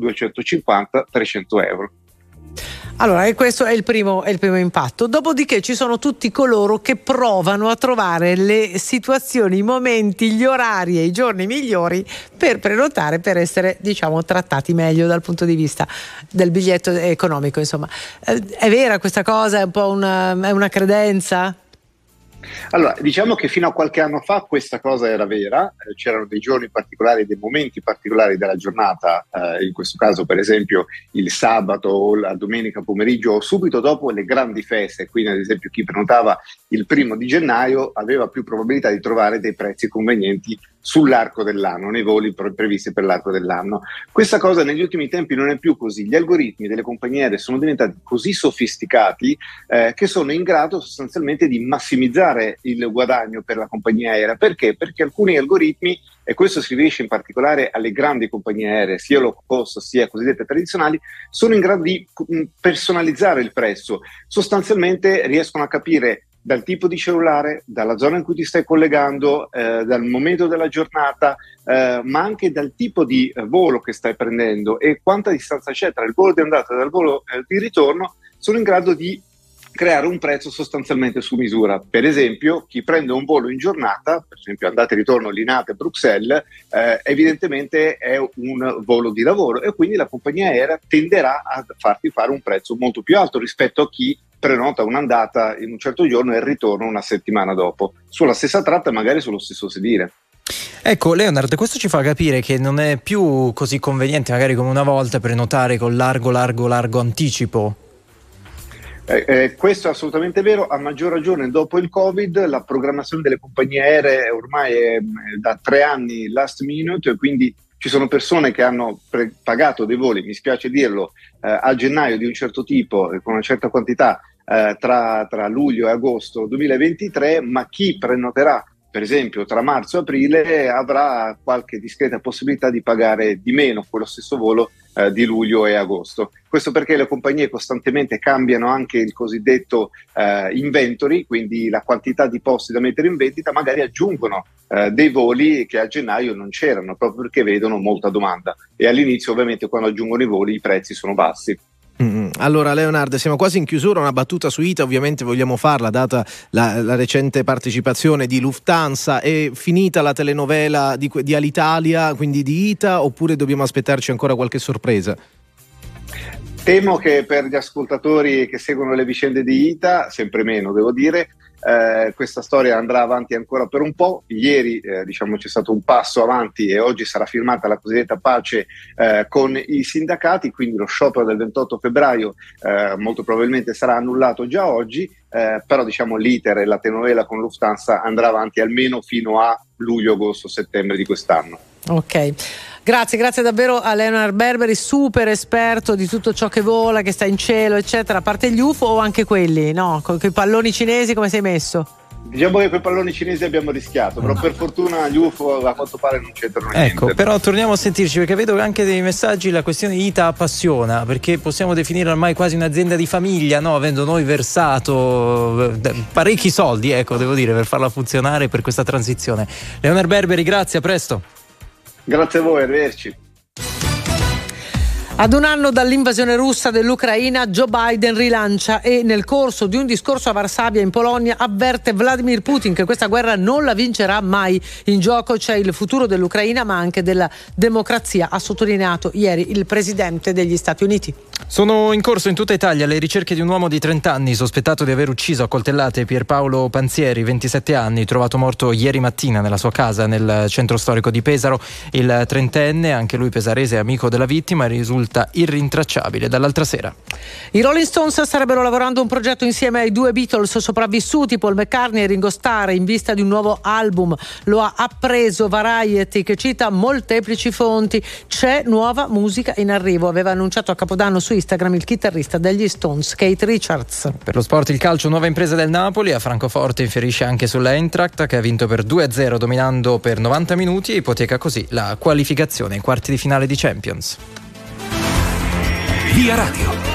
250-300 euro. Allora, e questo è il primo impatto. Dopodiché ci sono tutti coloro che provano a trovare le situazioni, i momenti, gli orari e i giorni migliori per prenotare, per essere, diciamo, trattati meglio dal punto di vista del biglietto economico. Insomma, è vera questa cosa? È un po' è una credenza? Allora, diciamo che fino a qualche anno fa questa cosa era vera, c'erano dei giorni particolari, dei momenti particolari della giornata, in questo caso per esempio il sabato o la domenica pomeriggio o subito dopo le grandi feste, quindi ad esempio chi prenotava il 1° gennaio aveva più probabilità di trovare dei prezzi convenienti sull'arco dell'anno, nei voli previsti per l'arco dell'anno. Questa cosa negli ultimi tempi non è più così, gli algoritmi delle compagnie aeree sono diventati così sofisticati che sono in grado sostanzialmente di massimizzare il guadagno per la compagnia aerea. Perché? Perché alcuni algoritmi, e questo si riferisce in particolare alle grandi compagnie aeree, sia low cost sia cosiddette tradizionali, sono in grado di personalizzare il prezzo. Sostanzialmente riescono a capire dal tipo di cellulare, dalla zona in cui ti stai collegando, dal momento della giornata, ma anche dal tipo di volo che stai prendendo e quanta distanza c'è tra il volo di andata e dal volo di ritorno, sono in grado di creare un prezzo sostanzialmente su misura. Per esempio, chi prende un volo in giornata, per esempio andata e ritorno Linate-Bruxelles, evidentemente è un volo di lavoro e quindi la compagnia aerea tenderà a farti fare un prezzo molto più alto rispetto a chi prenota un'andata in un certo giorno e il ritorno una settimana dopo, sulla stessa tratta, magari sullo stesso sedile. Ecco Leonard, questo ci fa capire che non è più così conveniente magari come una volta prenotare con largo anticipo. Questo è assolutamente vero, a maggior ragione dopo il Covid la programmazione delle compagnie aeree ormai è da 3 anni last minute, quindi ci sono persone che hanno pagato dei voli, mi spiace dirlo, a gennaio di un certo tipo, con una certa quantità, tra luglio e agosto 2023, ma chi prenoterà per esempio tra marzo e aprile avrà qualche discreta possibilità di pagare di meno quello stesso volo di luglio e agosto. Questo perché le compagnie costantemente cambiano anche il cosiddetto inventory, quindi la quantità di posti da mettere in vendita, magari aggiungono dei voli che a gennaio non c'erano, proprio perché vedono molta domanda e all'inizio ovviamente quando aggiungono i voli i prezzi sono bassi. Allora Leonard, siamo quasi in chiusura, una battuta su ITA ovviamente vogliamo farla data la recente partecipazione di Lufthansa. È finita la telenovela di Alitalia, quindi di ITA, oppure dobbiamo aspettarci ancora qualche sorpresa? Temo che per gli ascoltatori che seguono le vicende di ITA, sempre meno devo dire, questa storia andrà avanti ancora per un po'. Ieri c'è stato un passo avanti e oggi sarà firmata la cosiddetta pace con i sindacati, quindi lo sciopero del 28 febbraio molto probabilmente sarà annullato già oggi, però l'iter e la telenovela con Lufthansa andrà avanti almeno fino a luglio, agosto, settembre di quest'anno. Ok, grazie davvero a Leonard Berberi, super esperto di tutto ciò che vola, che sta in cielo eccetera, a parte gli UFO o anche quelli, no? Con i palloni cinesi come sei messo? Diciamo che con i palloni cinesi abbiamo rischiato, però per fortuna gli UFO a quanto pare non c'entrano niente. Ecco, però torniamo a sentirci perché vedo anche dei messaggi, la questione ITA appassiona, perché possiamo definire ormai quasi un'azienda di famiglia, no? Avendo noi versato parecchi soldi, devo dire, per farla funzionare per questa transizione. Leonard Berberi, grazie, a presto. Grazie a voi, arrivederci. Ad un anno dall'invasione russa dell'Ucraina, Joe Biden rilancia e nel corso di un discorso a Varsavia in Polonia avverte Vladimir Putin che questa guerra non la vincerà mai. In gioco c'è il futuro dell'Ucraina ma anche della democrazia, ha sottolineato ieri il presidente degli Stati Uniti. Sono in corso in tutta Italia le ricerche di un uomo di 30 anni sospettato di aver ucciso a coltellate Pierpaolo Panzieri, 27 anni, trovato morto ieri mattina nella sua casa nel centro storico di Pesaro. Il trentenne, anche lui pesarese, amico della vittima, risulta risulta irrintracciabile dall'altra sera. I Rolling Stones starebbero lavorando un progetto insieme ai due Beatles sopravvissuti, Paul McCartney e Ringo Starr, in vista di un nuovo album. Lo ha appreso Variety, che cita molteplici fonti. C'è nuova musica in arrivo, aveva annunciato a Capodanno su Instagram il chitarrista degli Stones, Keith Richards. Per lo sport, il calcio, nuova impresa del Napoli. A Francoforte infierisce anche sulla Eintracht, che ha vinto per 2-0 dominando per 90 minuti e ipoteca così la qualificazione ai quarti di finale di Champions. Via Radio.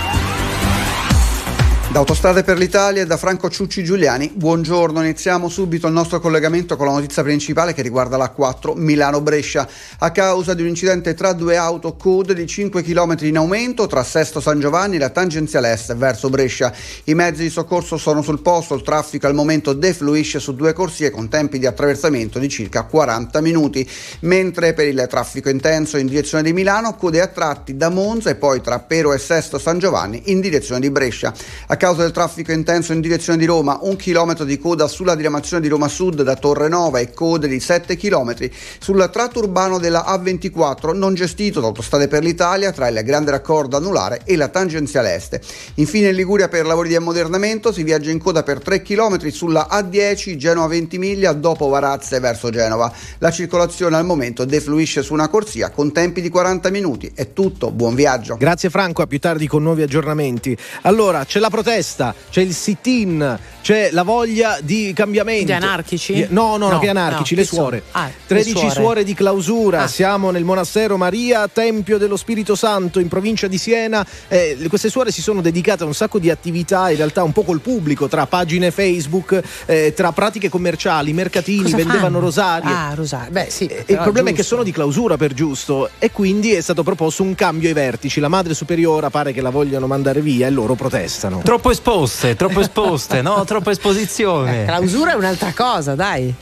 Da Autostrade per l'Italia e da Franco Ciucci Giuliani, buongiorno. Iniziamo subito il nostro collegamento con la notizia principale che riguarda la A4 Milano-Brescia. A causa di un incidente tra due auto, code di 5 km in aumento tra Sesto San Giovanni e la tangenziale est verso Brescia. I mezzi di soccorso sono sul posto, il traffico al momento defluisce su due corsie con tempi di attraversamento di circa 40 minuti. Mentre per il traffico intenso in direzione di Milano, code a tratti da Monza e poi tra Pero e Sesto San Giovanni in direzione di Brescia. A causa del traffico intenso in direzione di Roma, 1 chilometro di coda sulla diramazione di Roma Sud da Torrenova e code di 7 chilometri sul tratto urbano della A24 non gestito da Autostrade per l'Italia tra il Grande Raccordo Anulare e la tangenziale est. Infine in Liguria per lavori di ammodernamento si viaggia in coda per 3 chilometri sulla A10 Genova Ventimiglia dopo Varazze verso Genova. La circolazione al momento defluisce su una corsia con tempi di 40 minuti. È tutto, buon viaggio. Grazie Franco, a più tardi con nuovi aggiornamenti. Allora, c'è la protesta, c'è il sit-in, c'è la voglia di cambiamento. Gli anarchici? No, che anarchici, le suore. 13 suore di clausura. Siamo nel monastero Maria Tempio dello Spirito Santo in provincia di Siena. Queste suore si sono dedicate a un sacco di attività, in realtà un po' col pubblico, tra pagine Facebook, tra pratiche commerciali, mercatini. Cosa vendevano fanno? rosarie. Rosarie. Beh, sì. Il problema è che sono di clausura per giusto, e quindi è stato proposto un cambio ai vertici. La madre superiora pare che la vogliano mandare via e loro protestano. Troppo esposte, no? Troppa esposizione. Clausura è un'altra cosa, dai.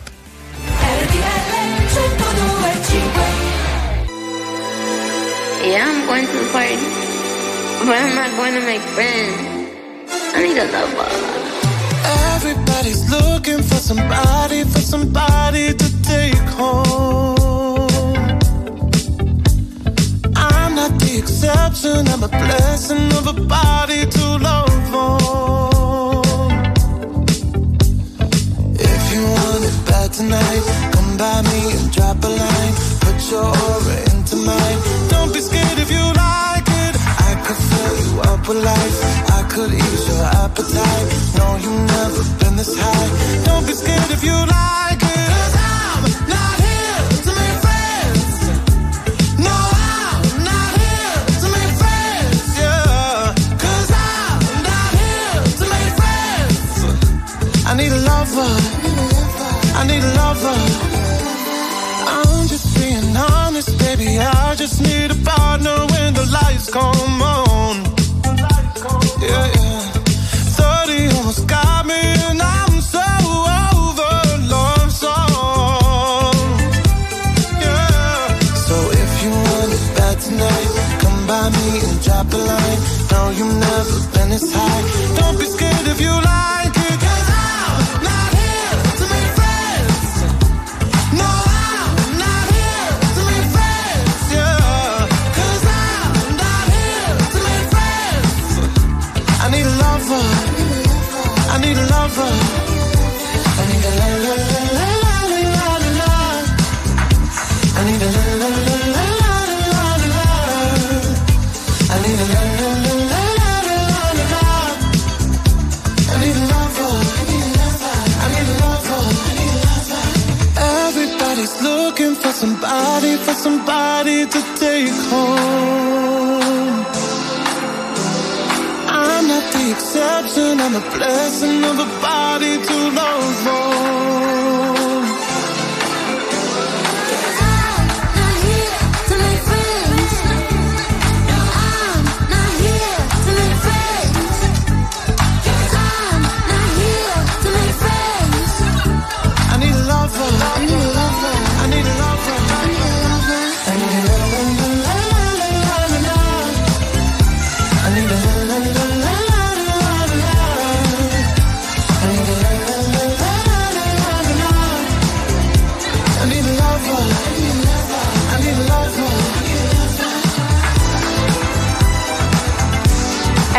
Yeah, I'm going to the party, but I'm not going to make friends. I need a lover. Everybody's looking for somebody to take home. I'm not the exception, I'm a blessing of a body to love on. If you want it bad tonight, come by me and drop a line. Put your aura into mine. Don't be scared if you like it. I could fill you up with life. I could ease your appetite. No, you've never been this high. Don't be scared if you like it. 'Cause I'm not here to make friends. No, I'm not here to make friends, yeah. 'Cause I'm not here to make friends. I need a lover. I need a lover. I'm just being honest, baby. I just need a partner when the lights come on. Yeah, yeah. 30 almost got me and I'm so over love song. Yeah. So if you want it bad tonight, come by me and drop a line. No, you've never been this high. Don't be scared if you like it. 'Cause I'm not here to make friends. No, I'm not here to make friends, yeah. 'Cause I'm not here to make friends. I need a lover. I need a lover. I need a la la la la la la la. I need a la la la la la la la. I need a la la la la la la la. I need a lover. I need a lover. Everybody's looking for somebody to take home. I'm not the exception, I'm a blessing of a body to love on. I'm not here to make friends. I'm not here to make friends. I'm not here to make friends. I need a lover. I need a lover. I need a lover. I need a lover. I need a lover. I need a lover.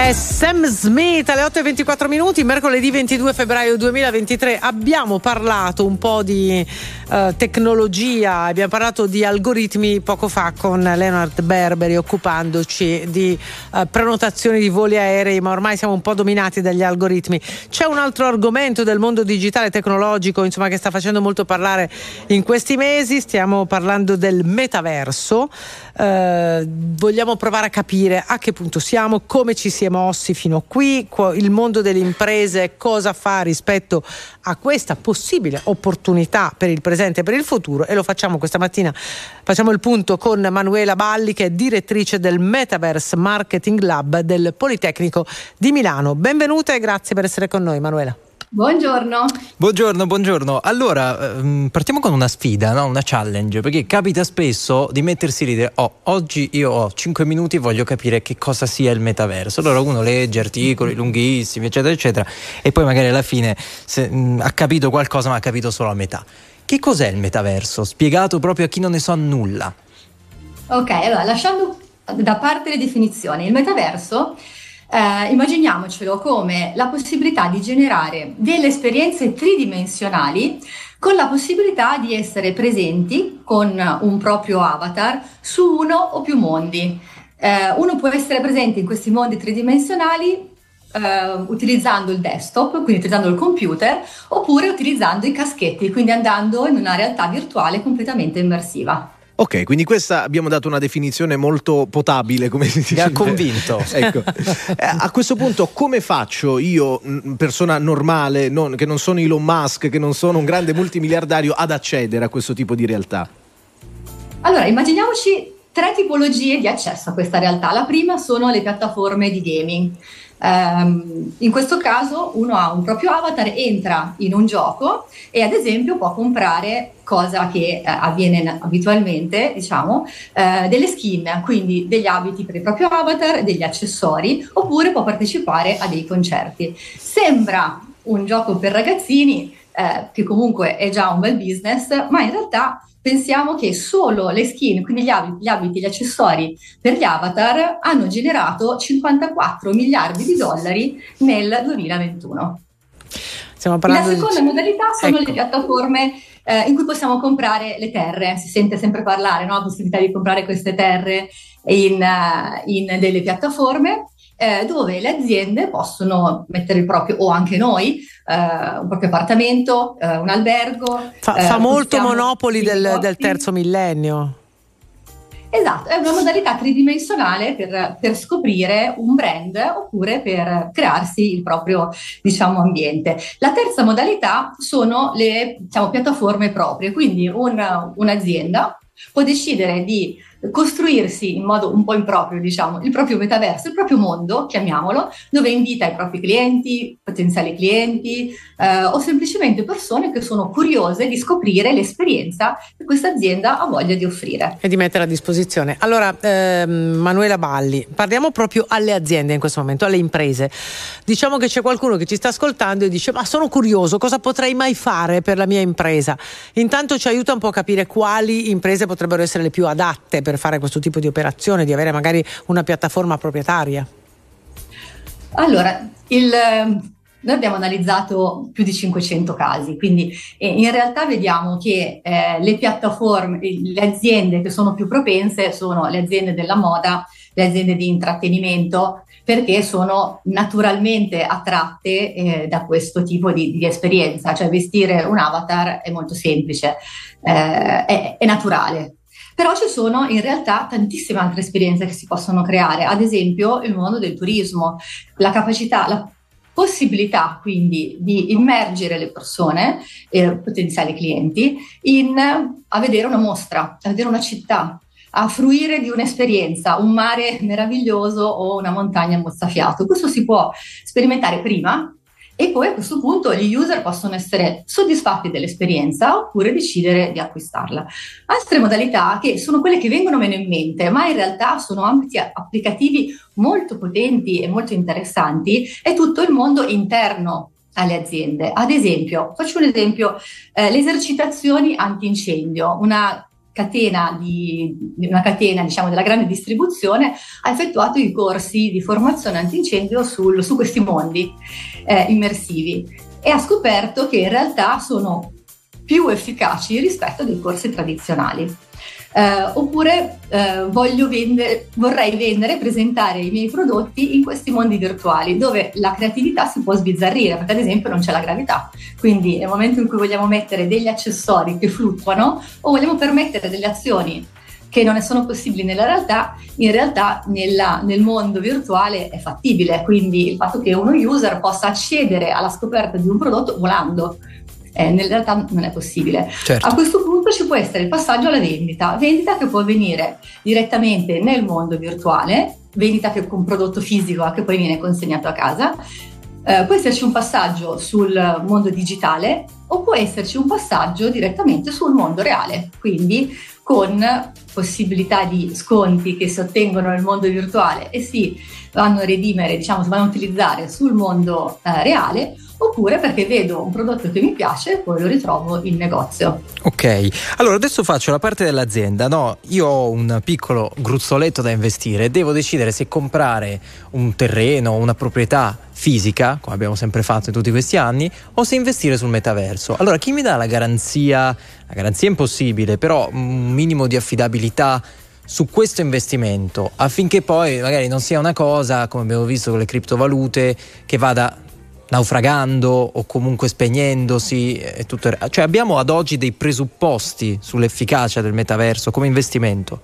È Sam Smith alle 8:24, mercoledì 22 febbraio 2023. Abbiamo parlato un po' di tecnologia, abbiamo parlato di algoritmi poco fa con Leonard Berberi, occupandoci di prenotazioni di voli aerei, ma ormai siamo un po' dominati dagli algoritmi. C'è un altro argomento del mondo digitale tecnologico, insomma, che sta facendo molto parlare in questi mesi. Stiamo parlando del metaverso. Vogliamo provare a capire a che punto siamo, come ci si è mossi fino a qui, il mondo delle imprese cosa fa rispetto a questa possibile opportunità per il presente e per il futuro, e lo facciamo questa mattina. Facciamo il punto con Manuela Balli, che è direttrice del Metaverse Marketing Lab del Politecnico di Milano. Benvenuta e grazie per essere con noi, Manuela. Buongiorno. Buongiorno. Allora, partiamo con una sfida, no? Una challenge, perché capita spesso di mettersi lì e dire: oggi io ho 5 minuti e voglio capire che cosa sia il metaverso. Allora uno legge articoli lunghissimi, eccetera, eccetera, e poi magari alla fine ha capito qualcosa, ma ha capito solo a metà. Che cos'è il metaverso? Spiegato proprio a chi non ne sa nulla. Ok, allora, lasciando da parte le definizioni, il metaverso immaginiamocelo come la possibilità di generare delle esperienze tridimensionali con la possibilità di essere presenti con un proprio avatar su uno o più mondi. Uno può essere presente in questi mondi tridimensionali utilizzando il desktop, quindi utilizzando il computer, oppure utilizzando i caschetti, quindi andando in una realtà virtuale completamente immersiva. Ok, quindi questa abbiamo dato una definizione molto potabile, come si dice. Mi ha convinto. Ecco. A questo punto come faccio io, persona normale, che non sono Elon Musk, che non sono un grande multimiliardario, ad accedere a questo tipo di realtà? Allora, immaginiamoci 3 tipologie di accesso a questa realtà. La prima sono le piattaforme di gaming. In questo caso uno ha un proprio avatar, entra in un gioco e ad esempio può comprare, cosa che avviene abitualmente, diciamo, delle skin, quindi degli abiti per il proprio avatar, degli accessori, oppure può partecipare a dei concerti. Sembra un gioco per ragazzini, che comunque è già un bel business, ma in realtà pensiamo che solo le skin, quindi gli abiti, gli accessori per gli avatar, hanno generato 54 miliardi di dollari nel 2021. Stiamo parlando la seconda modalità sono le piattaforme in cui possiamo comprare le terre. Si sente sempre parlare, no? La possibilità di comprare queste terre in delle piattaforme dove le aziende possono mettere il proprio, o anche noi, un proprio appartamento, un albergo. Fa molto Monopoli del terzo millennio. Esatto, è una modalità tridimensionale per scoprire un brand oppure per crearsi il proprio, diciamo, ambiente. La terza modalità sono le, diciamo, piattaforme proprie, quindi un'azienda può decidere di costruirsi in modo un po' improprio, diciamo, il proprio metaverso, il proprio mondo, chiamiamolo, dove invita i propri clienti, potenziali clienti o semplicemente persone che sono curiose di scoprire l'esperienza che questa azienda ha voglia di offrire e di mettere a disposizione. Allora, Manuela Balli, parliamo proprio alle aziende in questo momento, alle imprese. Diciamo che c'è qualcuno che ci sta ascoltando e dice: ma sono curioso, cosa potrei mai fare per la mia impresa? Intanto ci aiuta un po' a capire quali imprese potrebbero essere le più adatte per fare questo tipo di operazione, di avere magari una piattaforma proprietaria. Allora, noi abbiamo analizzato più di 500 casi, quindi in realtà vediamo che le piattaforme, le aziende che sono più propense sono le aziende della moda, le aziende di intrattenimento, perché sono naturalmente attratte da questo tipo di esperienza, cioè vestire un avatar è molto semplice, è naturale. Però ci sono in realtà tantissime altre esperienze che si possono creare, ad esempio il mondo del turismo, la possibilità quindi di immergere le persone, potenziali clienti, a vedere una mostra, a vedere una città, a fruire di un'esperienza, un mare meraviglioso o una montagna mozzafiato. Questo si può sperimentare prima e poi a questo punto gli user possono essere soddisfatti dell'esperienza oppure decidere di acquistarla. Altre modalità, che sono quelle che vengono meno in mente, ma in realtà sono ambiti applicativi molto potenti e molto interessanti, è tutto il mondo interno alle aziende. Ad esempio, faccio un esempio, le esercitazioni antincendio, una catena diciamo della grande distribuzione ha effettuato i corsi di formazione antincendio su questi mondi immersivi e ha scoperto che in realtà sono più efficaci rispetto a dei corsi tradizionali. Oppure vorrei vendere, presentare i miei prodotti in questi mondi virtuali dove la creatività si può sbizzarrire, perché ad esempio non c'è la gravità, quindi nel momento in cui vogliamo mettere degli accessori che fluttuano o vogliamo permettere delle azioni che non sono possibili nella realtà, in realtà nel mondo virtuale è fattibile, quindi il fatto che uno user possa accedere alla scoperta di un prodotto volando nella realtà non è possibile. Certo. A questo punto ci può essere il passaggio alla vendita che può avvenire direttamente nel mondo virtuale, vendita che con prodotto fisico che poi viene consegnato a casa. Può esserci un passaggio sul mondo digitale o può esserci un passaggio direttamente sul mondo reale, quindi con possibilità di sconti che si ottengono nel mondo virtuale e si vanno a redimere, diciamo, si vanno a utilizzare sul mondo reale, oppure perché vedo un prodotto che mi piace e poi lo ritrovo in negozio. Ok, allora adesso faccio la parte dell'azienda, no? Io ho un piccolo gruzzoletto da investire, devo decidere se comprare un terreno, una proprietà fisica, come abbiamo sempre fatto in tutti questi anni, o se investire sul metaverso. Allora, chi mi dà la garanzia? La garanzia è impossibile, però un minimo di affidabilità su questo investimento, affinché poi magari non sia una cosa, come abbiamo visto con le criptovalute, che vada naufragando o comunque spegnendosi e tutto. Cioè, abbiamo ad oggi dei presupposti sull'efficacia del metaverso come investimento?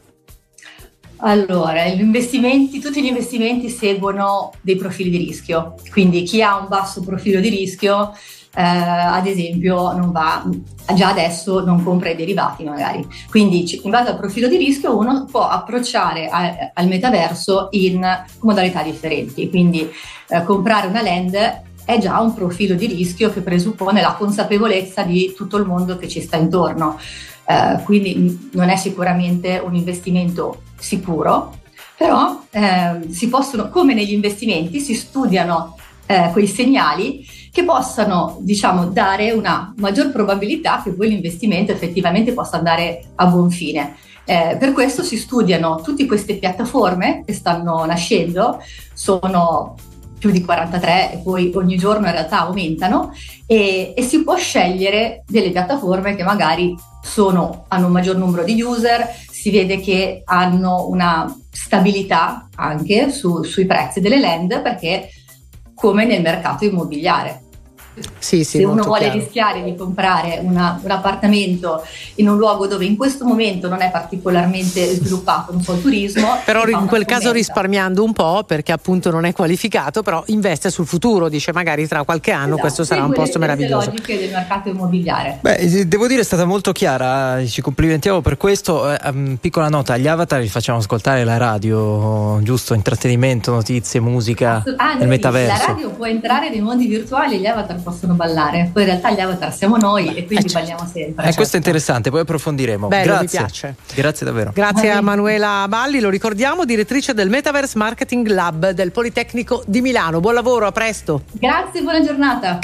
Allora, tutti gli investimenti seguono dei profili di rischio, quindi chi ha un basso profilo di rischio ad esempio non va, già adesso non compra i derivati magari, quindi in base al profilo di rischio uno può approcciare al metaverso in modalità differenti, quindi comprare una land è già un profilo di rischio che presuppone la consapevolezza di tutto il mondo che ci sta intorno, quindi non è sicuramente un investimento sicuro, però si possono, come negli investimenti, si studiano quei segnali che possano, diciamo, dare una maggior probabilità che poi l'investimento effettivamente possa andare a buon fine. Per questo si studiano tutte queste piattaforme che stanno nascendo, sono più di 43 e poi ogni giorno in realtà aumentano e si può scegliere delle piattaforme che magari hanno un maggior numero di user, si vede che hanno una stabilità anche sui prezzi delle land, perché come nel mercato immobiliare. Sì, se uno vuole chiaro. rischiare di comprare un appartamento in un luogo dove in questo momento non è particolarmente sviluppato, non so, il turismo, però in quel caso risparmiando un po', perché appunto non è qualificato, però investe sul futuro, dice magari tra qualche anno questo sarà un posto meraviglioso. Le logiche del mercato immobiliare. Beh, devo dire è stata molto chiara, ci complimentiamo per questo. Piccola nota, agli avatar li facciamo ascoltare la radio, giusto? Intrattenimento, notizie, musica, il metaverso. La radio può entrare nei mondi virtuali, gli avatar possono ballare, poi in realtà gli avatar siamo noi e quindi balliamo sempre. Questo è interessante, poi approfondiremo. Bello, grazie. mi piace. Grazie davvero. Grazie a Manuela Balli, lo ricordiamo, direttrice del Metaverse Marketing Lab del Politecnico di Milano. Buon lavoro, a presto. Grazie, buona giornata.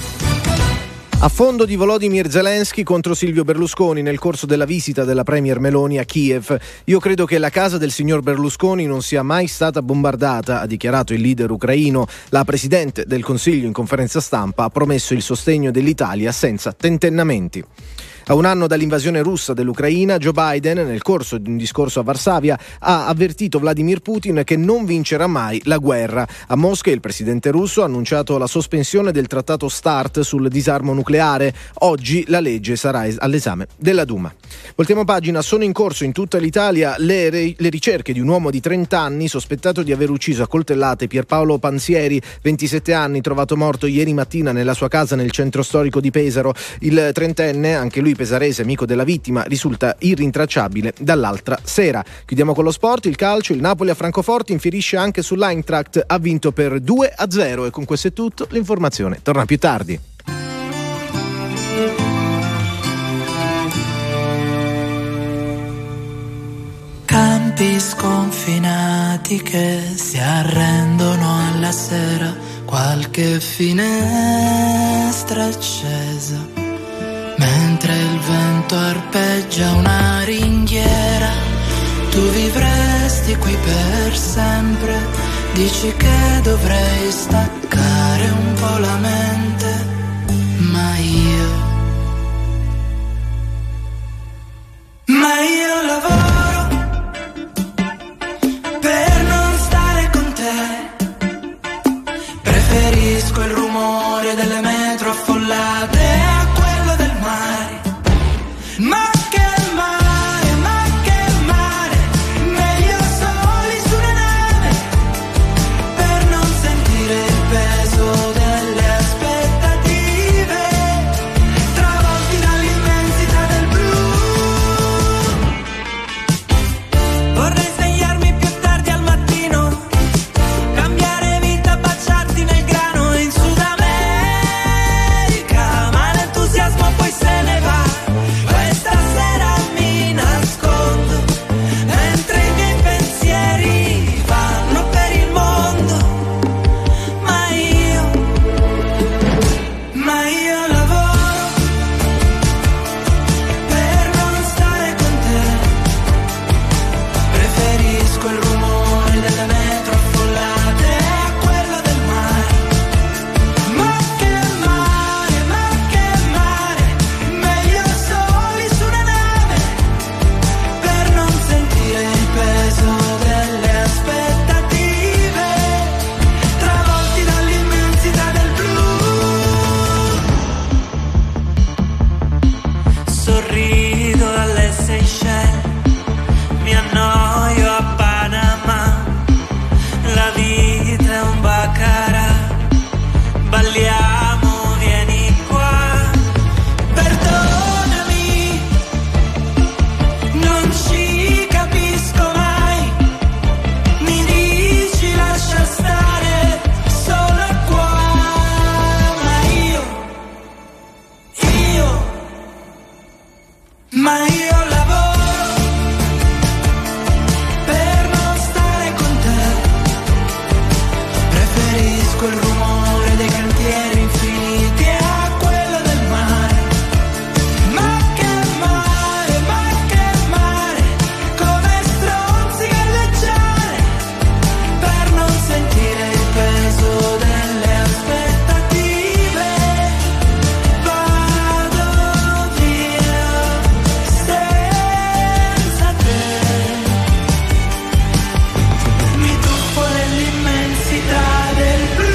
A fondo di Volodymyr Zelensky contro Silvio Berlusconi nel corso della visita della premier Meloni a Kiev. Io credo che la casa del signor Berlusconi non sia mai stata bombardata, ha dichiarato il leader ucraino. La presidente del Consiglio in conferenza stampa ha promesso il sostegno dell'Italia senza tentennamenti. A un anno dall'invasione russa dell'Ucraina, Joe Biden, nel corso di un discorso a Varsavia, ha avvertito Vladimir Putin che non vincerà mai la guerra. A Mosca il presidente russo ha annunciato la sospensione del trattato START sul disarmo nucleare. Oggi la legge sarà all'esame della Duma. Voltiamo pagina, sono in corso in tutta l'Italia le ricerche di un uomo di 30 anni sospettato di aver ucciso a coltellate Pierpaolo Pansieri, 27 anni, trovato morto ieri mattina nella sua casa nel centro storico di Pesaro. Il trentenne, anche lui pesarese, amico della vittima, risulta irrintracciabile dall'altra sera. Chiudiamo con lo sport, il calcio, il Napoli a Francoforte infierisce anche sull'Eintracht, ha vinto per 2-0 e con questo è tutto, l'informazione torna più tardi. Campi sconfinati che si arrendono alla sera, qualche finestra accesa Mentre il vento arpeggia una ringhiera, tu vivresti qui per sempre. Dici che dovrei staccare un po' la mente, ma io lavoro per non stare con te. Preferisco il rumore delle metro affollate a quello del mare. Ma che mare, meglio soli su una nave, per non sentire il peso delle aspettative, travolti dall'immensità del blu. Vorrei svegliarmi più tardi al mattino, cambiare vita, baciarti nel grano in Sud America, ma l'entusiasmo poi se ne va. Questa sera mi nascondo, mentre i miei pensieri vanno per il mondo, ma io lavoro per non stare con te. Preferisco il rumore delle metro affollate a quello del mare. Ma che mare, meglio soli su una nave, per non sentire il peso delle aspettative, travolti dall'immensità del blu. Sorrido alle Seychelles, mi annoio a Panama, la vita è un baccarat, balliamo, vieni qua. Perdonami, non ci capisco mai, mi dici lascia stare, solo qua. Ma io lavoro per non stare con te. Preferisco il rumore dei cantieri infiniti a quello del mare. Ma che mare, come stronzi galleggiare, per non sentire il peso delle aspettative. Vado via senza te, mi tuffo nell'immensità del blu.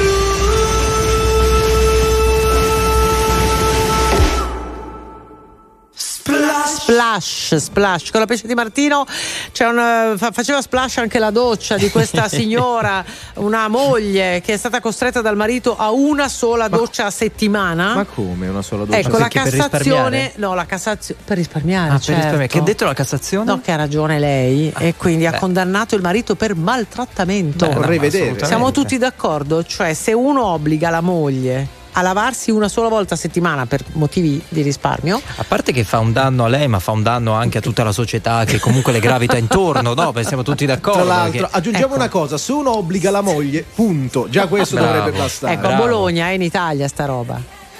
Splash con la pesce di Martino. Faceva splash anche la doccia di questa signora, una moglie che è stata costretta dal marito a una sola doccia a settimana. Ma come una sola doccia? Ecco, la Cassazione, la Cassazione per risparmiare, per risparmiare. Che ha detto la Cassazione? No, che ha ragione lei, e quindi ha condannato il marito per maltrattamento. Vorrei vedere. Siamo tutti d'accordo, cioè se uno obbliga la moglie a lavarsi una sola volta a settimana per motivi di risparmio, a parte che fa un danno a lei, ma fa un danno anche a tutta la società che comunque le gravita intorno, no? Siamo tutti d'accordo. Tra l'altro, aggiungiamo una cosa: se uno obbliga la moglie, punto, già questo dovrebbe bastare. Ecco, a Bologna è in Italia sta roba.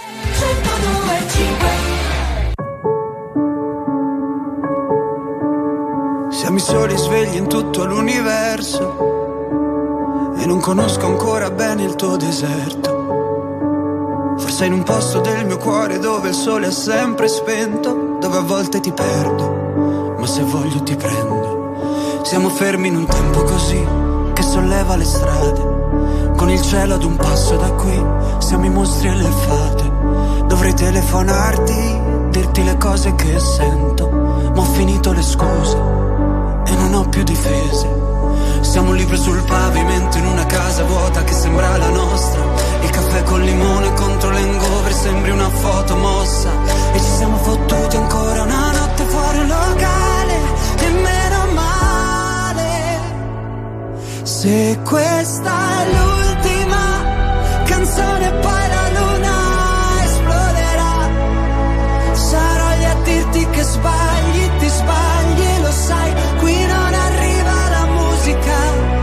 Siamo i soli svegli in tutto l'universo e non conosco ancora bene il tuo deserto. Forse in un posto del mio cuore dove il sole è sempre spento, dove a volte ti perdo, ma se voglio ti prendo. Siamo fermi in un tempo così che solleva le strade, con il cielo ad un passo da qui. Siamo i mostri e le fate. Dovrei telefonarti, dirti le cose che sento, ma ho finito le scuse e non ho più difese. Siamo un libro sul pavimento in una casa vuota che sembra la nostra. Il caffè col limone contro l'hangover sembri una foto mossa. E ci siamo fottuti ancora una notte fuori un locale, e meno male. Se questa è l'ultima canzone poi la luna esploderà, sarò lì a dirti che sbagli, ti sbagli, lo sai, qui non arriva la musica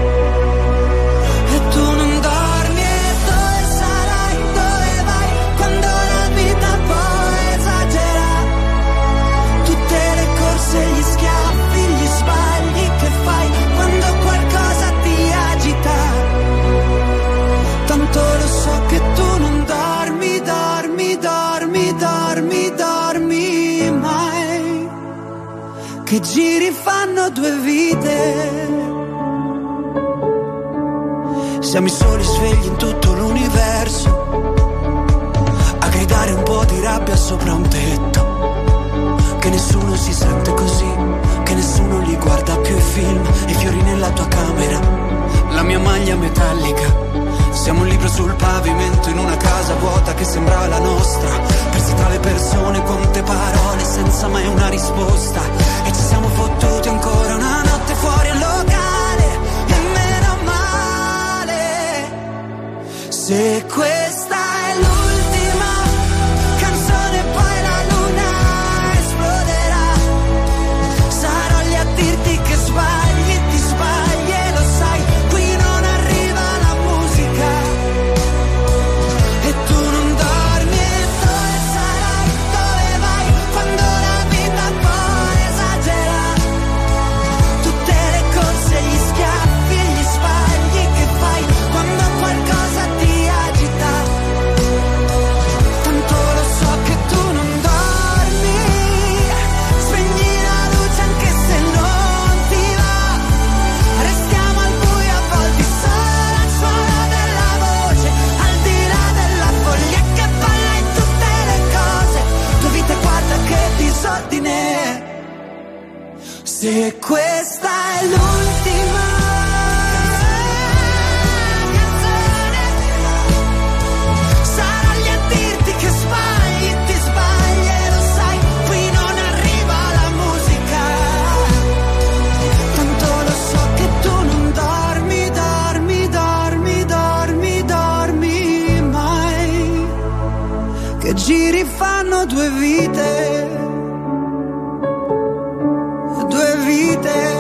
e tu non dormi. E dove sarai, dove vai, quando la vita può esagerare? che giri fanno due vite. Siamo i soli svegli in tutto l'universo, a gridare un po' di rabbia sopra un tetto. Che nessuno si sente così, che nessuno li guarda più i film, i fiori nella tua camera, la mia maglia metallica. Siamo un libro sul pavimento in una casa vuota che sembra la nostra, persi tra le persone, quante parole senza mai una risposta. E ci siamo fottuti ancora una notte fuori al locale, e meno male. Se questa è l'ultima canzone poi la luna esploderà, sarò lì a dirti che sbagli, ti sbagli e lo sai. Qui non arriva la musica e tu non dormi. E dove sarai, dove vai, quando la vita poi esagera? Tutte le corse, gli schiaffi e gli sbagli che fai quando qualcosa ti agita. Tanto lo so che tu non dormi, spegni la luce anche se non ti va. Restiamo al buio a volte solo al suono della voce, al di là della foglia che balla in tutte le cose. Tua vita guarda che disordine. Se questa è l'ultima canzone, sarò lì a dirti che sbagli, ti sbagli e lo sai. Qui non arriva la musica, tanto lo so che tu non dormi, dormi, dormi, dormi, dormi mai. Che giri fanno due vite, due vite.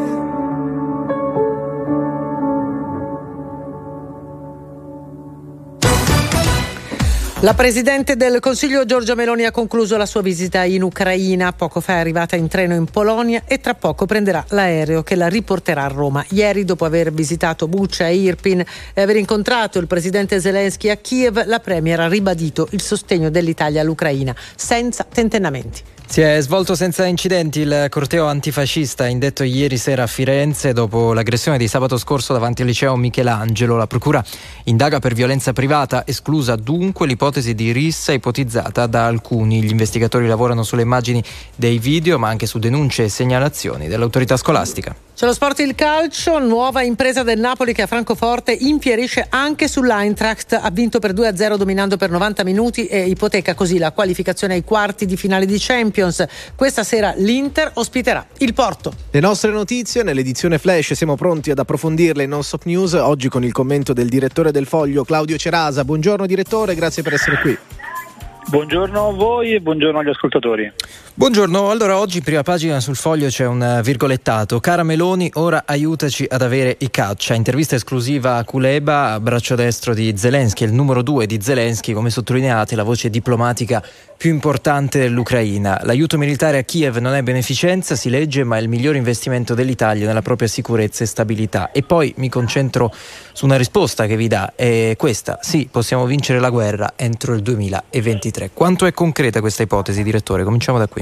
La Presidente del Consiglio Giorgia Meloni ha concluso la sua visita in Ucraina. Poco fa è arrivata in treno in Polonia e tra poco prenderà l'aereo che la riporterà a Roma. Ieri, dopo aver visitato Bucha e Irpin e aver incontrato il presidente Zelensky a Kiev, la Premier ha ribadito il sostegno dell'Italia all'Ucraina senza tentennamenti. Si è svolto senza incidenti il corteo antifascista indetto ieri sera a Firenze dopo l'aggressione di sabato scorso davanti al liceo Michelangelo. La procura indaga per violenza privata, esclusa dunque l'ipotesi di rissa ipotizzata da alcuni. Gli investigatori lavorano sulle immagini dei video, ma anche su denunce e segnalazioni dell'autorità scolastica. C'è lo sport, il calcio, nuova impresa del Napoli che a Francoforte infierisce anche sull'Eintracht, ha vinto per 2-0 dominando per 90 minuti e ipoteca così la qualificazione ai quarti di finale di Champions. Questa sera l'Inter ospiterà il Porto. Le nostre notizie nell'edizione Flash, siamo pronti ad approfondirle in Non-Stop News, oggi con il commento del direttore del Foglio Claudio Cerasa. Buongiorno direttore, grazie per essere qui. Buongiorno a voi e buongiorno agli ascoltatori. Buongiorno, allora oggi prima pagina sul Foglio c'è un virgolettato: cara Meloni, ora aiutaci ad avere i caccia. Intervista esclusiva a Kuleba, braccio destro di Zelensky, il numero 2 di Zelensky, come sottolineate la voce diplomatica più importante dell'Ucraina. L'aiuto militare a Kiev non è beneficenza, si legge, ma è il miglior investimento dell'Italia nella propria sicurezza e stabilità. E poi mi concentro su una risposta che vi dà, è questa: sì, possiamo vincere la guerra entro il 2023. Quanto è concreta questa ipotesi, direttore? Cominciamo da qui.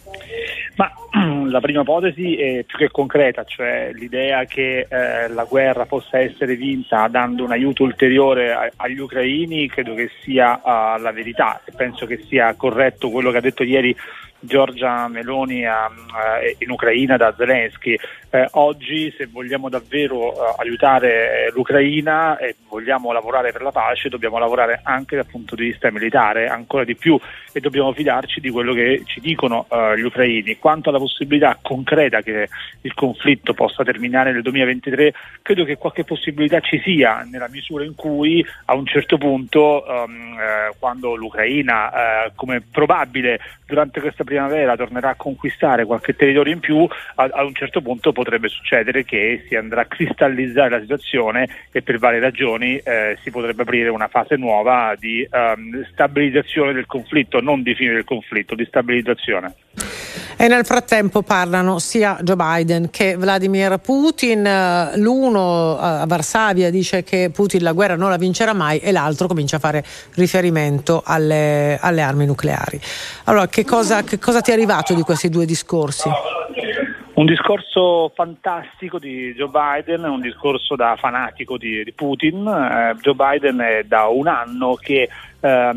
Ma la prima ipotesi è più che concreta, cioè l'idea che la guerra possa essere vinta dando un aiuto ulteriore agli ucraini, credo che sia la verità, e penso che sia corretto quello che ha detto ieri Giorgia Meloni in Ucraina da Zelensky. Oggi, se vogliamo davvero aiutare l'Ucraina e vogliamo lavorare per la pace, dobbiamo lavorare anche dal punto di vista militare, ancora di più, e dobbiamo fidarci di quello che ci dicono gli ucraini. Quanto alla possibilità concreta che il conflitto possa terminare nel 2023, credo che qualche possibilità ci sia, nella misura in cui a un certo punto, quando l'Ucraina, come probabile durante questa primavera, tornerà a conquistare qualche territorio in più, a un certo punto potrebbe succedere che si andrà a cristallizzare la situazione e per varie ragioni si potrebbe aprire una fase nuova di stabilizzazione del conflitto, non di fine del conflitto, di stabilizzazione. E nel frattempo parlano sia Joe Biden che Vladimir Putin. L'uno a Varsavia dice che Putin la guerra non la vincerà mai e l'altro comincia a fare riferimento alle armi nucleari. Allora, che cosa ti è arrivato di questi due discorsi? Un discorso fantastico di Joe Biden, un discorso da fanatico di Putin. Joe Biden è da un anno che ha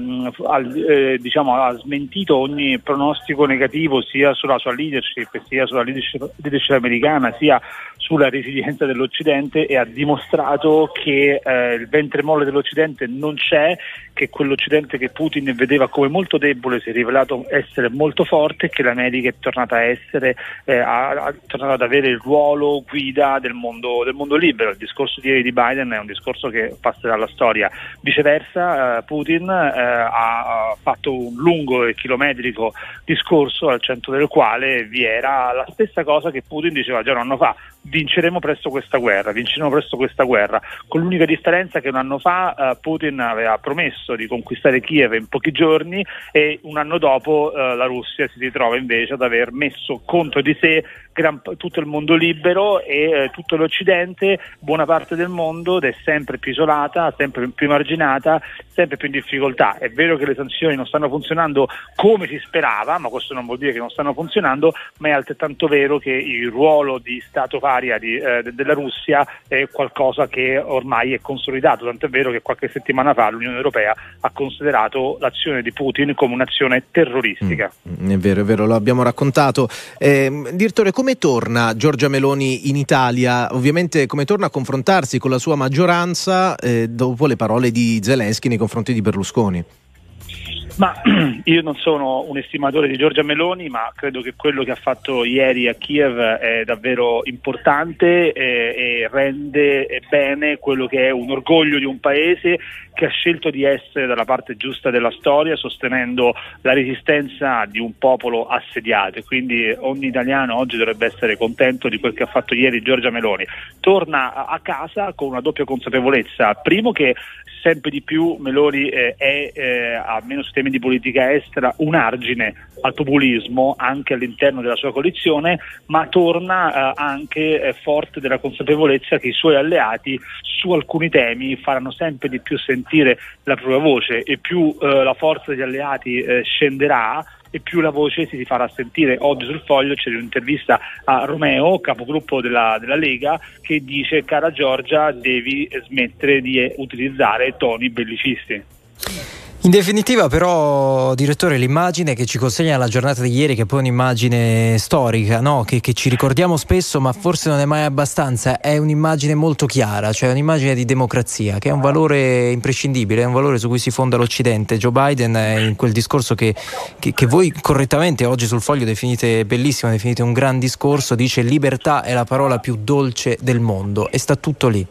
smentito ogni pronostico negativo sia sulla sua leadership, sia sulla leadership americana, sia sulla resilienza dell'Occidente, e ha dimostrato che il ventre molle dell'Occidente non c'è, che quell'Occidente che Putin vedeva come molto debole si è rivelato essere molto forte, e che l'America è tornata a essere tornato ad avere il ruolo guida del mondo libero. Il discorso di ieri di Biden è un discorso che passerà alla storia. Viceversa, Putin ha fatto un lungo e chilometrico discorso al centro del quale vi era la stessa cosa che Putin diceva già un anno fa: vinceremo presto questa guerra, con l'unica differenza che un anno fa Putin aveva promesso di conquistare Kiev in pochi giorni, e un anno dopo la Russia si ritrova invece ad aver messo contro di sé tutto il mondo libero e tutto l'Occidente, buona parte del mondo, ed è sempre più isolata, sempre più marginata, sempre più in difficoltà. È vero che le sanzioni non stanno funzionando come si sperava, ma questo non vuol dire che non stanno funzionando, ma è altrettanto vero che il ruolo di Stato paria della Russia è qualcosa che ormai è consolidato, tanto è vero che qualche settimana fa l'Unione Europea ha considerato l'azione di Putin come un'azione terroristica. È vero, lo abbiamo raccontato. Direttore, come torna Giorgia Meloni in Italia? Ovviamente come torna a confrontarsi con la sua maggioranza dopo le parole di Zelensky nei confronti di Berlusconi? Ma io non sono un estimatore di Giorgia Meloni, ma credo che quello che ha fatto ieri a Kiev è davvero importante e rende bene quello che è un orgoglio di un paese che ha scelto di essere dalla parte giusta della storia, sostenendo la resistenza di un popolo assediato, e quindi ogni italiano oggi dovrebbe essere contento di quel che ha fatto ieri Giorgia Meloni. Torna a casa con una doppia consapevolezza: primo, che sempre di più Meloni è, almeno su temi di politica estera, un argine al populismo anche all'interno della sua coalizione, ma torna anche forte della consapevolezza che i suoi alleati su alcuni temi faranno sempre di più sentire la propria voce, e più la forza degli alleati scenderà e più la voce si farà sentire. Oggi sul Foglio c'è un'intervista a Romeo, capogruppo della Lega, che dice: cara Giorgia, devi smettere di utilizzare toni bellicisti. In definitiva, però, direttore, l'immagine che ci consegna la giornata di ieri, che è poi un'immagine storica, no? Che ci ricordiamo spesso, ma forse non è mai abbastanza, è un'immagine molto chiara, cioè un'immagine di democrazia, che è un valore imprescindibile, è un valore su cui si fonda l'Occidente. Joe Biden, in quel discorso che voi correttamente oggi sul Foglio definite bellissimo, definite un gran discorso, dice: libertà è la parola più dolce del mondo, e sta tutto lì.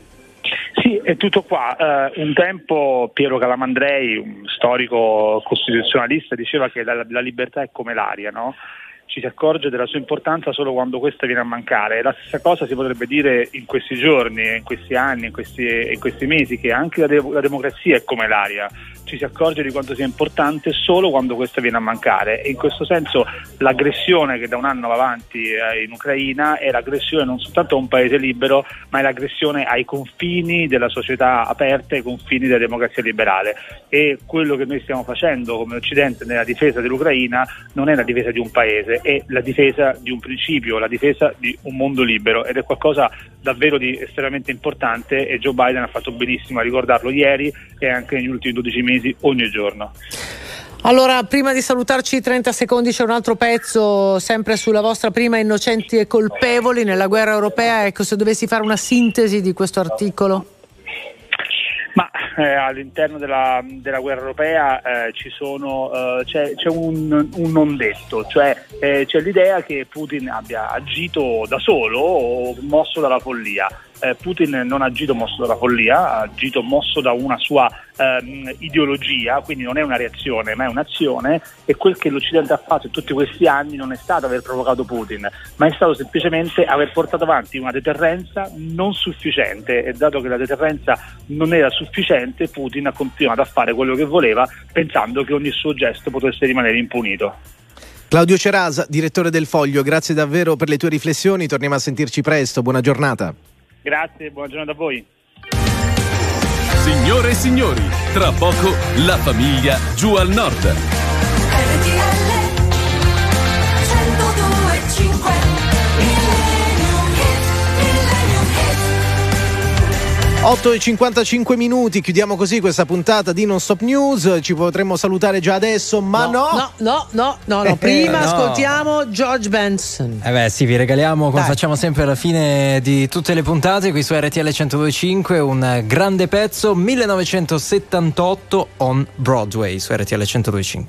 Sì, è tutto qua. Un tempo Piero Calamandrei, un storico costituzionalista, diceva che la libertà è come l'aria, no? Ci si accorge della sua importanza solo quando questa viene a mancare. La stessa cosa si potrebbe dire in questi giorni, in questi anni, in questi mesi, che anche la democrazia è come l'aria. Ci si accorge di quanto sia importante solo quando questa viene a mancare, e in questo senso l'aggressione che da un anno va avanti in Ucraina è l'aggressione non soltanto a un paese libero, ma è l'aggressione ai confini della società aperta, ai confini della democrazia liberale. E quello che noi stiamo facendo come Occidente nella difesa dell'Ucraina non è la difesa di un paese, è la difesa di un principio, la difesa di un mondo libero, ed è qualcosa davvero di estremamente importante, e Joe Biden ha fatto benissimo a ricordarlo ieri e anche negli ultimi 12 mesi ogni giorno. Allora, prima di salutarci 30 secondi, c'è un altro pezzo sempre sulla vostra prima innocenti e colpevoli nella guerra europea. Ecco, se dovessi fare una sintesi di questo articolo. Ma all'interno della guerra europea c'è un non detto, cioè c'è l'idea che Putin abbia agito da solo o mosso dalla follia. Putin non ha agito mosso dalla follia, ha agito mosso da una sua ideologia, quindi non è una reazione ma è un'azione, e quel che l'Occidente ha fatto in tutti questi anni non è stato aver provocato Putin, ma è stato semplicemente aver portato avanti una deterrenza non sufficiente, e dato che la deterrenza non era sufficiente, Putin ha continuato a fare quello che voleva, pensando che ogni suo gesto potesse rimanere impunito. Claudio Cerasa, direttore del Foglio, grazie davvero per le tue riflessioni, torniamo a sentirci presto, buona giornata. Grazie, buona giornata a voi. Signore e signori, tra poco la famiglia giù al nord. 8:55 minuti, chiudiamo così questa puntata di Non Stop News. Ci potremmo salutare già adesso, ma no. Prima ascoltiamo George Benson. Sì, vi regaliamo come facciamo sempre alla fine di tutte le puntate qui su RTL 102.5 un grande pezzo, 1978 on Broadway su RTL 102.5.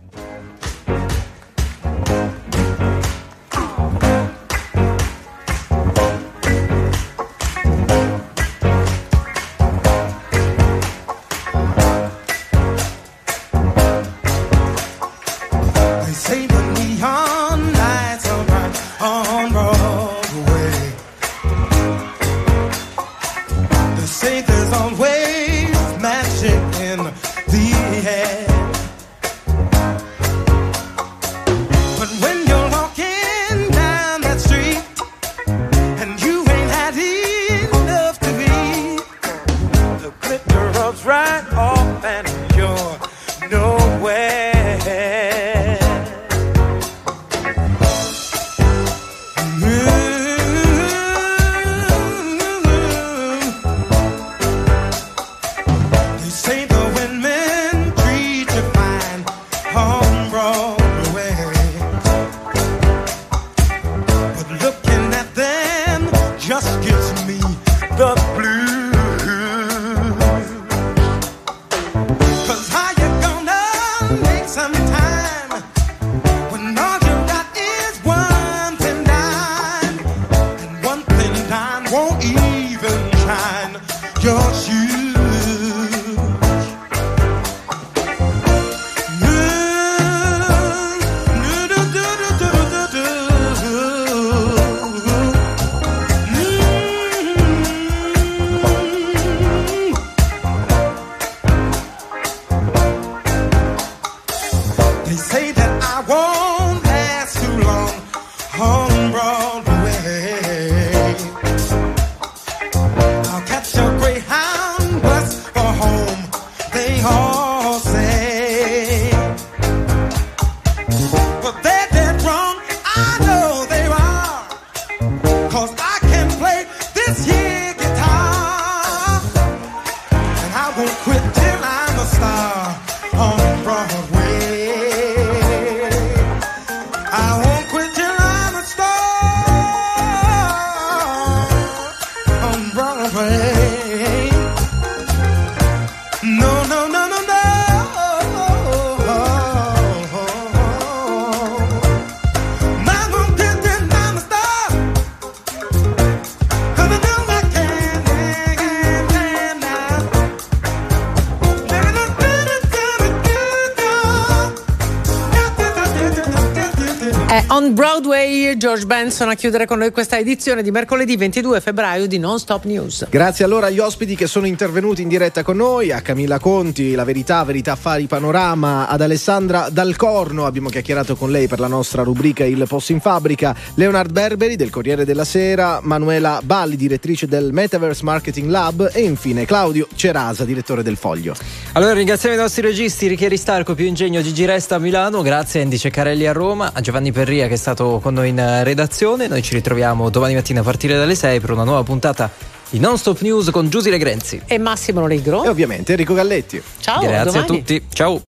On Broadway, George Benson a chiudere con noi questa edizione di mercoledì 22 febbraio di Non Stop News. Grazie allora agli ospiti che sono intervenuti in diretta con noi, a Camilla Conti, La Verità Affari Panorama, ad Alessandra Dal Corno, abbiamo chiacchierato con lei per la nostra rubrica Il Posto in Fabbrica, Leonard Berberi del Corriere della Sera, Manuela Balli, direttrice del Metaverse Marketing Lab e infine Claudio Cerasa, direttore del Foglio. Allora ringraziamo i nostri registi, Richieri Starco, Più Ingegno, Gigi Resta a Milano, grazie a Andy Ceccarelli a Roma, a Giovanni Perria che è stato con noi in redazione. Noi ci ritroviamo domani mattina a partire dalle 6 per una nuova puntata di Non Stop News con Giusy Legrenzi e Massimo Noligro e ovviamente Enrico Galletti. Ciao, grazie domani. a tutti, ciao.